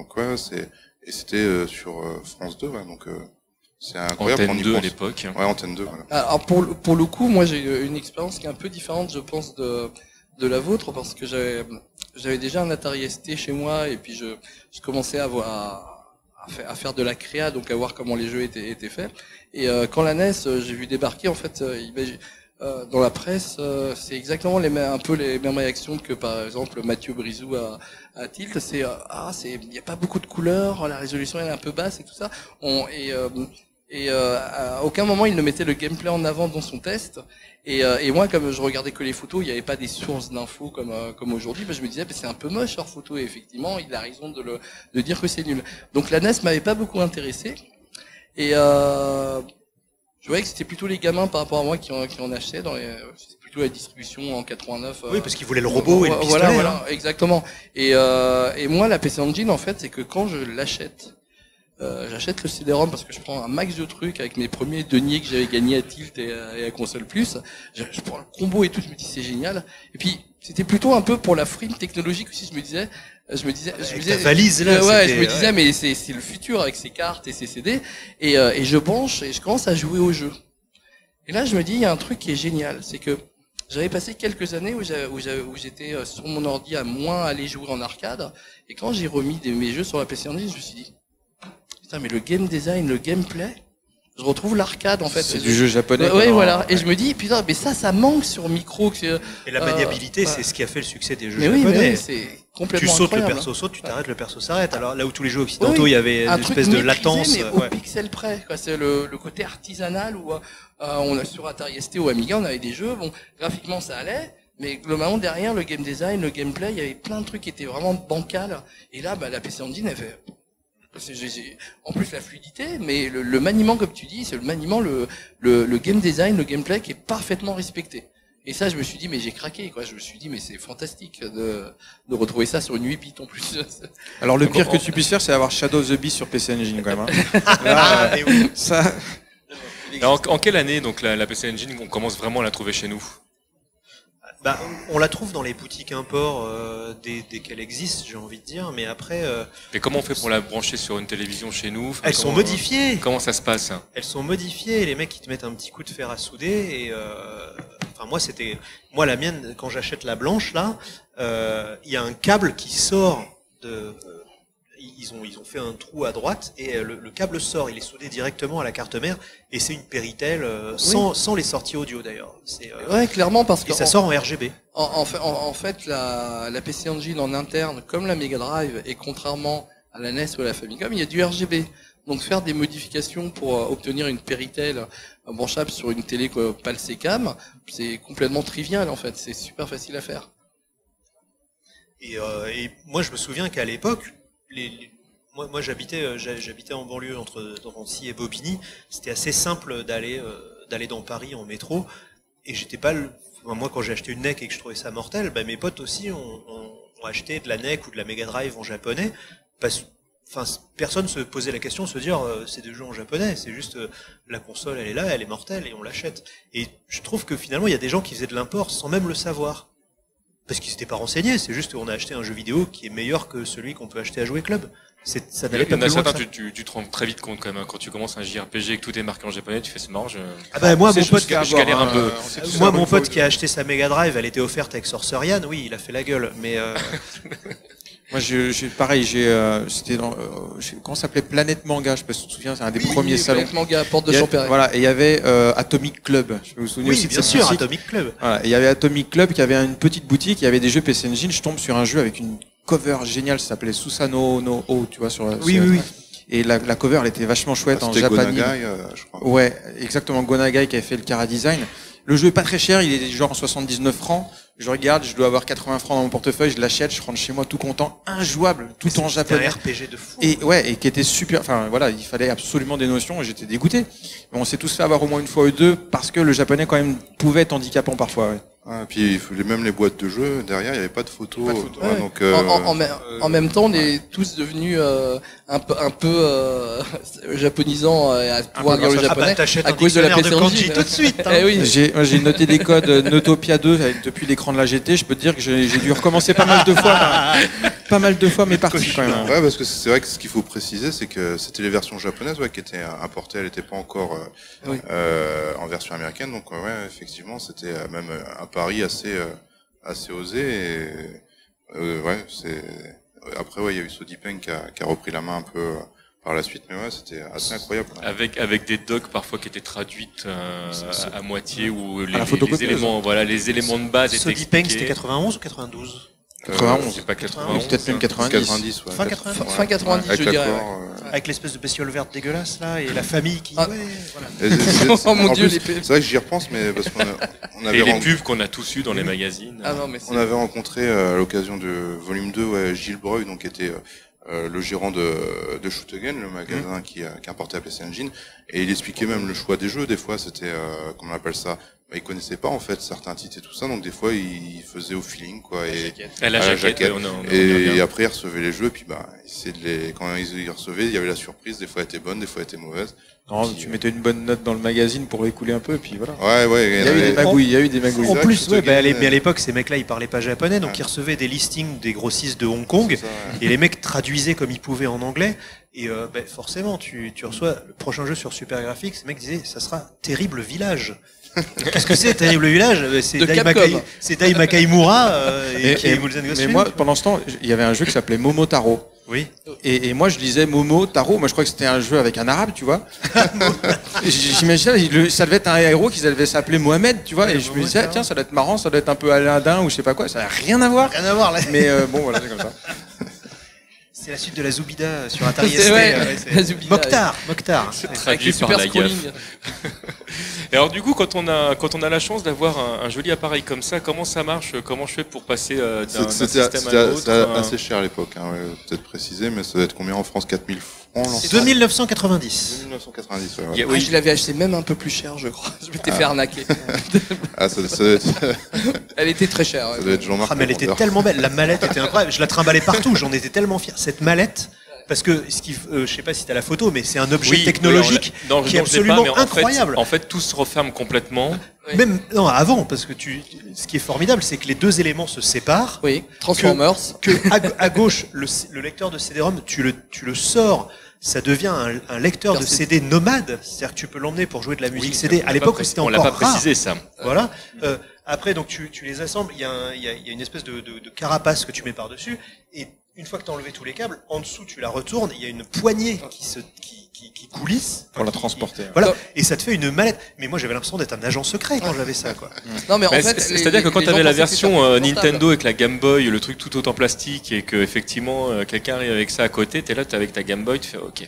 c'était sur France 2, donc. C'est incroyable. Antenne 2 à l'époque. Ouais, Antenne 2, voilà. Alors pour le coup, moi j'ai une expérience qui est un peu différente, je pense, de la vôtre, parce que j'avais déjà un Atari ST chez moi, et puis je commençais à faire de la créa, donc à voir comment les jeux étaient faits. Et quand la NES, j'ai vu débarquer, en fait, dans la presse, c'est exactement un peu les mêmes réactions que par exemple Mathieu Brizou à Tilt. C'est il y a pas beaucoup de couleurs, la résolution est un peu basse et tout ça. À aucun moment il ne mettait le gameplay en avant dans son test. Et moi, comme je regardais que les photos, il n'y avait pas des sources d'infos comme aujourd'hui. Je me disais, c'est un peu moche leur photo. Et effectivement, il a raison de dire que c'est nul. Donc la NES m'avait pas beaucoup intéressé. Et je voyais que c'était plutôt les gamins par rapport à moi qui en achetaient c'était plutôt la distribution en 89. Oui, parce qu'ils voulaient le robot et le pistolet. Voilà, exactement. Et moi, la PC Engine, en fait, c'est que quand je l'achète, j'achète le CD-ROM parce que je prends un max de trucs avec mes premiers deniers que j'avais gagnés à Tilt et à Console Plus. Je prends le combo et tout, je me dis c'est génial. Et puis c'était plutôt un peu pour la frime technologique aussi. Je me disais ta valise là. Je me disais mais c'est le futur avec ses cartes et ses CD. Et je branche et je commence à jouer au jeu. Et là je me dis il y a un truc qui est génial, c'est que j'avais passé quelques années où j'étais sur mon ordi à moins aller jouer en arcade. Et quand j'ai remis mes jeux sur la PC Engine, je me suis dit, putain, mais le game design, le gameplay, je retrouve l'arcade en fait. C'est du jeu japonais. Ouais, voilà. Et je me dis, putain, mais ça manque sur micro. Et la maniabilité, c'est ce qui a fait le succès des jeux mais japonais. Oui, mais oui, c'est complètement tu sautes, incroyable. le perso saute, tu t'arrêtes, le perso s'arrête. Alors là où tous les jeux occidentaux, il y avait une espèce de latence. Mais au pixel près, quoi. C'est le côté artisanal où on a sur Atari ST ou Amiga, on avait des jeux. Bon, graphiquement ça allait, mais globalement derrière le game design, le gameplay, il y avait plein de trucs qui étaient vraiment bancals. Et là, la PC Engine, elle fait. En plus la fluidité, mais le maniement, comme tu dis, c'est le maniement, le game design, le gameplay qui est parfaitement respecté. Et ça, je me suis dit, mais j'ai craqué, quoi. Je me suis dit, mais c'est fantastique de retrouver ça sur une 8 bits en plus. Alors le pire que tu puisses faire, c'est avoir Shadow of the Beast sur PC Engine quand même. Là, oui. Ça. Alors, en quelle année donc la PC Engine on commence vraiment à la trouver chez nous? On la trouve dans les boutiques import dès qu'elle existe, j'ai envie de dire, mais après... Et comment on fait pour la brancher sur une télévision chez nous? Elles sont modifiées. Comment ça se passe? Elles sont modifiées, les mecs ils te mettent un petit coup de fer à souder, et moi la mienne, quand j'achète la blanche là, il y a un câble qui sort de... Ils ont fait un trou à droite et le câble sort, il est soudé directement à la carte mère et c'est une Péritel sans les sorties audio d'ailleurs. Ouais, clairement parce que ça sort en RGB. En fait, la PC Engine en interne, comme la Mega Drive, et contrairement à la NES ou à la Famicom, il y a du RGB. Donc faire des modifications pour obtenir une Péritel branchable sur une télé PAL C-Cam, c'est complètement trivial en fait. C'est super facile à faire. Et moi je me souviens qu'à l'époque, moi j'habitais en banlieue entre Drancy et Bobigny. C'était assez simple d'aller dans Paris en métro. Et j'étais pas moi quand j'ai acheté une NEC et que je trouvais ça mortel, mes potes aussi ont acheté de la NEC ou de la Mega Drive en japonais. Personne se posait la question de se dire c'est des jeux en japonais. C'est juste la console elle est là, elle est mortelle et on l'achète. Et je trouve que finalement il y a des gens qui faisaient de l'import sans même le savoir. Parce qu'ils s'étaient pas renseignés, c'est juste qu'on a acheté un jeu vidéo qui est meilleur que celui qu'on peut acheter à Jouer Club. Ça n'allait pas plus loin que ça. Tu te rends très vite compte quand même, quand tu commences un JRPG et que tout est marqué en japonais, tu fais ce marre. Moi, mon pote, je galère un peu. Moi, mon pote qui a acheté sa Mega Drive, elle était offerte avec Sorcerian, oui, il a fait la gueule, mais Moi, pareil, c'était comment ça s'appelait, Planète Manga, je sais pas si tu te souviens, c'est un des premiers salons. Planète Manga, porte de Champéret. Voilà, et il y avait Atomic Club. Je peux vous souvenir aussi de bien cette sûr, boutique. Atomic Club. Voilà, et il y avait Atomic Club qui avait une petite boutique, il y avait des jeux PC Engine, je tombe sur un jeu avec une cover géniale, ça s'appelait Susanoo no O, tu vois, sur Oui. Et la cover, elle était vachement chouette en japonais. Gonagai, je crois. Ouais, exactement, Gonagai qui avait fait le Cara Design. Le jeu est pas très cher, il est genre 79 francs. Je regarde, je dois avoir 80 francs dans mon portefeuille, je l'achète, je rentre chez moi tout content, injouable, tout en japonais. Un RPG de fou. Et qui était super, enfin voilà, il fallait absolument des notions et j'étais dégoûté. Mais on s'est tous fait avoir au moins une fois ou deux parce que le japonais quand même pouvait être handicapant parfois, ouais. Ah, puis même les boîtes de jeux, derrière, il n'y avait pas de photos. Pas de photos. Ouais, donc, En même temps, on est tous devenus un peu japonisants à pouvoir lire le japonais à cause de la PC Engine. Tout de suite. Eh oui. J'ai noté des codes Notopia 2 depuis l'écran de la GT. Je peux te dire que j'ai dû recommencer pas mal de fois mes parties quand même. Ouais, parce que c'est vrai que ce qu'il faut préciser, c'est que c'était les versions japonaises qui étaient importées, elles n'étaient pas encore en version américaine. Donc effectivement, c'était même un pari assez osé. Et après il y a eu Sodipen qui a repris la main un peu par la suite, mais c'était assez incroyable. Avec des docs parfois qui étaient traduites à moitié où les éléments de base étaient Sodipen, expliqués. c'était 91 ou 92? 91. C'est pas 91. Peut-être même 90. 90, ouais. Fin 90. Fin 90, Avec je dirais. l'accord, Avec l'espèce de bestiole verte dégueulasse là et la famille qui. Ah. Voilà. Oh mon en Dieu, plus, c'est vrai que j'y repense, mais parce qu'on avait Et les pubs qu'on a tous eu dans les magazines. Ah non, mais on avait rencontré à l'occasion de volume 2 Gilles Breuil, donc qui était le gérant de Shoot Again, le magasin qui importait la PC Engine, et il expliquait même le choix des jeux. Des fois, c'était comment on appelle ça, il connaissait pas en fait certains titres et tout ça, donc des fois il faisait au feeling quoi. La jaquette. Et après il recevait les jeux, et puis quand ils recevaient, il y avait la surprise. Des fois elle était bonne, des fois elle était mauvaise. Non, tu mettais une bonne note dans le magazine pour écouler un peu, et puis voilà. Ouais. Il y a eu des magouilles. En vrai plus, que mais à l'époque, ces mecs-là, ils parlaient pas japonais, donc ils recevaient des listings des grossistes de Hong Kong, et les mecs traduisaient comme ils pouvaient en anglais. Et forcément, tu reçois le prochain jeu sur Super Graphics, les mecs disaient, ça sera Terrible Village. Qu'est-ce que c'est, Terrible Village? C'est Dai Makaimura et Mulzen Gosling. Mais moi, pendant ce temps, il y avait un jeu qui s'appelait Momo Taro. Oui. Et moi, je lisais Momo Taro. Moi, je crois que c'était un jeu avec un arabe, tu vois. J'imaginais, ça devait être un héros qui devait s'appeler Mohamed, tu vois. Ouais, et je me disais, tiens, ça doit être marrant, ça doit être un peu Aladdin ou je sais pas quoi. Ça n'a rien à voir. Rien à voir, là. Mais bon, voilà, c'est comme ça. C'est la suite de la Zoubida sur Atari C'est ST. vrai, C'est la Zoubida. Mokhtar. C'est Avec les traduit par super la scrolling. gaffe. Et alors du coup, quand on a la chance d'avoir un joli appareil comme ça, comment ça marche? Comment je fais pour passer d'un système à l'autre? C'était assez cher à l'époque, hein, peut-être préciser, mais ça doit être combien en France? 4000 francs? C'est 2990. 1990, ouais. Il y a- Ah, je l'avais acheté même un peu plus cher, je crois. Je m'étais fait arnaquer. Ah, ça doit être, Elle était très chère. ça ouais. doit être Jean-Marc. Ah, mais elle était Commandeur. tellement belle. La mallette était incroyable. Je la trimballais partout. J'en étais tellement fier. Cette mallette, parce que je sais pas si t'as la photo, mais c'est un objet Oui, technologique oui, non, qui est non, je l'ai absolument mais incroyable. En fait, tout se referme complètement. Oui. Même non, avant, parce que ce qui est formidable, c'est que les deux éléments se séparent. Oui, Transformers. Que à gauche, le lecteur de CD-ROM, tu le sors. Ça devient un lecteur de CD nomade, c'est-à-dire que tu peux l'emmener pour jouer de la musique CD. À l'époque, c'était on encore l'a pas rare. précisé ça. Voilà. Après, donc tu les assembles. Il y a une espèce de carapace que tu mets par dessus, et une fois que tu as enlevé tous les câbles, en dessous tu la retournes. Il y a une poignée qui coulisse Pour la transporter. Voilà. Et ça te fait une mallette. Mais moi, j'avais l'impression d'être un agent secret quand j'avais ça, quoi. Non, mais en Mais fait, c'est-à-dire que quand les tu avais gens la pensaient que version c'était un peu Nintendo avec la Game Boy, le truc tout en plastique, et que effectivement quelqu'un arrive avec ça à côté, t'es là, t'es avec ta Game Boy, tu fais OK.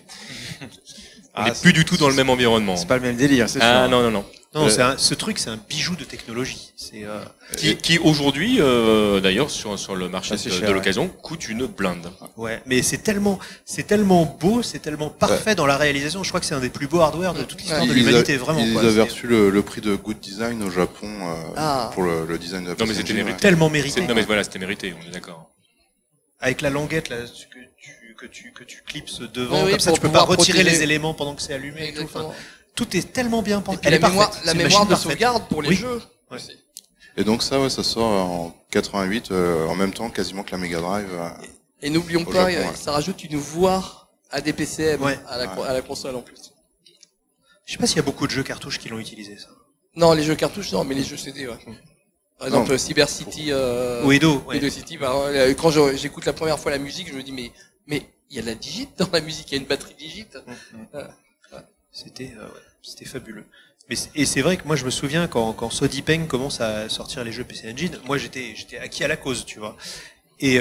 On n'est plus du tout dans le même environnement. C'est pas le même délire, c'est Ah sûr. non non non. Non, ce truc, c'est un bijou de technologie. C'est Qui aujourd'hui, d'ailleurs, sur le marché c'est de cher, l'occasion, coûte une blinde. ouais, mais c'est tellement beau, c'est tellement parfait dans la réalisation. Je crois que c'est un des plus beaux hardware de toute l'histoire de l'humanité, vraiment. Ils quoi. avaient C'est reçu le prix de Good Design au Japon pour le design de la Non, mais PlayStation. c'était mérité. tellement mérité. Non mais voilà, c'était mérité, on est d'accord. Avec la languette là que tu clipses devant, Oui, comme ça pour tu peux pas pouvoir retirer protéger. les éléments pendant que c'est allumé. Et tout. Enfin, Exactement. tout est tellement bien pensé. Et puis Elle est la mémoire, parfaite. la C'est une mémoire machine de parfaite. sauvegarde pour les Oui. jeux. Ouais. aussi. Et donc ça, ouais, ça sort en 88, en même temps quasiment que la Mega Drive. Et n'oublions Au pas, Japon, ouais. ça rajoute une voix à des PCM Ouais. à la console en plus. Je sais pas s'il y a beaucoup de jeux cartouches qui l'ont utilisé ça. Non, les jeux cartouches, non, mais les jeux CD, ouais. Par exemple, Non. Cyber City, Ou Edo. Ouais. Edo City, bah, quand j'écoute la première fois la musique, je me dis, mais il y a de la digite dans la musique, il y a une batterie digite. C'était fabuleux. Et c'est vrai que moi je me souviens quand Sodipeng commence à sortir les jeux PC Engine, moi j'étais acquis à la cause, tu vois. Et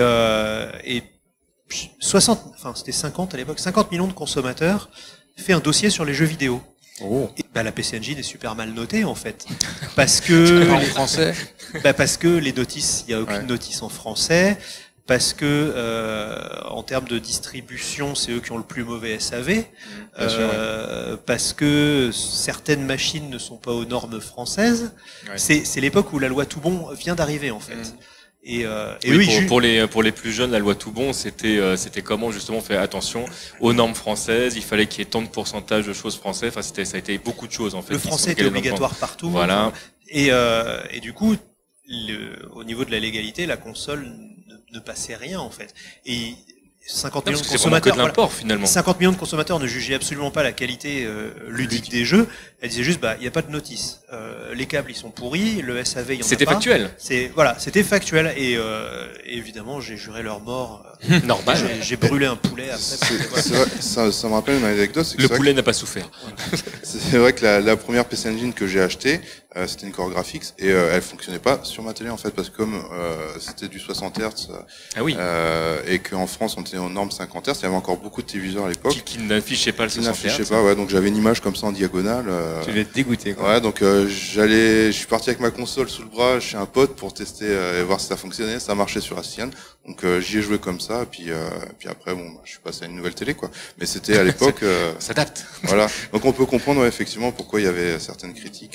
50 à l'époque, 50 millions de consommateurs fait un dossier sur les jeux vidéo. Oh. Et la PC Engine est super mal notée en fait, parce que En français. parce que les notices, il y a aucune notice en français. Parce que en termes de distribution, c'est eux qui ont le plus mauvais SAV. Bien sûr, Parce que certaines machines ne sont pas aux normes françaises. Ouais. C'est l'époque où la loi Toubon vient d'arriver en fait. Et Oui, eux, pour les plus jeunes, la loi Toubon, c'était comment justement on fait attention aux normes françaises. Il fallait qu'il y ait tant de pourcentage de choses françaises. Enfin, ça a été beaucoup de choses en fait. le qui français sont était calées dans le obligatoire partout. Voilà. Et du coup, au niveau de la légalité, la console ne passait rien en fait. Et 50 Non, millions parce de que c'est vraiment que consommateurs, de l'import finalement. 50 millions de consommateurs ne jugeaient absolument pas la qualité ludique des jeux. Elles disaient juste, il n'y a pas de notice. Les câbles, ils sont pourris. Le SAV, il y en a pas. C'était factuel. C'était factuel. Et évidemment, j'ai juré leur mort. Normal. J'ai brûlé un poulet après. C'est vrai, ça me rappelle une anecdote. C'est que Le c'est vrai poulet n'a pas souffert. C'est vrai que la première PC Engine que j'ai achetée, c'était une Core Graphics et elle fonctionnait pas sur ma télé en fait parce que comme c'était du 60 Hz Ah oui. et qu'en France on était aux normes 50 Hz, il y avait encore beaucoup de téléviseurs à l'époque Qui n'affichait pas le qui 60 n'affichaient Hz. pas. Ouais, donc j'avais une image comme ça en diagonale. Tu devais être dégoûté, quoi. Ouais, donc je suis parti avec ma console sous le bras chez un pote pour tester et voir si ça fonctionnait. Ça marchait sur Ascian, donc j'y ai joué comme ça. Puis après, je suis passé à une nouvelle télé, quoi. Mais c'était à l'époque. S'adapte. Voilà. Donc on peut comprendre effectivement pourquoi il y avait certaines critiques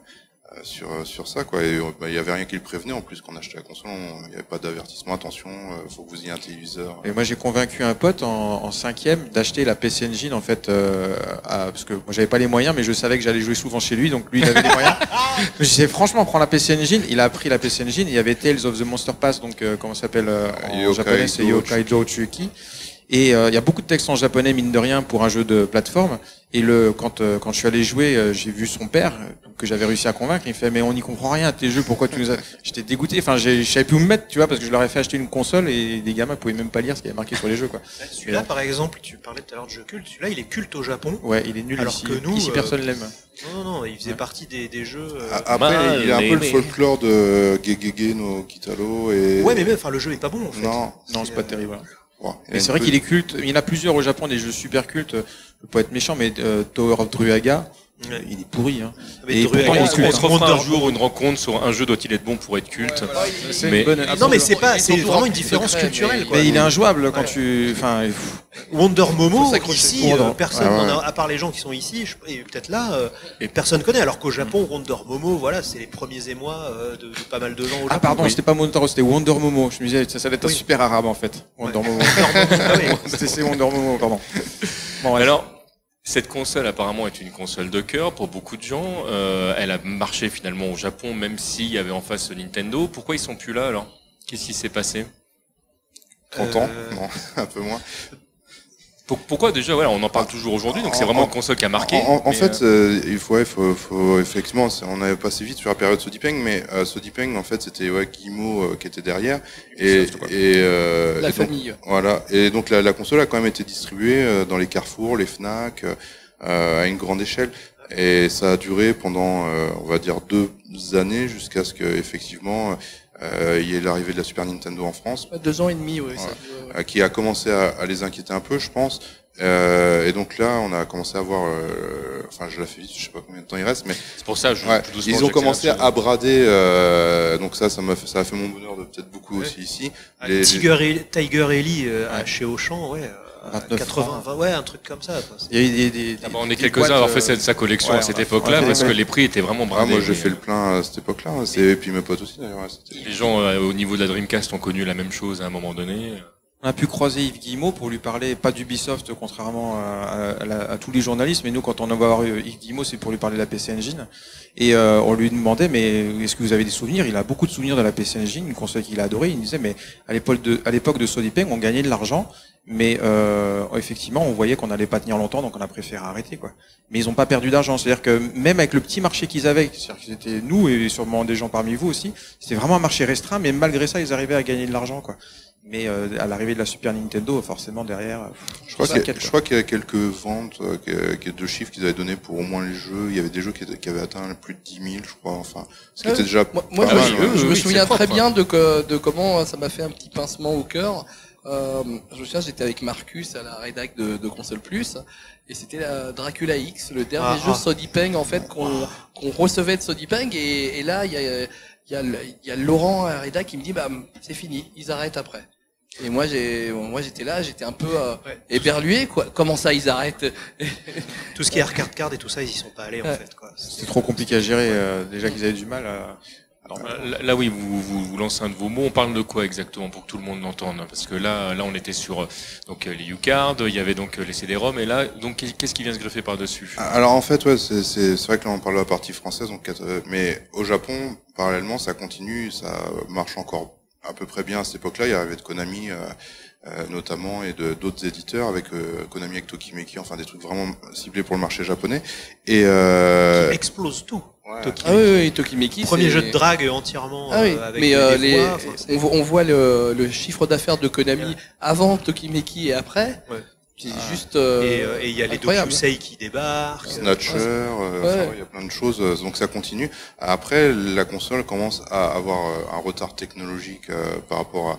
sur ça, quoi. Et il y avait rien qui le prévenait en plus qu'on achetait la console. Il n'y avait pas d'avertissement. Attention, faut que vous ayez un téléviseur. Et moi j'ai convaincu un pote en 5e d'acheter la PC Engine en fait parce que moi j'avais pas les moyens mais je savais que j'allais jouer souvent chez lui donc lui il avait les moyens. Je disais franchement prends la PC Engine, il a pris la PC Engine, il y avait Tales of the Monster Pass donc comment ça s'appelle en Yokai japonais c'est Do Yokai Do Tsuki. Et il y a beaucoup de textes en japonais, mine de rien, pour un jeu de plateforme. Et quand je suis allé jouer, j'ai vu son père, que j'avais réussi à convaincre. Il me fait, mais on n'y comprend rien à tes jeux, pourquoi tu nous as... J'étais dégoûté, enfin, je savais plus où me mettre, tu vois, parce que je leur ai fait acheter une console et les gamins pouvaient même pas lire ce qu'il y avait marqué sur les jeux, quoi. Celui-là, par exemple, tu parlais tout à l'heure de jeu culte, celui-là, il est culte au Japon. Ouais, il est nul alors ici. que nous, ici, personne l'aime. Non, il faisait partie des jeux... Après, il a un peu le folklore de Gegege no Kitaro et... Ouais, mais même, enfin, le jeu est pas bon, en fait. Non, c'est pas terrible. Ouais, mais c'est vrai qu'il est culte. Il y en a plusieurs au Japon, des jeux super cultes. Je veux pas être méchant, mais Tower of Druaga, il est pourri. Hein. Mais et pourtant, on se refera un jour une rencontre sur un jeu doit-il être bon pour être culte. Ouais, voilà. Mais non, mais c'est vraiment une différence culturelle. Quoi. Mais il est injouable quand tu. Enfin. Wonder Momo, ici, personne, à part les gens qui sont ici, et peut-être là, personne connaît. Alors qu'au Japon, Wonder Momo, voilà, c'est les premiers émois de pas mal de gens au Japon. Ah pardon, c'était pas Montaro, c'était Wonder Momo. Je me disais, ça allait être super arabe en fait. Wonder Momo. C'était Wonder Momo, pardon. Bon, alors. Cette console apparemment est une console de cœur pour beaucoup de gens. Elle a marché finalement au Japon, même s'il y avait en face Nintendo. Pourquoi ils sont plus là alors? Qu'est-ce qui s'est passé? 30 ans? Non, un peu moins. Pourquoi déjà, voilà, on en parle toujours aujourd'hui, donc c'est vraiment une console qui a marqué. En fait, il faut effectivement, on avait passé vite sur la période Sodipeng, mais Sodipeng, en fait, c'était Guillemot qui était derrière la famille. Voilà, et donc la console a quand même été distribuée dans les Carrefour, les Fnac, à une grande échelle, et ça a duré pendant, on va dire, 2 années jusqu'à ce que effectivement il y ait l'arrivée de la Super Nintendo en France. 2 ans et demi, oui. Ouais. Qui a commencé à les inquiéter un peu, je pense. Et donc là, on a commencé à voir, enfin, je la fais vite, je sais pas combien de temps il reste, mais c'est pour ça. Ils ont commencé à brader. Donc ça a fait mon bonheur de peut-être beaucoup aussi ici. Tiger Ellie chez Auchan, ouais. 80, 20, ouais, un truc comme ça. Il y a eu on est quelques-uns à avoir fait sa collection à cette époque-là, parce que les prix étaient vraiment bradés. Moi, j'ai fait le plein à cette époque-là, et puis mes potes aussi d'ailleurs. Les gens au niveau de la Dreamcast ont connu la même chose à un moment donné. On a pu croiser Yves Guillemot pour lui parler, pas d'Ubisoft, contrairement à tous les journalistes, mais nous, quand on va voir Yves Guillemot, c'est pour lui parler de la PC Engine. Et on lui demandait, mais est-ce que vous avez des souvenirs? Il a beaucoup de souvenirs de la PC Engine, une console qu'il a adorée. Il disait, mais à l'époque de Sodipeng, on gagnait de l'argent, mais effectivement, on voyait qu'on n'allait pas tenir longtemps, donc on a préféré arrêter, quoi. Mais ils n'ont pas perdu d'argent. C'est-à-dire que même avec le petit marché qu'ils avaient, c'est-à-dire que c'était nous et sûrement des gens parmi vous aussi, c'était vraiment un marché restreint, mais malgré ça, ils arrivaient à gagner de l'argent, quoi. Mais à l'arrivée de la Super Nintendo, forcément derrière. Je crois qu'il y a quelques ventes de chiffres qu'ils avaient donné pour au moins les jeux. Il y avait des jeux qui avaient atteint plus de 10 000, je crois. Enfin, ce qui était déjà. Moi, je me souviens très bien de comment ça m'a fait un petit pincement au cœur. Je me souviens, j'étais avec Marcus à la rédac de Console Plus, et c'était la Dracula X, le dernier jeu Sodipeng en fait qu'on recevait de Sodipeng, et là il y a Laurent à la rédac qui me dit bah c'est fini, ils arrêtent après. Et moi j'étais là, j'étais un peu éberlué, quoi. Comment ça ils arrêtent? Tout ce qui est arcade card et tout ça, ils y sont pas allés en fait, quoi. C'était trop compliqué à gérer, déjà qu'ils avaient du mal à... Là oui, vous lancez un de vos mots. On parle de quoi exactement pour que tout le monde l'entende? Parce que là on était sur donc les U-Cards, il y avait donc les CD-ROM, et là donc qu'est-ce qui vient se greffer par-dessus? Alors en fait, ouais, c'est vrai que là on parle de la partie française, donc mais au Japon, parallèlement, ça continue, ça marche encore à peu près bien à cette époque-là. Il y avait de Konami notamment, et d'autres éditeurs, avec Konami, avec Tokimeki, enfin des trucs vraiment ciblés pour le marché japonais, et qui explose tout. Ouais. Oui, Tokimeki. Premier jeu de drague entièrement. Avec mais on voit le chiffre d'affaires de Konami avant Tokimeki et après. Ouais. C'est juste. Et il y a les Dokusei qui débarquent. Snatcher, il y a plein de choses. Donc ça continue. Après, la console commence à avoir un retard technologique par rapport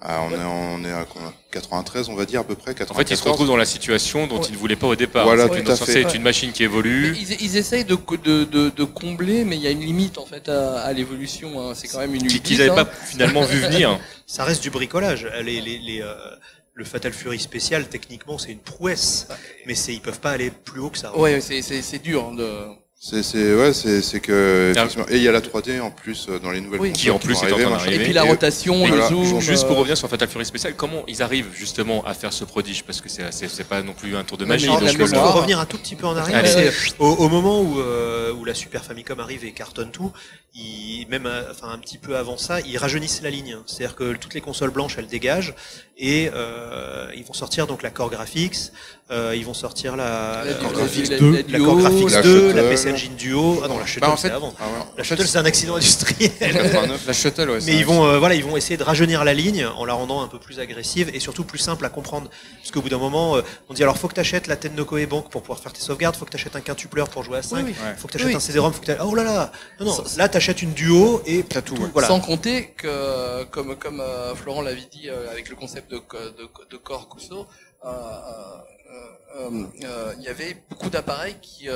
on est à 93, on va dire à peu près. 94. En fait, ils se retrouvent dans la situation dont ils ne voulaient pas au départ. Voilà, tout à fait. C'est une machine qui évolue. Ils essayent de combler, mais il y a une limite en fait à l'évolution. Hein. C'est quand même une qu'ils n'avaient pas finalement vu venir. Ça reste du bricolage. Le Fatal Fury spécial, techniquement, c'est une prouesse, mais ils peuvent pas aller plus haut que ça. Ouais, c'est dur. C'est que effectivement, et il y a la 3D en plus dans les nouvelles qui en plus est en train d'arriver. Et puis la rotation, le zoom. Juste pour revenir sur Fatal Fury Special, comment ils arrivent justement à faire ce prodige, parce que c'est pas non plus un tour de magie. Donc il faut revenir un tout petit peu en arrière. Au moment où la Super Famicom arrive et cartonne tout, même un petit peu avant ça, ils rajeunissent la ligne. C'est-à-dire que toutes les consoles blanches elles dégagent et ils vont sortir donc la Core Graphics, ils vont sortir la Core Graphics 2, la Core Graphics 2, la PC Engine Duo. Ah non, la Shuttle c'est avant. La Shuttle c'est un accident industriel. La Shuttle, ouais. Mais ils vont essayer de rajeunir la ligne en la rendant un peu plus agressive et surtout plus simple à comprendre. Parce qu'au bout d'un moment, on dit alors faut que t'achètes la Tennoco Bank pour pouvoir faire tes sauvegardes, faut que t'achètes un quintupleur pour jouer à 5, faut que t'achètes un CD-ROM, oh là là. Non, là t'achètes une Duo et t'as tout. Voilà. Sans compter que comme Florent l'avait dit avec le concept de Core Cusso, il y avait beaucoup d'appareils qui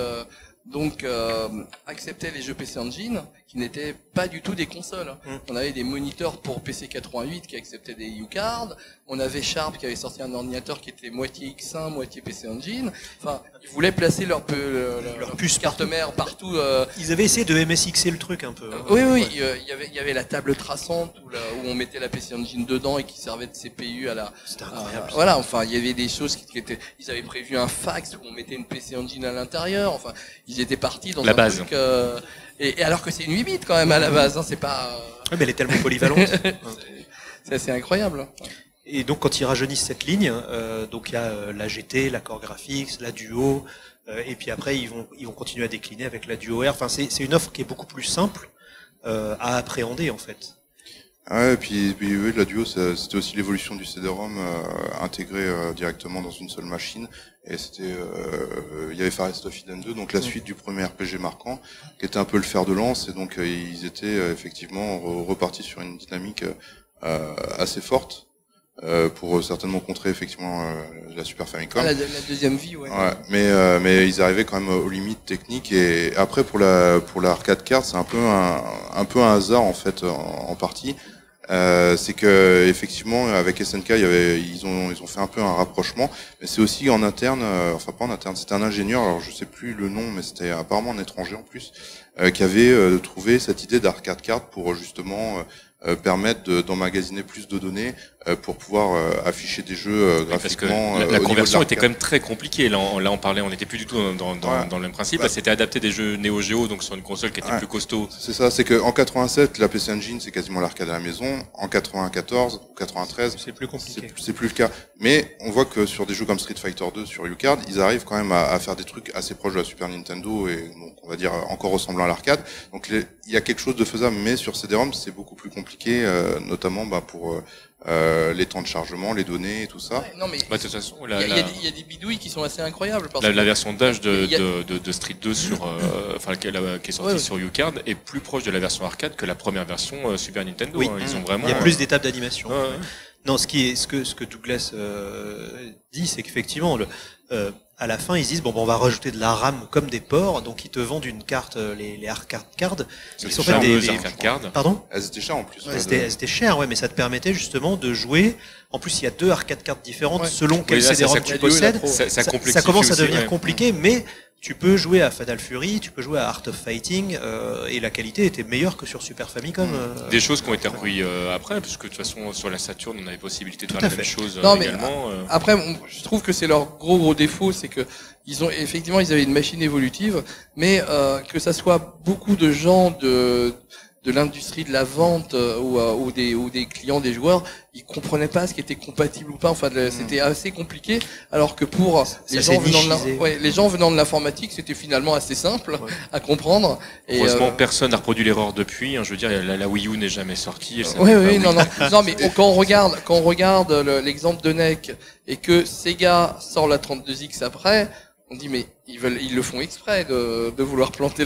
acceptaient les jeux PC Engine qui n'étaient pas du tout des consoles. On avait des moniteurs pour PC 88 qui acceptaient des U-cards. On avait Sharp qui avait sorti un ordinateur qui était moitié X1, moitié PC Engine. Enfin, ils voulaient placer leur puce carte mère partout. Ils avaient essayé de MSXer le truc un peu. Oui, il y avait la table traçante où on mettait la PC Engine dedans et qui servait de CPU à la. C'était incroyable. Voilà, enfin, il y avait des choses qui étaient. Ils avaient prévu un fax où on mettait une PC Engine à l'intérieur. Enfin, ils étaient partis dans la base. Truc. Et alors que c'est une 8 bits quand même à la base, c'est pas. Oui, mais elle est tellement polyvalente. C'est assez incroyable. Et donc quand ils rajeunissent cette ligne, donc il y a la GT, la Core Graphics, la Duo, et puis après ils vont continuer à décliner avec la Duo R. Enfin c'est une offre qui est beaucoup plus simple à appréhender en fait. Ouais, et puis oui, la Duo, c'était aussi l'évolution du CD-ROM intégré directement dans une seule machine. Et c'était, il y avait Far East of Eden 2, donc la suite du premier RPG marquant, qui était un peu le fer de lance. Et donc ils étaient effectivement repartis sur une dynamique assez forte pour certainement contrer effectivement la Super Famicom. La deuxième vie, ouais. Mais ils arrivaient quand même aux limites techniques. Et après pour la arcade card, c'est un peu un hasard en fait en partie. C'est que effectivement avec SNK ils ont fait un peu un rapprochement, mais c'est aussi en interne, enfin pas en interne, c'était un ingénieur, alors je sais plus le nom, mais c'était apparemment un étranger en plus, qui avait trouvé cette idée d'arcade card pour justement permettre d'emmagasiner plus de données pour pouvoir afficher des jeux graphiquement. Parce que la conversion était quand même très compliquée. Là on parlait, on n'était plus du tout dans le même principe. C'était adapter des jeux Neo Geo, donc sur une console qui était plus costaud. C'est ça, c'est que en 87, la PC Engine c'est quasiment l'arcade à la maison. En 94 ou 93, c'est plus compliqué. C'est plus le cas. Mais on voit que sur des jeux comme Street Fighter 2 sur U-Card, ils arrivent quand même à faire des trucs assez proches de la Super Nintendo et donc on va dire encore ressemblant à l'arcade. Donc il y a quelque chose de faisable, mais sur CD-ROM c'est beaucoup plus compliqué, notamment pour les temps de chargement, les données et tout ça. Ouais, non mais de toute façon, il y a des bidouilles qui sont assez incroyables. La version d'âge de Street 2 sur, qui est sortie sur U-Card est plus proche de la version arcade que la première version Super Nintendo. Oui. Ils ont vraiment. Il y a plus d'étapes d'animation. Non, ce que Douglas dit, c'est qu'effectivement, à la fin, ils disent on va rajouter de la RAM comme des ports, donc ils te vendent une carte, les arcade cards. Ils sont des arcade cards. Pardon. Elles étaient chères en plus. Elles étaient chères, mais ça te permettait justement de jouer. En plus, il y a 2 arcade cards différentes selon quel CD-ROM tu possèdes. Ça commence à devenir compliqué, mais tu peux jouer à Fatal Fury, tu peux jouer à Art of Fighting, et la qualité était meilleure que sur Super Famicom. Des choses qui ont été repris après, puisque de toute façon sur la Saturn on avait possibilité de faire la même chose également. Après, je trouve que c'est leur gros défaut, c'est que ils avaient une machine évolutive, mais que ça soit beaucoup de gens de l'industrie de la vente ou des clients, des joueurs, ils comprenaient pas ce qui était compatible ou pas. Enfin, c'était assez compliqué. Alors que pour les gens venant de l'informatique, c'était finalement assez simple à comprendre. Heureusement, personne n'a reproduit l'erreur depuis. Je veux dire, la Wii U n'est jamais sortie. Non, mais quand on regarde l'exemple de NEC et que Sega sort la 32X après. On dit mais ils le font exprès de vouloir planter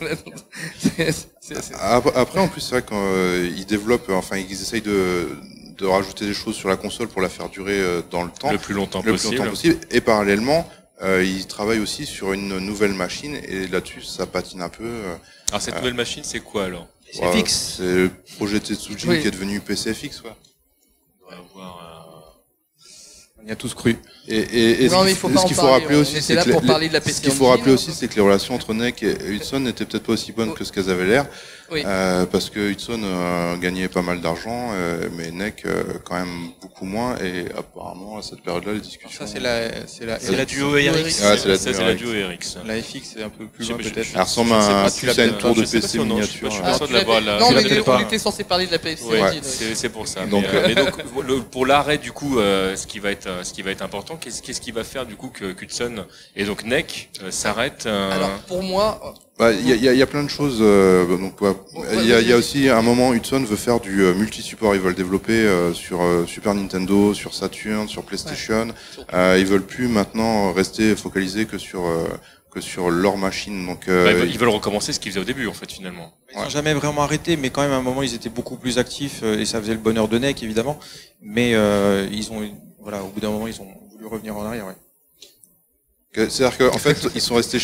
Après en plus c'est vrai qu'ils développent, ils essayent de rajouter des choses sur la console pour la faire durer dans le temps le plus longtemps possible. Et parallèlement ils travaillent aussi sur une nouvelle machine et là-dessus ça patine un peu. Alors cette nouvelle machine c'est quoi alors? PCFX. C'est le projet Tetsujin qui est devenu PCFX. On va avoir On y a tous cru. Et Non, mais il faut pas ce en qu'il faut parler. rappeler aussi, On c'est était là que pour parler de la ce PC qu'il faut Engine. rappeler aussi, c'est que les relations entre NEC et Hudson n'étaient peut-être pas aussi bonnes que ce qu'elles avaient l'air. Oui. Parce que Hudson gagnait pas mal d'argent, mais NEC quand même beaucoup moins. Et apparemment à cette période-là, les discussions. Ça c'est la duo RX. Ah, c'est la Ça, c'est la duo RX. La FX c'est un peu plus loin Je- peut-être. Elle ressemble à tu l'as une peut-être tour pas, de je sais pas PC si on en- miniature. je suis Ah, pas sûr tu de l'avoir, l'avais- là. non, Je mais l'avais on pas. était censé parler de la PC Ouais, Engine. c'est pour ça. Donc, mais donc, pour l'arrêt du coup, ce qui va être important, qu'est-ce qui va faire du coup que Hudson et donc NEC s'arrêtent Alors pour moi, Bah, il y a plein de choses. Donc, ouais. Il y a aussi un moment, Hudson veut faire du multi-support. Ils veulent développer sur Super Nintendo, sur Saturn, sur PlayStation. Ils veulent plus maintenant rester focalisés que sur leur machine. Donc, ils veulent recommencer ce qu'ils faisaient au début en fait finalement. Ils n'ont jamais vraiment arrêté, mais quand même à un moment ils étaient beaucoup plus actifs et ça faisait le bonheur de NEC évidemment. Mais ils ont, voilà, au bout d'un moment ils ont voulu revenir en arrière. Ouais. c'est-à-dire qu'en fait, ils sont restés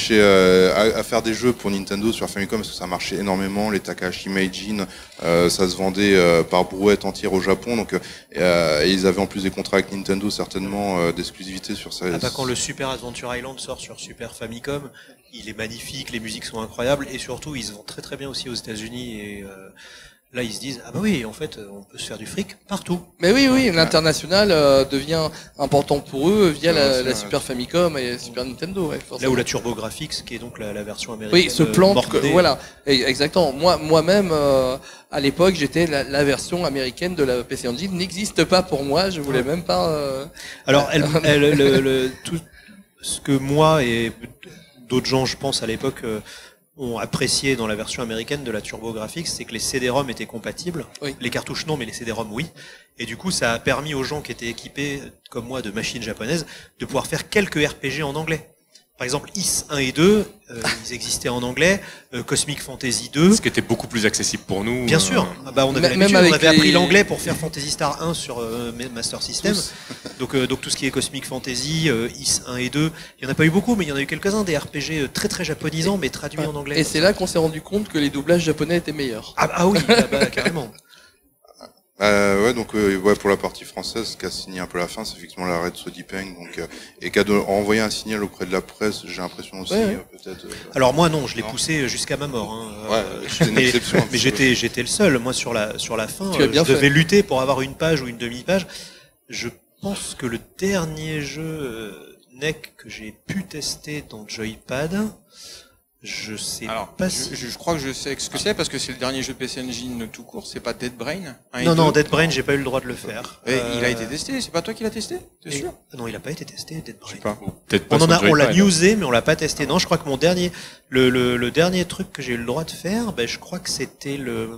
à faire des jeux pour Nintendo sur Famicom parce que ça marchait énormément. Les Takahashi Meijin, ça se vendait par brouette entière au Japon. Donc, et ils avaient en plus des contrats avec Nintendo certainement d'exclusivité sur ça. Quand le Super Adventure Island sort sur Super Famicom, il est magnifique, les musiques sont incroyables et surtout ils se vendent très très bien aussi aux États-Unis et là ils se disent ah bah oui en fait on peut se faire du fric partout. mais oui, l'international devient important pour eux via la Super Famicom et Super Nintendo. Ouais, Là où la TurboGrafx qui est donc la version américaine. oui, se plante. bordée. Voilà, exactement. Moi-même, à l'époque, j'étais la version américaine de la PC Engine n'existe pas pour moi. Je voulais même pas. Alors, tout ce que moi et d'autres gens, je pense, à l'époque, ont apprécié dans la version américaine de la TurboGrafx, c'est que les CD-ROM étaient compatibles. Oui. Les cartouches non, mais les CD-ROM oui. Et du coup, ça a permis aux gens qui étaient équipés, comme moi, de machines japonaises, de pouvoir faire quelques RPG en anglais. Par exemple, Is 1 et 2, ils existaient en anglais. Cosmic Fantasy 2. Ce qui était beaucoup plus accessible pour nous. Bien sûr. Bah, on avait Même l'habitude, avec on avait appris les- l'anglais pour faire Fantasy Star 1 sur Master System. Donc tout ce qui est Cosmic Fantasy, Is 1 et 2, il y en a pas eu beaucoup, mais il y en a eu quelques-uns des RPG très très japonisants, mais traduits en anglais. Et c'est là qu'on s'est rendu compte que les doublages japonais étaient meilleurs. Ah oui, carrément. Ouais, donc ouais, pour la partie française, ce qui a signé un peu la fin, c'est effectivement l'arrêt de Sodipeng, donc et qui a envoyé un signal auprès de la presse. J'ai l'impression aussi, Ouais. peut-être. Alors moi non, je l'ai poussé jusqu'à ma mort. Hein. Ouais, c'est une exception. un Mais petit peu. j'étais le seul. Moi sur la fin, Tu as bien je devais fait. lutter pour avoir une page ou une demi-page. Je pense que le dernier jeu NEC que j'ai pu tester dans Joypad, je sais Alors, pas si... je crois que je sais ce que c'est parce que c'est le dernier jeu PC Engine tout court. C'est pas Dead Brain. Non, Dead Brain, j'ai pas eu le droit de le faire. Et il a été testé. C'est pas toi qui l'as testé? T'es sûr? Non, il a pas été testé, Dead Brain. Je sais pas. Peut-être pas On sur l'a Joypad. newsé, mais on l'a pas testé. Non, je crois que mon dernier, le dernier truc que j'ai eu le droit de faire, je crois que c'était le,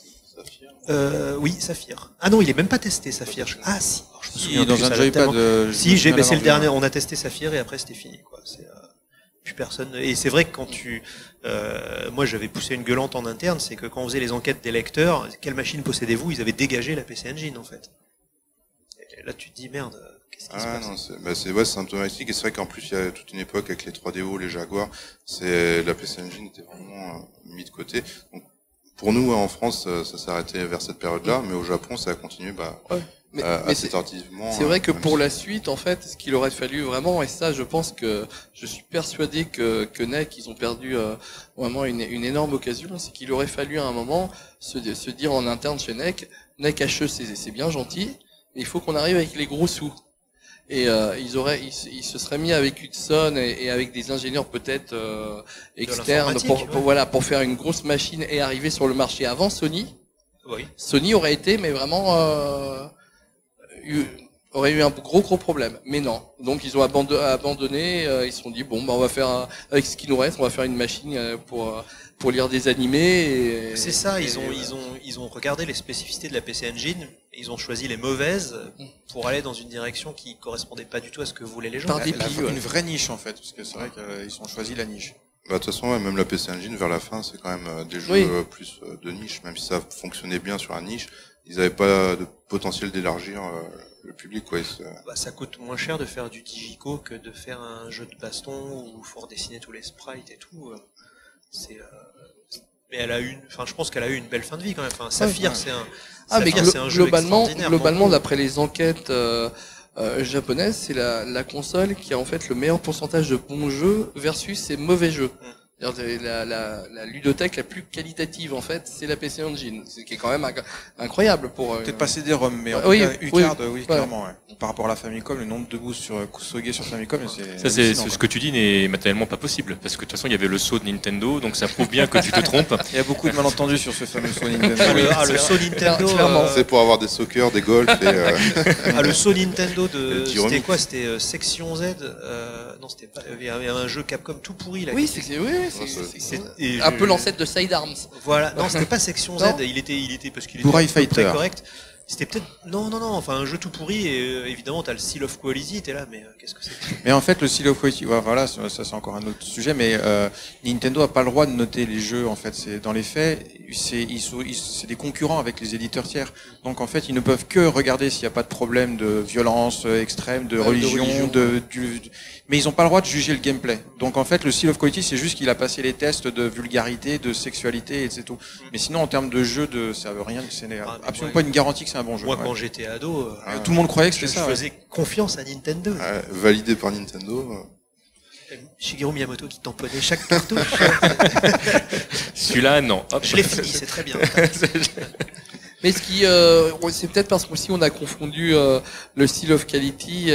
oui, Saphir. Ah non, il est même pas testé, Saphir. Ah si. Alors, je me souviens Si, dans plus, un ça date Joypad. tellement. Si, c'est le l'avoir vu, dernier. ouais. On a testé Saphir et après c'était fini, quoi. C'est plus personne. Et c'est vrai que quand moi j'avais poussé une gueulante en interne, c'est que quand on faisait les enquêtes des lecteurs, quelle machine possédez-vous, ils avaient dégagé la PC Engine en fait. Et là tu te dis merde. Qu'est-ce qui se Ah passe non, c'est symptomatique et c'est vrai qu'en plus il y a toute une époque avec les 3DO, les Jaguars, la PC Engine était vraiment mis de côté. Donc, pour nous en France, ça s'est arrêté vers cette période-là, mais au Japon ça a continué Mais assez c'est tardivement. c'est vrai que même pour si- la suite, en fait, ce qu'il aurait fallu vraiment, et ça, je pense que je suis persuadé que NEC, ils ont perdu vraiment une énorme occasion, c'est qu'il aurait fallu à un moment se dire en interne chez NEC HE c'est bien gentil, mais il faut qu'on arrive avec les gros sous. Et ils se seraient mis avec Hudson et avec des ingénieurs peut-être externes l'informatique, pour faire une grosse machine et arriver sur le marché avant Sony. Oui. Sony aurait été, mais vraiment aurait eu un gros problème. Mais non. Donc ils ont abandonné. Ils se sont dit bon, on va faire avec ce qui nous reste, on va faire une machine pour lire des animés. C'est ça, ils ont regardé les spécificités de la PC Engine, et ils ont choisi les mauvaises pour aller dans une direction qui correspondait pas du tout à ce que voulaient les gens. Par dépit, ouais. Une vraie niche en fait, parce que c'est vrai qu'ils ont choisi la niche. Bah, de toute façon, ouais, même la PC Engine, vers la fin, c'est quand même des jeux Oui. plus de niche, même si ça fonctionnait bien sur la niche, ils n'avaient pas de potentiel d'élargir le public, quoi. Ça coûte moins cher de faire du Digico que de faire un jeu de baston où il faut redessiner tous les sprites et tout. Mais je pense qu'elle a eu une belle fin de vie quand même. Enfin, Saphir, Ouais. c'est un, Ah, mais Saphir, c'est un jeu globalement, extraordinaire. d'après les enquêtes japonaise, c'est la console qui a en fait le meilleur pourcentage de bons jeux versus ses mauvais jeux. La ludothèque la plus qualitative en fait, c'est la PC Engine, ce qui est quand même incroyable pour. Peut-être pas CD-ROM, mais en tout cas, UCARD, oui, clairement. Ouais. Par rapport à la Famicom, le nombre de boosts sur Kusoge sur Famicom, ça c'est ce que tu dis n'est matériellement pas possible, parce que de toute façon il y avait le saut de Nintendo, donc ça prouve bien que tu te trompes. Il y a beaucoup de malentendus sur ce fameux saut Nintendo. Le saut Nintendo, c'est pour avoir des soccer, des golf et. Le saut Nintendo c'était quoi? C'était Section Z. Non, c'était pas. Il y avait un jeu Capcom tout pourri là. Oui, c'est un peu l'ancêtre de Sidearms. Voilà, non, c'était pas Section Z, il était parce qu'il était très correct. C'était peut-être non, enfin un jeu tout pourri et évidemment t'as le Seal of Quality, t'es là, mais qu'est-ce que c'est? Mais en fait le Seal of Quality, voilà, ça c'est encore un autre sujet, mais Nintendo a pas le droit de noter les jeux. En fait, c'est dans les faits, c'est des concurrents avec les éditeurs tiers. Donc en fait, ils ne peuvent que regarder s'il n'y a pas de problème de violence extrême, de religion, mais ils n'ont pas le droit de juger le gameplay. Donc en fait, le Seal of Quality, c'est juste qu'il a passé les tests de vulgarité, de sexualité, et c'est tout. Mais sinon, en termes de jeu, ça veut rien. C'est absolument pas une garantie que c'est un bon jeu. Moi, quand j'étais ado, tout le monde croyait que c'était ça. Je faisais confiance à Nintendo. Validé par Nintendo. Shigeru Miyamoto qui tamponnait chaque cartouche. Celui-là, non. Hop. Je l'ai fini, c'est très bien. Mais c'est peut-être parce qu'aussi on a confondu le Seal of Quality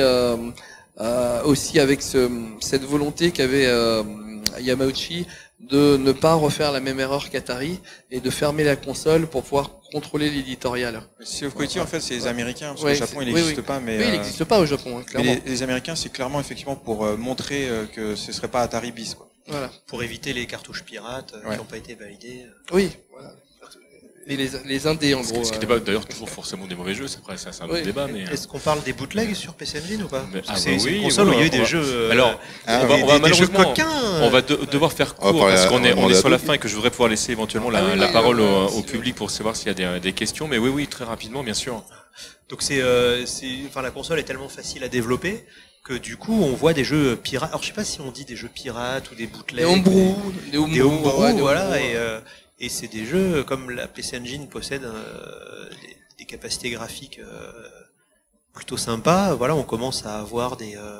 aussi avec cette volonté qu'avait Yamauchi de ne pas refaire la même erreur qu'Atari et de fermer la console pour pouvoir contrôler l'éditorial. Le Seal of Quality, en fait, c'est les Américains, parce qu'au Japon, il n'existe pas. Mais, il n'existe pas au Japon, clairement. Mais les Américains, c'est clairement, effectivement, pour montrer que ce serait pas Atari bis, quoi. Voilà. Pour éviter les cartouches pirates qui n'ont pas été validées. Oui, voilà. Mais les indés, en gros. Ce qui n'était pas d'ailleurs toujours forcément des mauvais jeux, c'est un autre débat. Mais est-ce qu'on parle des bootlegs sur PC Engine ou pas? C'est une console où il y a eu des jeux. Alors, on va malheureusement, on va devoir faire court parce qu'on est sur la fin et que je voudrais pouvoir laisser éventuellement la parole au public pour savoir s'il y a des questions. Mais oui, très rapidement, bien sûr. Donc la console est tellement facile à développer que du coup on voit des jeux pirates. Alors je sais pas si on dit des jeux pirates ou des bootlegs. Des homebrew, voilà. Et c'est des jeux, comme la PC Engine possède des capacités graphiques plutôt sympas, voilà, on commence à avoir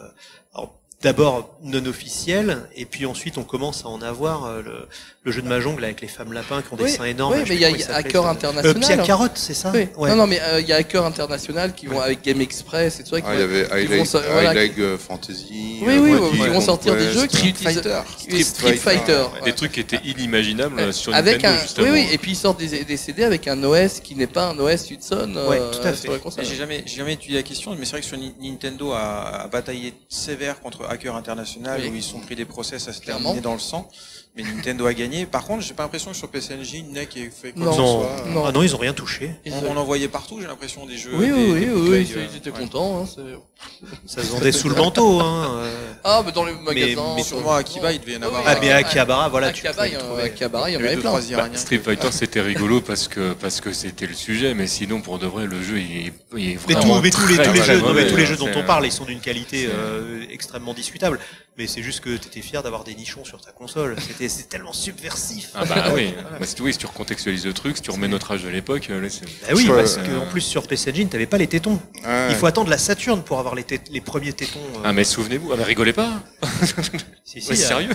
d'abord non officiels, et puis ensuite on commence à en avoir le jeu de Mahjong avec les femmes lapins qui ont des seins énormes. Oui, mais il y a Hacker International. Pia Carotte, c'est ça? Oui. Ouais. Non, mais il y a Hacker International qui vont avec Game Express et tout ça. Il y avait High Fantasy. Qui vont sortir des jeux qui utilisent Street Fighter. Des trucs qui étaient inimaginables sur Nintendo, justement. Oui, et puis ils sortent des CD avec un OS qui n'est pas un OS Hudson sur la console. J'ai jamais étudié la question, mais c'est vrai que sur Nintendo a bataillé sévère contre Hacker International, où ils sont pris des process à se terminer dans le sang. Mais Nintendo a gagné. Par contre, j'ai pas l'impression que sur PC Engine, NEC ait fait quoi que ce soit. Non, ils ont rien touché. On en voyait partout, j'ai l'impression, des jeux. Oui, ils étaient contents. Ça se vendait sous le manteau. Ah, mais dans les magasins. Mais sûrement à Akiba, il devait y en avoir. Ah, mais à Akihabara, voilà, tu Akihabara, il y en avait plein. Street Fighter, c'était rigolo parce que c'était le sujet, mais sinon, pour de vrai, le jeu, il est vraiment mais tous les jeux dont on parle, ils sont d'une qualité extrêmement discutable. Mais c'est juste que t'étais fier d'avoir des nichons sur ta console. C'est tellement subversif. Ah bah oui. Bah si tu recontextualises le truc, si tu remets notre âge de l'époque, là c'est. Bah oui, parce que en plus sur PC Engine, t'avais pas les tétons. Il faut attendre la Saturn pour avoir les premiers tétons. Ah mais souvenez-vous, rigolez pas. Si, sérieux.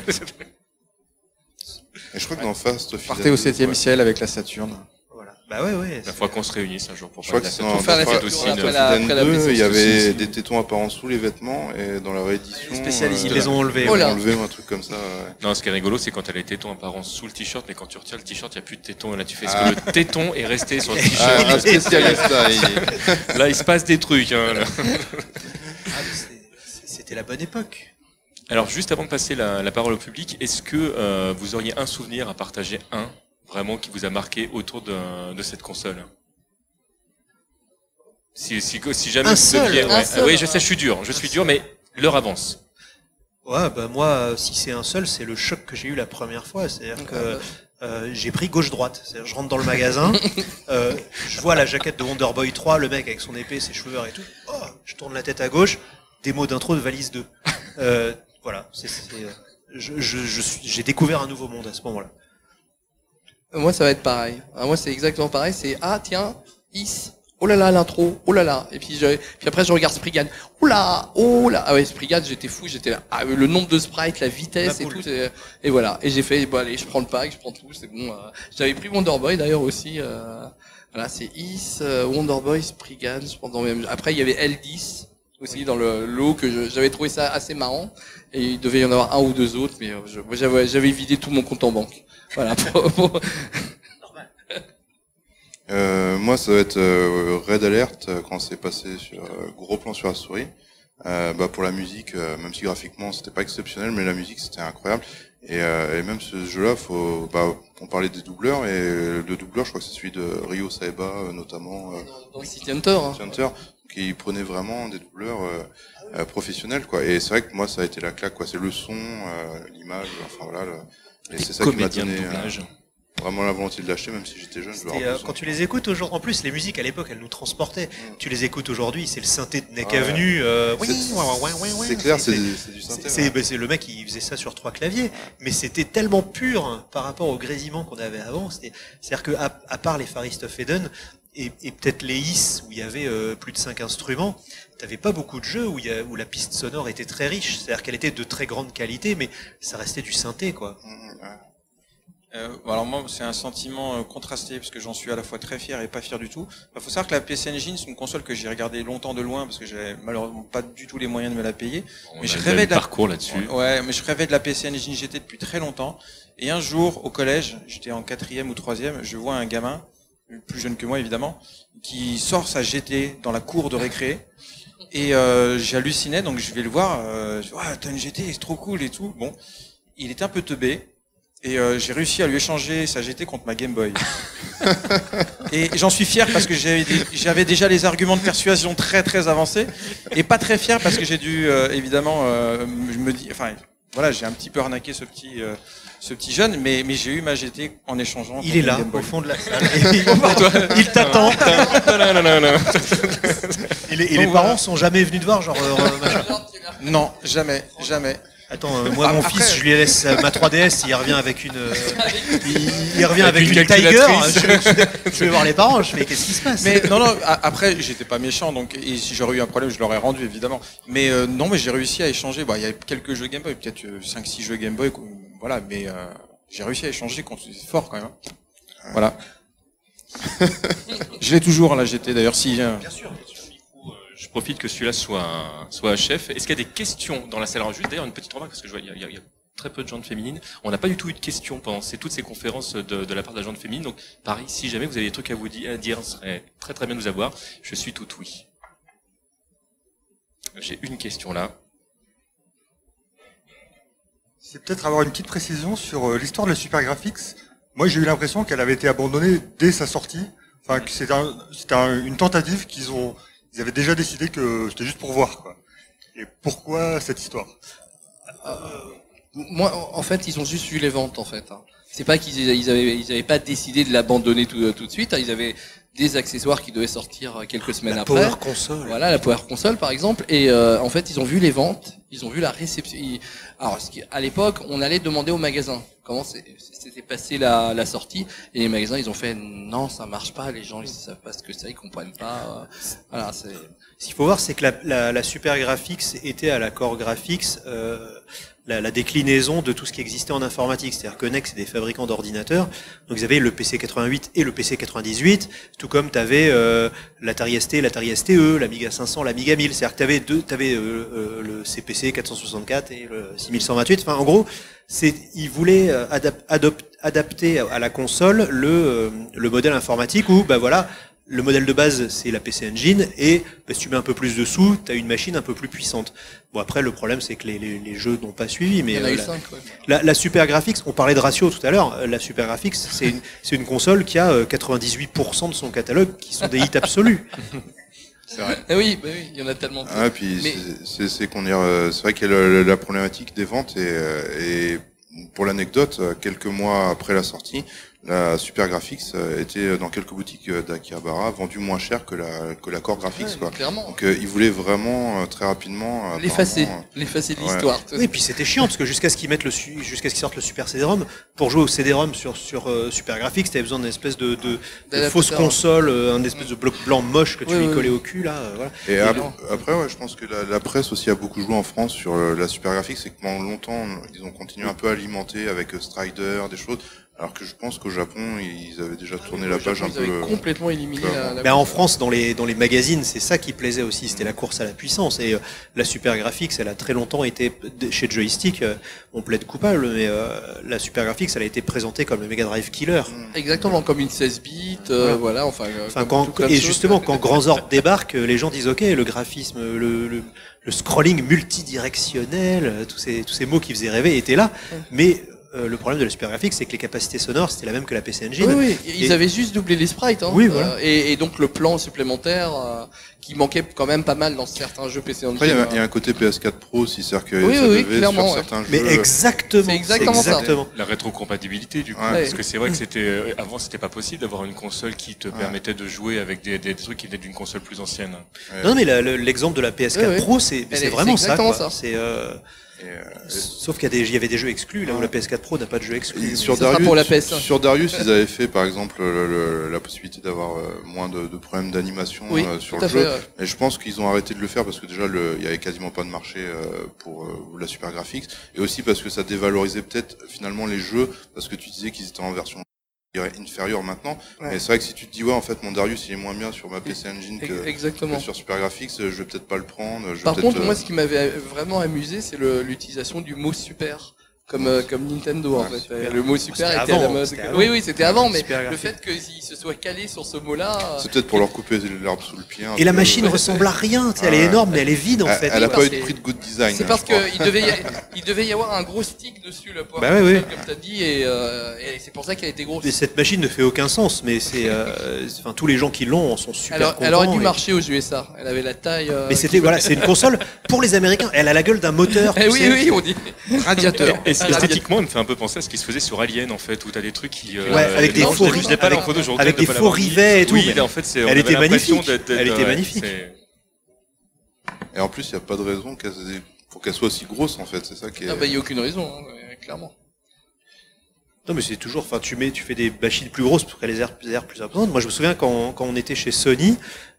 Et je crois que dans Fast, partez au 7e ciel avec la Saturn. Bah ouais. Il faudra qu'on se réunisse un jour pour faire la Saturn. Il y avait des tétons apparents sous les vêtements et dans la réédition. Spécialisés, ils les ont enlevés. Ils ont enlevé un truc comme ça. Non, ce qui est rigolo, c'est quand t'as les tétons apparents sous le t-shirt, mais quand tu retires le t-shirt, il n'y a plus de tétons. Et là, tu fais ce que le téton est resté sur le t-shirt. Un spécialiste là. Là, il se passe des trucs. C'était la bonne époque. Alors, juste avant de passer la parole au public, est-ce que vous auriez un souvenir à partager, vraiment qui vous a marqué autour de cette console? Si jamais vous deviez... Oui, je sais, je suis dur, mais l'heure avance. Ouais, bah moi, si c'est un seul, c'est le choc que j'ai eu la première fois. C'est-à-dire que j'ai pris gauche-droite. C'est-à-dire je rentre dans le magasin, je vois la jaquette de Wonder Boy 3, le mec avec son épée, ses cheveux verts et tout. Oh, je tourne la tête à gauche, démo d'intro de Valise 2. Voilà, j'ai découvert un nouveau monde à ce moment-là. Moi, ça va être pareil. Moi, c'est exactement pareil. C'est tiens, oh là là, l'intro, oh là là. Et puis après je regarde Spriggan, oh là, ah ouais, Spriggan, j'étais fou, j'étais là, le nombre de sprites, la vitesse et tout, et voilà. Et j'ai fait, bon allez, je prends le pack, je prends tout, c'est bon. J'avais pris Wonder Boy d'ailleurs aussi, voilà, c'est Is, Wonder Boy, Spriggan, je pense dans même. Après il y avait L10 aussi dans le lot que j'avais trouvé ça assez marrant, et il devait y en avoir un ou deux autres, mais moi j'avais vidé tout mon compte en banque. Voilà. Moi, ça va être Red Alert quand c'est passé sur gros plan sur la souris. Pour la musique, même si graphiquement c'était pas exceptionnel, mais la musique c'était incroyable. Et même ce jeu-là, on parlait des doubleurs, et le doubleur, je crois que c'est celui de Ryo Saeba notamment. Dans City Hunter. City Hunter, qui prenait vraiment des doubleurs professionnels, quoi. Et c'est vrai que moi, ça a été la claque, quoi. C'est le son, l'image, enfin voilà. Et c'est ça qui m'a donné vraiment la volonté de l'acheter, même si j'étais jeune. Quand tu les écoutes aujourd'hui, en plus les musiques à l'époque elles nous transportaient. Tu les écoutes aujourd'hui, c'est le synthé de Neck Avenue. C'est clair, c'est du synthé. C'est le mec qui faisait ça sur 3 claviers, mais c'était tellement pur par rapport au grésillement qu'on avait avant. C'est-à-dire que à part les Far East of Eden et peut-être les Is où il y avait plus de 5 instruments, t'avais pas beaucoup de jeux où la piste sonore était très riche. C'est-à-dire qu'elle était de très grande qualité, mais ça restait du synthé, quoi. Alors moi, c'est un sentiment contrasté parce que j'en suis à la fois très fier et pas fier du tout. Il faut savoir que la PC Engine, c'est une console que j'ai regardée longtemps de loin parce que j'avais malheureusement pas du tout les moyens de me la payer. Mais je rêvais de parcours là-dessus. Ouais, mais je rêvais de la PC Engine GT depuis très longtemps. Et un jour, au collège, j'étais en 4e ou 3e, je vois un gamin, plus jeune que moi évidemment, qui sort sa GT dans la cour de récré. Et j'hallucinais, donc je vais le voir. Je dis, t'as une GT, c'est trop cool et tout. Bon, il était un peu teubé. Et j'ai réussi à lui échanger sa GT contre ma Game Boy. Et j'en suis fier parce que j'avais déjà les arguments de persuasion très très avancés, et pas très fier parce que j'ai dû évidemment j'ai un petit peu arnaqué ce petit jeune, mais j'ai eu ma GT en échangeant. Il est là au fond de la salle. Il t'attend. Et les parents sont jamais venus te voir, genre Non, jamais. Attends, moi mon fils, je lui laisse ma 3DS, il revient avec une Tiger. Je vais voir les parents, je fais qu'est-ce qui se passe. Mais non, après j'étais pas méchant, donc et si j'aurais eu un problème, je l'aurais rendu évidemment. Mais non, mais j'ai réussi à échanger. Il y a quelques jeux Game Boy, peut-être 5-6 jeux Game Boy, voilà. Mais j'ai réussi à échanger contre, c'est fort quand même. Voilà. Je l'ai toujours la GT d'ailleurs. Si. Bien sûr. Je profite que celui-là soit chef. Est-ce qu'il y a des questions dans la salle? Alors, juste d'ailleurs une petite remarque parce que je vois il y a très peu de gens féminines. On n'a pas du tout eu de questions pendant toutes ces conférences de la part de la gente féminine. Donc pareil, si jamais vous avez des trucs à dire, ce serait très très bien de vous avoir. Je suis tout oui. J'ai une question là. C'est peut-être avoir une petite précision sur l'histoire de la Super Graphics. Moi, j'ai eu l'impression qu'elle avait été abandonnée dès sa sortie. Enfin, que c'était une tentative ils avaient déjà décidé que c'était juste pour voir, quoi. Et pourquoi cette histoire? Moi, en fait, ils ont juste vu les ventes, en fait. C'est pas qu'ils avaient pas décidé de l'abandonner tout de suite. Il y avait des accessoires qui devaient sortir quelques semaines après. La Power Console. Voilà, la Power Console, par exemple. Et en fait, ils ont vu les ventes, ils ont vu la réception. Alors, à l'époque, on allait demander au magasin comment s'était passée la sortie. Et les magasins, ils ont fait non, ça marche pas. Les gens, ils savent pas ce que c'est, ils comprennent pas. Voilà, c'est. Ce qu'il faut voir, c'est que la Super Graphics était à la Core Graphics la déclinaison de tout ce qui existait en informatique. C'est-à-dire que NEC, c'est des fabricants d'ordinateurs. Donc, ils avaient le PC 88 et le PC 98, tout comme tu avais l'Atari ST, l'Atari STE, l'Amiga 500, l'Amiga 1000. C'est-à-dire que t'avais le CPC 464 et le 6128. Enfin, en gros, ils voulaient adapter à la console le modèle informatique où, le modèle de base, c'est la PC Engine, et si tu mets un peu plus de sous, tu as une machine un peu plus puissante. Bon, après, le problème, c'est que les jeux n'ont pas suivi, mais la Super Graphics, on parlait de ratio tout à l'heure, la Super Graphics, c'est une console qui a 98% de son catalogue qui sont des hits absolus. C'est vrai. Oui, il y en a tellement. Puis c'est vrai qu'il y a la problématique des ventes et pour l'anecdote, quelques mois après la sortie, la Super Graphics était dans quelques boutiques d'Akihabara vendue moins cher que la Core Graphics, quoi. Clairement. Donc ils voulaient vraiment très rapidement l'effacer de l'histoire. Oui, puis c'était chiant parce que jusqu'à ce qu'ils sortent le Super CD-ROM, pour jouer au CD-ROM sur Super Graphics, t'avais besoin d'une espèce de fausse console, un espèce de bloc blanc moche que tu lui collais au cul là. Voilà. Et après, ouais, je pense que la presse aussi a beaucoup joué en France sur la Super Graphics, et que pendant longtemps ils ont continué un peu à alimenter avec Strider, des choses. Alors que je pense qu'au Japon, ils avaient déjà tourné la page un peu. Ils avaient complètement éliminé la Mais en France, dans les magazines, c'est ça qui plaisait aussi. C'était la course à la puissance. Et la Super Graphics, elle a très longtemps été chez Joystick. On plaide coupable, mais la Super Graphics, elle a été présentée comme le Mega Drive Killer. Exactement, comme une 16 bits. Voilà. Enfin justement, quand Grand Zord débarque, les gens disent OK, le graphisme, le scrolling multidirectionnel, tous ces mots qui faisaient rêver étaient là, mais le problème de la Super Graphics, c'est que les capacités sonores, c'était la même que la PC Engine. Oui, ils avaient juste doublé les sprites. Hein. Oui, voilà. Et donc le plan supplémentaire qui manquait quand même pas mal dans certains jeux PC Engine. Après, il y a un côté PS4 Pro aussi, c'est-à-dire que ça devait clairement, sur certains jeux. Mais exactement. C'est exactement ça. La rétrocompatibilité, du coup. Ouais. Parce que c'est vrai que c'était, avant, c'était pas possible d'avoir une console qui te permettait de jouer avec des trucs qui venaient d'une console plus ancienne. Ouais. Non, mais l'exemple de la PS4 Pro, c'est vraiment ça, quoi. C'est, sauf qu'il y avait des jeux exclus, là où la PS4 Pro n'a pas de jeux exclus. Sur Darius, ils avaient fait par exemple la possibilité d'avoir moins de problèmes d'animation sur le jeu. Et je pense qu'ils ont arrêté de le faire parce que déjà il y avait quasiment pas de marché pour la Super Graphics, et aussi parce que ça dévalorisait peut-être finalement les jeux, parce que tu disais qu'ils étaient en version inférieur maintenant, mais c'est vrai que si tu te dis en fait mon Darius il est moins bien sur ma PC Engine que sur Super Graphics, je vais peut-être pas le prendre. Par contre, moi ce qui m'avait vraiment amusé, c'est l'utilisation du mot super. Comme Nintendo en fait. Le mot super était à la mode. Oui, c'était avant, mais le fait qu'ils se soient calés sur ce mot-là. C'est peut-être pour leur couper l'herbe sous le pied. Et la machine ressemble à rien, elle est énorme, mais elle est vide en fait. Elle a pas eu de prix de good design. C'est parce qu'il devait y avoir un gros stick dessus, le poids, comme t'as dit, et c'est pour ça qu'elle a été grosse. Mais cette machine ne fait aucun sens, mais c'est, enfin, tous les gens qui l'ont en sont super contents. Elle aurait dû marcher aux USA. Elle avait la taille. Mais c'était, c'est une console pour les Américains. Elle a la gueule d'un moteur. Oui, on dit. Radiateur. Esthétiquement, elle me fait un peu penser à ce qui se faisait sur Alien, en fait, où t'as des trucs qui... avec des faux rivets et tout. Oui, en fait, elle était magnifique. Elle était magnifique. Et en plus, il n'y a pas de raison pour qu'elle soit aussi grosse, en fait. C'est ça qui est... il n'y a aucune raison, clairement. Non, mais c'est toujours, enfin, tu fais des machines plus grosses pour qu'elles aient l'air plus imposantes. Moi, je me souviens quand on était chez Sony,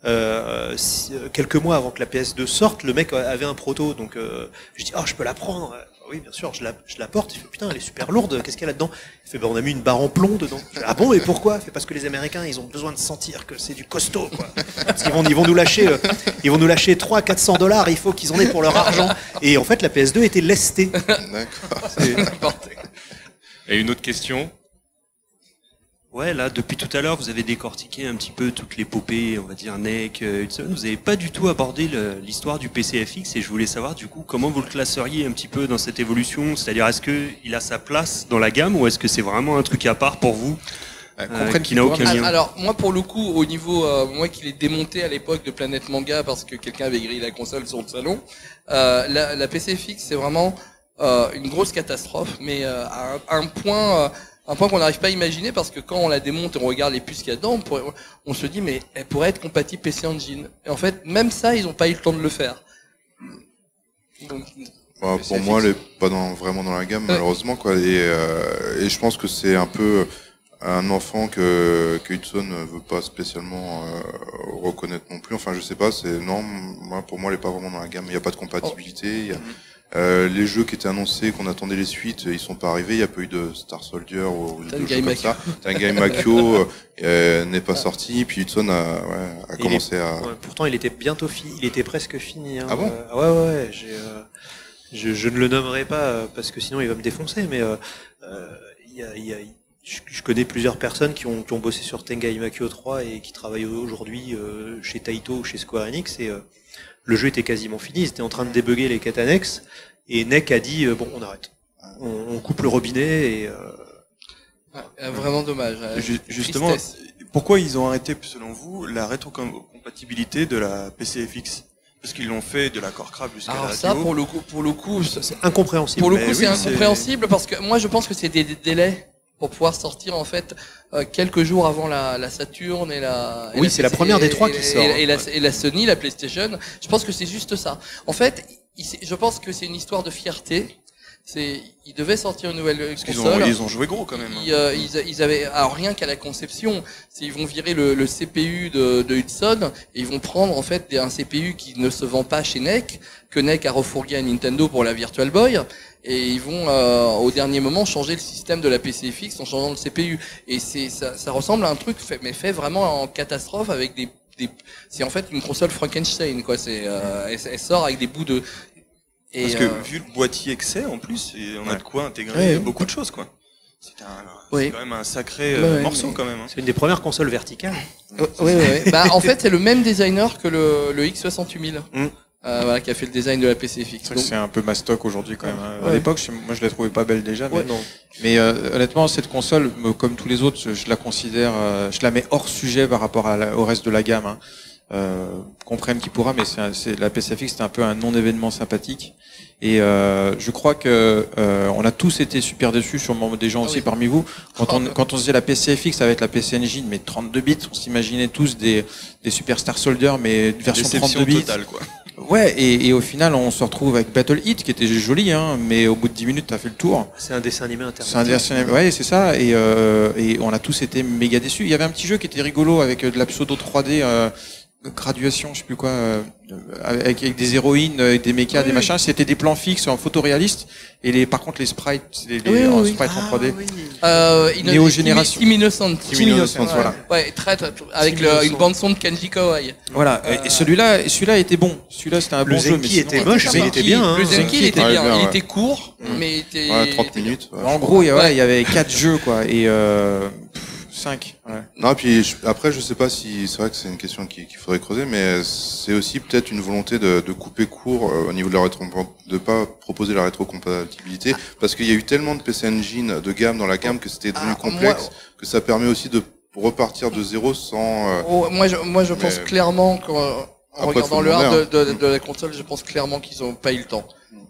quelques mois avant que la PS2 sorte, le mec avait un proto, donc je dis, je peux la prendre. Oui, bien sûr, je la porte. Il fait, putain, elle est super lourde. Qu'est-ce qu'il y a là-dedans? Il fait, on a mis une barre en plomb dedans. Je fais, ah bon, et pourquoi? Il fait, parce que les Américains, ils ont besoin de sentir que c'est du costaud, quoi. Parce qu'ils vont nous lâcher, $300-400. Il faut qu'ils en aient pour leur argent. Et en fait, la PS2 était lestée. D'accord. Et une autre question? Ouais, là, depuis tout à l'heure, vous avez décortiqué un petit peu toutes l'épopée, on va dire, NEC, Hudson. Vous n'avez pas du tout abordé l'histoire du PCFX, et je voulais savoir, du coup, comment vous le classeriez un petit peu dans cette évolution? C'est-à-dire, est-ce qu'il a sa place dans la gamme, ou est-ce que c'est vraiment un truc à part pour vous, qui n'a aucun lien? Alors, moi, pour le coup, au niveau, moi qui l'ai démonté à l'époque de Planète Manga, parce que quelqu'un avait grillé la console sur le salon, la PCFX, c'est vraiment une grosse catastrophe, mais à un point qu'on n'arrive pas à imaginer, parce que quand on la démonte et on regarde les puces qu'il y a dedans, on se dit mais elle pourrait être compatible PC Engine. Et en fait, même ça, ils n'ont pas eu le temps de le faire. Donc, pour moi, elle est pas vraiment dans la gamme, malheureusement, quoi. Et je pense que c'est un peu un enfant que Hudson ne veut pas spécialement reconnaître non plus. Enfin, je sais pas. Pour moi, elle est pas vraiment dans la gamme. Il n'y a pas de compatibilité. Les jeux qui étaient annoncés, qu'on attendait les suites, ils sont pas arrivés. Il n'y a pas eu de Star Soldier ou de jeux comme ça. Tangai Makyo n'est pas sorti. Puis Hudson a commencé à. Pourtant, il était bientôt fini. Il était presque fini. Hein. Ah bon? Ouais. Je ne le nommerai pas parce que sinon il va me défoncer. Mais je connais plusieurs personnes qui ont bossé sur Tengai Makyo 3 et qui travaillent aujourd'hui chez Taito ou chez Square Enix, et le jeu était quasiment fini, ils étaient en train de débugger les quêtes annexes, et NEC a dit on arrête, on coupe le robinet, et vraiment dommage. Justement, pourquoi ils ont arrêté, selon vous, la rétrocompatibilité de la PCFX? Parce qu'ils l'ont fait de la Core-Craft jusqu'à la radio. Ça, pour le coup, c'est incompréhensible. Pour le coup, c'est incompréhensible, parce que moi, je pense que c'est des délais pour pouvoir sortir en fait quelques jours avant la Saturn et la. Oui, c'est la première des trois qui sort. Et la Sony, la PlayStation. Je pense que c'est juste ça. En fait, je pense que c'est une histoire de fierté. Ils devaient sortir une nouvelle console. Ils ont joué gros quand même. Ils avaient, alors rien qu'à la conception, ils vont virer le CPU de Hudson et ils vont prendre en fait un CPU qui ne se vend pas chez NEC, que NEC a refourgué à Nintendo pour la Virtual Boy, et ils vont au dernier moment changer le système de la PCFX en changeant le CPU. Et ça ressemble à un truc fait vraiment en catastrophe avec c'est en fait une console Frankenstein quoi. Elle sort avec des bouts de. Parce que vu le boîtier que c'est, en plus, on a de quoi intégrer beaucoup de choses, quoi. C'est quand même un sacré morceau, quand même. Hein. C'est une des premières consoles verticales. Oui. Bah, en fait, c'est le même designer que le X68000. Voilà, qui a fait le design de la PCFX. Donc c'est un peu ma stock aujourd'hui quand même. À l'époque, moi je la trouvais pas belle déjà. Ouais, non. Mais honnêtement, cette console, comme tous les autres, je la considère, je la mets hors sujet par rapport au reste de la gamme. Hein. Comprenne qui pourra, mais la PCFX c'était un peu un non-événement sympathique. Et je crois que on a tous été super déçus, sûrement des gens aussi parmi vous, quand on se disait la PCFX avec la PC Engine, mais 32 bits, on s'imaginait tous des Superstar Soldier, mais version 32 bits. Totale, quoi. Ouais, et au final, on se retrouve avec Battle Hit, qui était joli, hein, mais au bout de 10 minutes, t'as fait le tour. C'est un dessin animé interactif. C'est un dessin animé, ouais, c'est ça, et on a tous été méga déçus. Il y avait un petit jeu qui était rigolo avec de la pseudo 3D, graduation, je sais plus quoi, avec des héroïnes, avec des mechas, des machins. C'était des plans fixes en photoréaliste, et par contre les sprites, sprites en 3D. Néo Génération. Team Innocent, voilà. Ouais, très, avec une bande son de Kenji Kawai. Voilà. Et celui-là était bon. Celui-là c'était un bon jeu, mais sinon, était moche, mais il était bien. Le Zenki était bien. Il était court, mais il était. 30 minutes. En gros, il y avait 4 jeux, quoi, et 5. Ouais. Non, puis après, je sais pas si c'est vrai que c'est une question qu'il faudrait creuser, mais c'est aussi peut-être une volonté de couper court au niveau de la de pas proposer la rétrocompatibilité, parce qu'il y a eu tellement de PC Engine de gamme dans la gamme que c'était devenu complexe, que ça permet aussi de repartir de zéro sans. Moi, je pense clairement qu'en regardant le hard de la console, je pense clairement qu'ils ont pas eu le temps.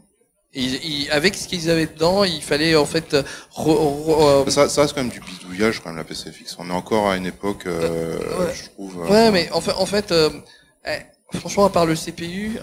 Avec ce qu'ils avaient dedans, il fallait en fait. Ça reste quand même du bidouillage quand même la PCFX. On est encore à une époque, je trouve. Ouais, mais en fait, franchement, à part le CPU,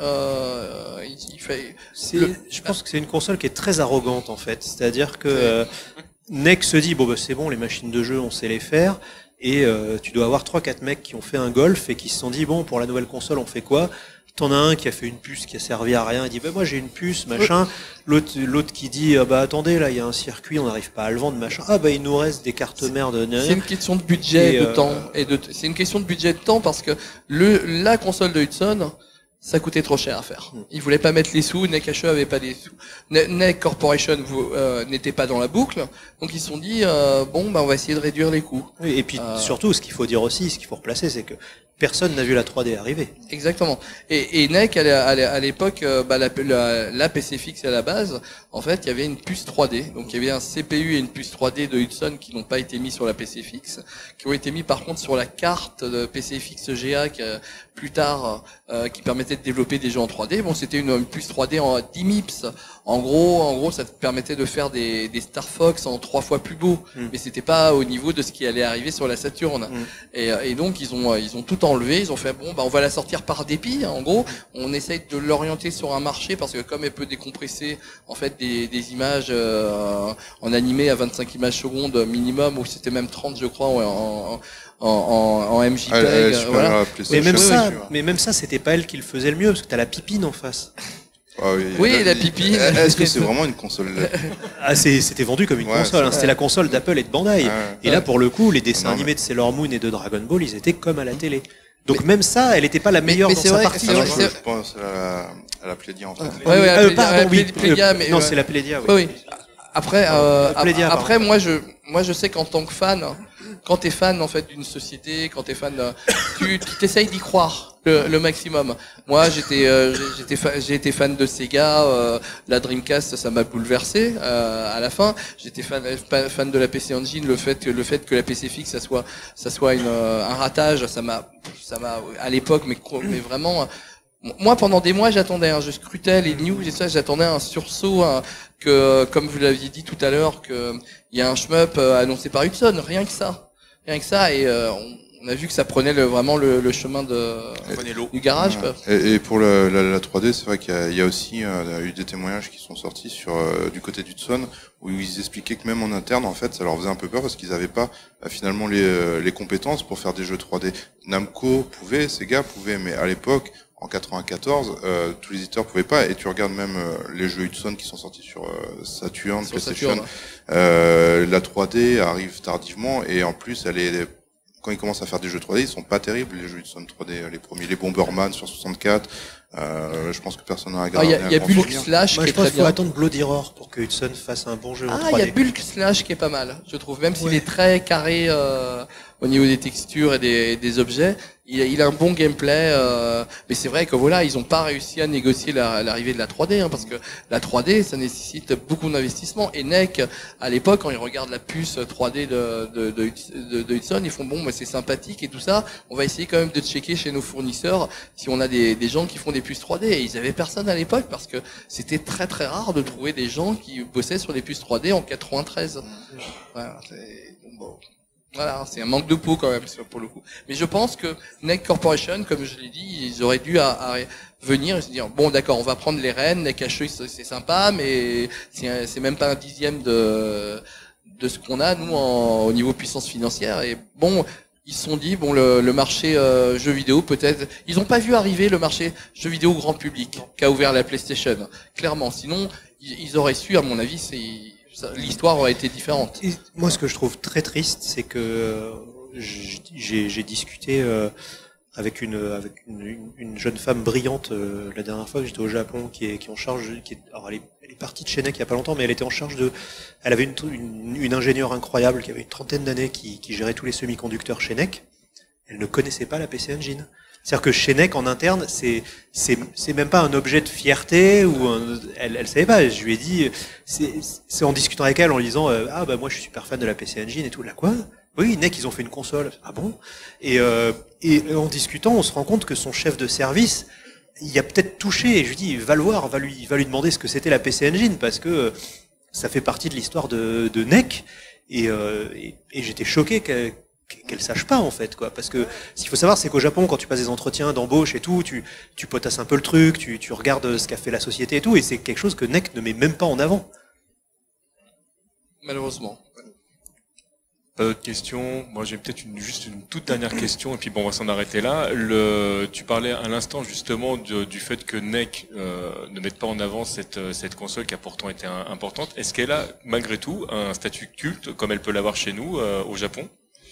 il fallait. Je pense que c'est une console qui est très arrogante en fait. C'est-à-dire que NEC se dit c'est bon, les machines de jeu, on sait les faire. Et tu dois avoir 3-4 mecs qui ont fait un golf et qui se sont dit pour la nouvelle console, on fait quoi? T'en as un qui a fait une puce qui a servi à rien, il dit moi j'ai une puce, machin. L'autre qui dit attendez, là il y a un circuit, on n'arrive pas à le vendre, machin. Il nous reste des cartes mères de. C'est une question de budget, de temps c'est une question de budget de temps parce que la console de Hudson, ça coûtait trop cher à faire. Ils voulaient pas mettre les sous, NEC HE avait pas les sous. NEC Corporation n'était pas dans la boucle, donc ils se sont dit on va essayer de réduire les coûts. Oui, et puis surtout ce qu'il faut dire aussi, ce qu'il faut replacer, c'est que personne n'a vu la 3D arriver. Exactement. Et NEC à l'époque, la PCFX à la base, en fait, il y avait une puce 3D. Donc il y avait un CPU et une puce 3D de Hudson qui n'ont pas été mis sur la PCFX, qui ont été mis par contre sur la carte de PCFX GA plus tard, qui permettait de développer des jeux en 3D. C'était une puce 3D en 10 MIPS. En gros, ça te permettait de faire des Star Fox en 3 fois plus beau, mais c'était pas au niveau de ce qui allait arriver sur la Saturn. Et donc ils ont tout enlevé, ils ont fait on va la sortir par dépit. En gros, on essaye de l'orienter sur un marché parce que comme elle peut décompresser en fait des images en animé à 25 images secondes minimum, ou c'était même 30 je crois en MJPEG. Voilà. Mais même ça, c'était pas elle qui le faisait le mieux parce que t'as la pipine en face. Oui, la pipine. Est-ce que c'est vraiment une console? C'était vendu comme une console. C'était la console d'Apple et de Bandai. Et là, pour le coup, les dessins animés de Sailor Moon et de Dragon Ball, ils étaient comme à la télé. Donc même ça, elle n'était pas la meilleure dans sa partie. Je pense à la Plédia en fait. Plédia, mais non, c'est la Plédia. Oui. Après, moi, je sais qu'en tant que fan, quand t'es fan en fait d'une société, quand t'es fan, tu t'essayes d'y croire le maximum. Moi, j'ai été fan de Sega, la Dreamcast, ça m'a bouleversé à la fin. J'étais fan de la PC Engine, le fait que la PCFX ça soit un ratage, ça m'a à l'époque, mais vraiment. Moi, pendant des mois, j'attendais, je scrutais les news et ça, j'attendais un sursaut, que, comme vous l'aviez dit tout à l'heure, que il y a un shmup annoncé par Hudson, rien que ça, et on a vu que ça prenait vraiment le chemin du garage. Quoi. Et pour la 3D, c'est vrai qu'il y a aussi eu des témoignages qui sont sortis sur du côté d'Hudson où ils expliquaient que même en interne, en fait, ça leur faisait un peu peur parce qu'ils n'avaient pas finalement les compétences pour faire des jeux 3D. Namco pouvait, Sega pouvait, mais à l'époque, en 94, tous les éditeurs pouvaient pas. Et tu regardes même les jeux Hudson qui sont sortis sur Saturn, PlayStation. La 3D arrive tardivement et en plus, quand ils commencent à faire des jeux 3D, ils sont pas terribles, les jeux Hudson 3D, les premiers, les Bomberman sur 64, je pense que personne n'a regardé. Il y a Bulk Slash qui est très bien. Je pense qu'il faut attendre Bloody Roar pour que Hudson fasse un bon jeu en 3D. Il y a Bulk Slash qui est pas mal, je trouve, même s'il est très carré au niveau des textures et des objets. Il a un bon gameplay, mais c'est vrai que voilà, ils ont pas réussi à négocier l'arrivée de la 3D, parce que la 3D, ça nécessite beaucoup d'investissement. Et NEC, à l'époque, quand ils regardent la puce 3D de Hudson, ils font bon, mais c'est sympathique et tout ça. On va essayer quand même de checker chez nos fournisseurs si on a des gens qui font des puces 3D. Et ils avaient personne à l'époque parce que c'était très très rare de trouver des gens qui bossaient sur les puces 3D en 93. Voilà, voilà, c'est un manque de peau quand même pour le coup. Mais je pense que NEC Corporation, comme je l'ai dit, ils auraient dû venir et se dire bon d'accord, on va prendre les rênes, NEC HE c'est sympa, mais c'est même pas un dixième de ce qu'on a nous au niveau puissance financière. Et bon, ils se sont dit bon le marché jeux vidéo peut-être, ils ont pas vu arriver le marché jeux vidéo grand public qu'a ouvert la PlayStation. Clairement, sinon ils auraient su, à mon avis, l'histoire aurait été différente. Et moi, ce que je trouve très triste, c'est que j'ai discuté avec une jeune femme brillante la dernière fois que j'étais au Japon, qui est en charge, alors elle est partie de chez NEC il y a pas longtemps, mais elle était en charge elle avait une ingénieure incroyable qui avait une trentaine d'années qui gérait tous les semi-conducteurs chez NEC. Elle ne connaissait pas la PC Engine. C'est-à-dire que chez NEC en interne, c'est même pas un objet de fierté ou elle savait pas. Je lui ai dit, c'est en discutant avec elle, en lui disant moi je suis super fan de la PC Engine et tout. Là quoi? Oui, NEC ils ont fait une console. Ah bon? Et en discutant, on se rend compte que son chef de service, il a peut-être touché. Et je lui dis, va le voir, va lui demander ce que c'était la PC Engine parce que ça fait partie de l'histoire de NEC. Et j'étais choqué qu'elle sache pas en fait quoi, parce que ce qu'il faut savoir c'est qu'au Japon quand tu passes des entretiens d'embauche et tout, tu potasses un peu le truc, tu regardes ce qu'a fait la société et tout, et c'est quelque chose que NEC ne met même pas en avant. Malheureusement. Pas d'autres questions. Moi j'ai peut-être juste une toute dernière question et puis bon on va s'en arrêter là. Tu parlais à l'instant justement du fait que NEC ne mette pas en avant cette console qui a pourtant été importante. Est-ce qu'elle a malgré tout un statut culte comme elle peut l'avoir chez nous au Japon?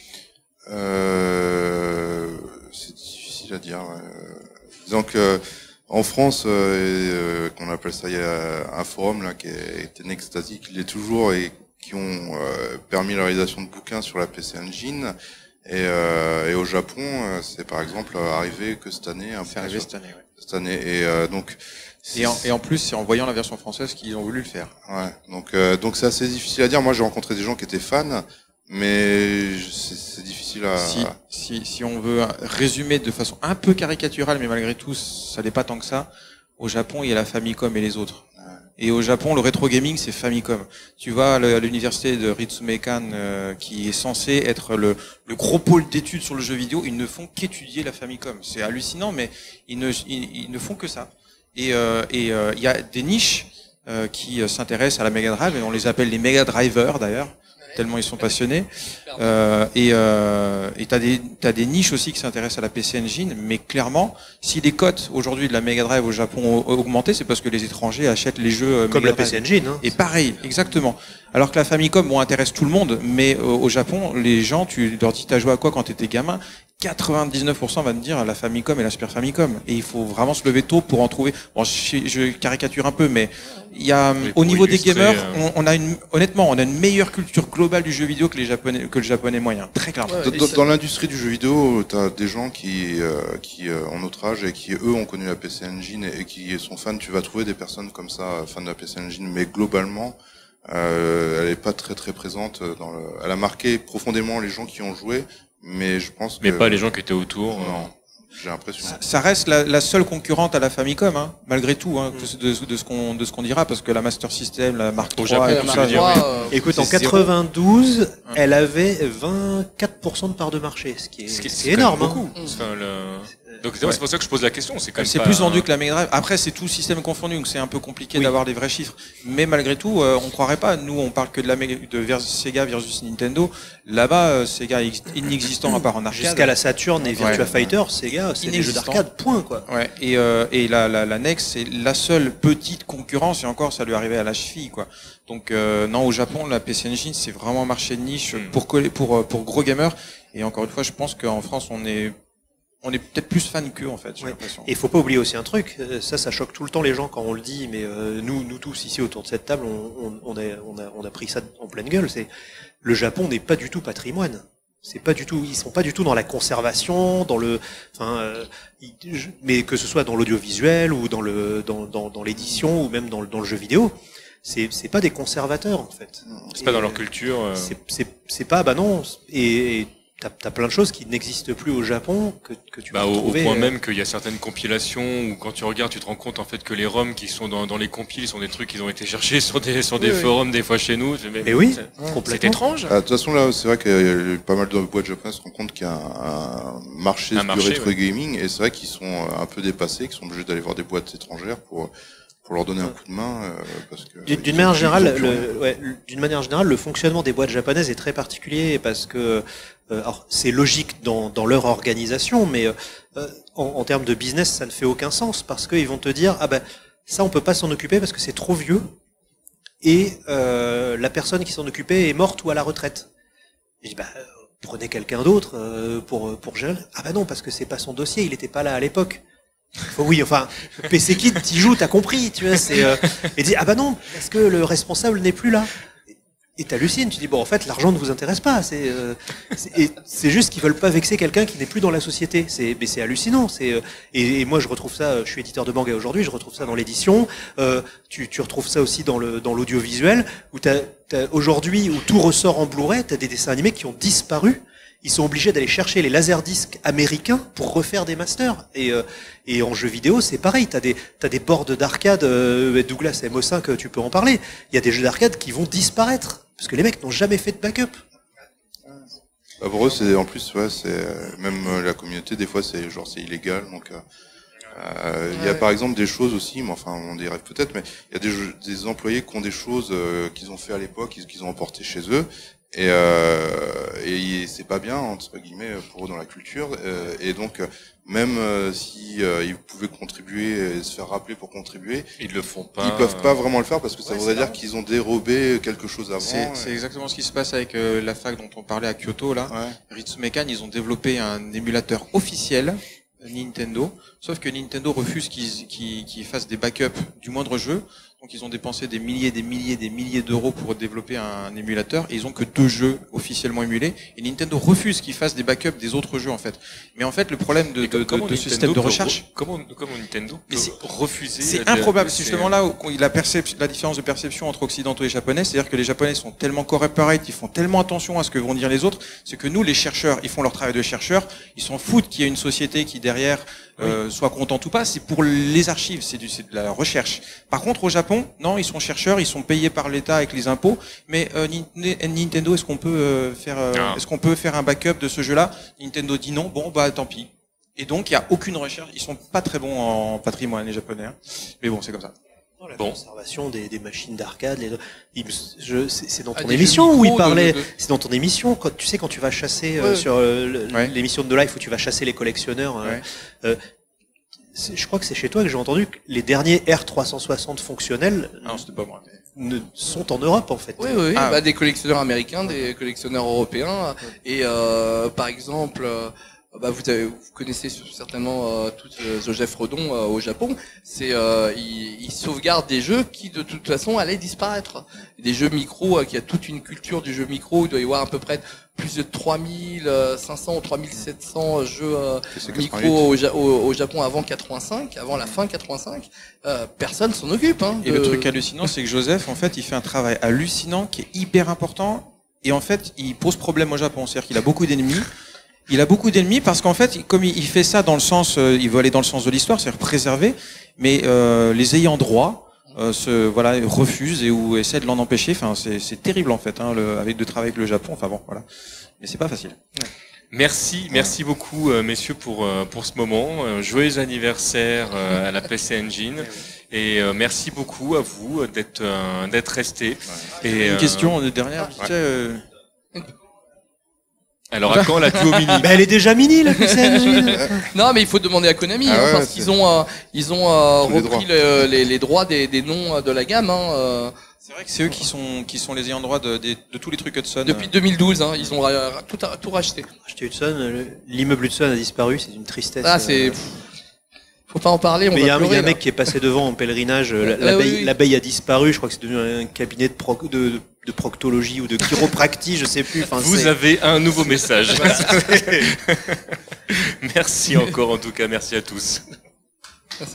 C'est difficile à dire. Disons que en France, qu'on appelle ça, il y a un forum là qui est Nextasy, qui l'est toujours et qui ont permis la réalisation de bouquins sur la PC Engine. Et au Japon, c'est par exemple arrivé que cette année. C'est arrivé cette année, ouais. Cette année. Et en plus, c'est en voyant la version française qu'ils ont voulu le faire. Ouais. Donc c'est assez difficile à dire. Moi, j'ai rencontré des gens qui étaient fans. Mais c'est difficile à... Si on veut résumer de façon un peu caricaturale, mais malgré tout, ça n'est pas tant que ça. Au Japon, il y a la Famicom et les autres. Et au Japon, le rétro gaming, c'est Famicom. Tu vas à l'université de Ritsumeikan, qui est censé être le gros pôle d'études sur le jeu vidéo, ils ne font qu'étudier la Famicom. C'est hallucinant, mais ils ne font que ça. Et il y a des niches qui s'intéressent à la Mega Drive, et on les appelle les Mega Drivers d'ailleurs, tellement ils sont passionnés. Et t'as des niches aussi qui s'intéressent à la PC Engine, mais clairement, si les cotes aujourd'hui de la Mega Drive au Japon ont augmenté, c'est parce que les étrangers achètent les jeux comme Mega la PC Engine. Hein. Et pareil, exactement. Alors que la Famicom, intéresse tout le monde, mais au Japon, les gens, tu leur dis t'as joué à quoi quand t'étais gamin? 99% va me dire la Famicom et la Super Famicom. Et il faut vraiment se lever tôt pour en trouver. Bon, je caricature un peu, mais il y a, au niveau des gamers, honnêtement, on a une meilleure culture globale du jeu vidéo que le japonais moyen. Très clairement. Dans l'industrie du jeu vidéo, t'as des gens qui ont notre âge et qui, eux, ont connu la PC Engine et qui sont fans. Tu vas trouver des personnes comme ça, fans de la PC Engine, mais globalement, elle est pas très très présente elle a marqué profondément les gens qui ont joué. Mais je pense que... Mais pas les gens qui étaient autour. Non. J'ai l'impression. Ça reste la seule concurrente à la Famicom, hein, malgré tout, hein, de ce qu'on dira, parce que la Master System, la Mark III, Japon, et tout ça. Écoute, en 92, elle avait 24% de part de marché, ce qui est énorme. Beaucoup. Donc c'est pour ça que je pose la question. C'est quand même c'est plus vendu que la Mega Drive. Après, c'est tout système confondu, donc c'est un peu compliqué d'avoir des vrais chiffres. Mais malgré tout, on croirait pas. Nous, on parle que de Sega versus Nintendo. Là-bas, Sega est inexistant à part en arcade. Jusqu'à la Saturn et Virtua Fighter, Sega, c'est des jeux d'arcade, point, quoi. Ouais. Et la NEC, c'est la seule petite concurrence, et encore, ça lui arrivait à la cheville, quoi. Donc, non, au Japon, la PC Engine, c'est vraiment un marché de niche pour gros gamers. Et encore une fois, je pense qu'en France, on est peut-être plus fan qu'eux, en fait, j'ai l'impression. Et faut pas oublier aussi un truc, ça choque tout le temps les gens quand on le dit, mais nous tous ici autour de cette table, on a pris ça en pleine gueule. C'est le Japon n'est pas du tout patrimoine. C'est pas du tout, ils sont pas du tout dans la conservation, dans le, mais que ce soit dans l'audiovisuel ou dans l'édition ou même dans le jeu vidéo. C'est pas des conservateurs, en fait. C'est pas dans leur culture. C'est pas, bah non, et t'as plein de choses qui n'existent plus au Japon que tu vas retrouver. Au point même qu'il y a certaines compilations où quand tu regardes, tu te rends compte en fait que les ROM qui sont dans les compiles sont des trucs qui ont été cherchés sur des forums des fois chez nous. Mais oui, c'est étrange. De toute façon là, c'est vrai qu'il y a pas mal de boîtes japonaises se rendent compte qu'il y a un marché du rétro gaming et c'est vrai qu'ils sont un peu dépassés, qu'ils sont obligés d'aller voir des boîtes étrangères pour leur donner un coup de main, parce que d'une manière générale, le fonctionnement des boîtes japonaises est très particulier parce que alors c'est logique dans leur organisation, mais en termes de business, ça ne fait aucun sens parce qu'ils vont te dire ça on peut pas s'en occuper parce que c'est trop vieux et la personne qui s'en occupait est morte ou à la retraite. Je dis prenez quelqu'un d'autre pour gérer. Non parce que c'est pas son dossier, il était pas là à l'époque. Oui, enfin, PC Kid, t'y joues, t'as compris, tu vois, et dis, non, parce que le responsable n'est plus là. Et t'hallucines, tu dis, en fait, l'argent ne vous intéresse pas, c'est juste qu'ils veulent pas vexer quelqu'un qui n'est plus dans la société. Mais c'est hallucinant, et moi, je retrouve ça, je suis éditeur de manga aujourd'hui, je retrouve ça dans l'édition, tu retrouves ça aussi dans l'audiovisuel, où aujourd'hui, où tout ressort en Blu-ray, t'as des dessins animés qui ont disparu. Ils sont obligés d'aller chercher les laserdiscs américains pour refaire des masters. Et en jeu vidéo, c'est pareil. T'as des boards d'arcade, Douglas MO5, tu peux en parler. Il y a des jeux d'arcade qui vont disparaître. Parce que les mecs n'ont jamais fait de backup. Pour eux, c'est, en plus, c'est, même la communauté, des fois, c'est illégal, donc, il y a par exemple des choses aussi, mais enfin on dirait peut-être, mais il y a des employés qui ont des choses qu'ils ont fait à l'époque, qu'ils ont emporté chez eux, et c'est pas bien entre guillemets pour eux dans la culture, et donc même si ils pouvaient contribuer et se faire rappeler pour contribuer, ils le font pas. Ils peuvent pas vraiment le faire parce que ça voudrait dire qu'ils ont dérobé quelque chose avant. C'est exactement ce qui se passe avec la fac dont on parlait à Kyoto là. Ritsumeikan, ils ont développé un émulateur officiel Nintendo, sauf que Nintendo refuse qu'ils fassent des backups du moindre jeu. Donc ils ont dépensé des milliers d'euros pour développer un émulateur et ils ont que 2 jeux officiellement émulés et Nintendo refuse qu'ils fassent des backups des autres jeux en fait. Mais en fait le problème de ce système de recherche, comment Nintendo peut refuser, c'est improbable. C'est justement là où la différence de perception entre occidentaux et japonais, c'est-à-dire que les japonais sont tellement corporate, ils font tellement attention à ce que vont dire les autres, c'est que nous les chercheurs, ils font leur travail de chercheurs, ils s'en foutent qu'il y ait une société qui derrière soit contente ou pas, c'est pour les archives, c'est de la recherche. Par contre au Japon, non, ils sont chercheurs, ils sont payés par l'État avec les impôts, mais Nintendo, est-ce qu'on peut faire un backup de ce jeu-là? Nintendo dit non, tant pis. Et donc il y a aucune recherche, ils sont pas très bons en patrimoine les japonais, hein. Mais bon, c'est comme ça. La conservation des machines d'arcade, c'est dans ton émission où il parlait. C'est dans ton émission quand tu vas chasser sur l'émission de Life où tu vas chasser les collectionneurs. Je crois que c'est chez toi que j'ai entendu que les derniers R360 fonctionnels sont en Europe en fait. Oui. Des collectionneurs américains, des collectionneurs européens et par exemple. Vous connaissez certainement Joseph Redon au Japon. Il sauvegarde des jeux qui de toute façon allaient disparaître. Des jeux micro, qui a toute une culture du jeu micro. Il doit y avoir à peu près plus de 3500 ou 3700 jeux micro au Japon avant 85, avant la fin 85. Personne s'en occupe. Et le truc hallucinant, c'est que Joseph, en fait, il fait un travail hallucinant qui est hyper important. Et en fait, il pose problème au Japon. C'est-à-dire qu'il a beaucoup d'ennemis. Il a beaucoup d'ennemis parce qu'en fait, comme il fait ça dans le sens, il veut aller dans le sens de l'histoire, c'est-à-dire préserver, mais les ayants droit refusent ou essaient de l'en empêcher. Enfin, c'est terrible en fait, avec de travailler avec le Japon. Enfin bon, voilà. Mais c'est pas facile. Merci beaucoup messieurs pour ce moment. Joyeux anniversaire à la PC Engine et merci beaucoup à vous d'être restés. Et une question derrière. Alors à quand la Duo Mini? Elle est déjà mini la PC Engine. Non, mais il faut demander à Konami parce qu'ils ont repris les droits des noms de la gamme. C'est vrai que c'est eux qui sont les ayants droit de tous les trucs Hudson. Depuis 2012, ils ont tout racheté. Acheté Hudson, l'immeuble Hudson a disparu, c'est une tristesse. Ah, faut pas en parler. Mais il y a un mec qui est passé devant en pèlerinage. L'abeille a disparu. Je crois que c'est devenu un cabinet de proctologie ou de chiropractie, je sais plus. Enfin, vous avez un nouveau message. Merci encore en tout cas, merci à tous. Merci.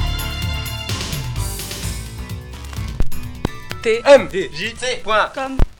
tmjc.com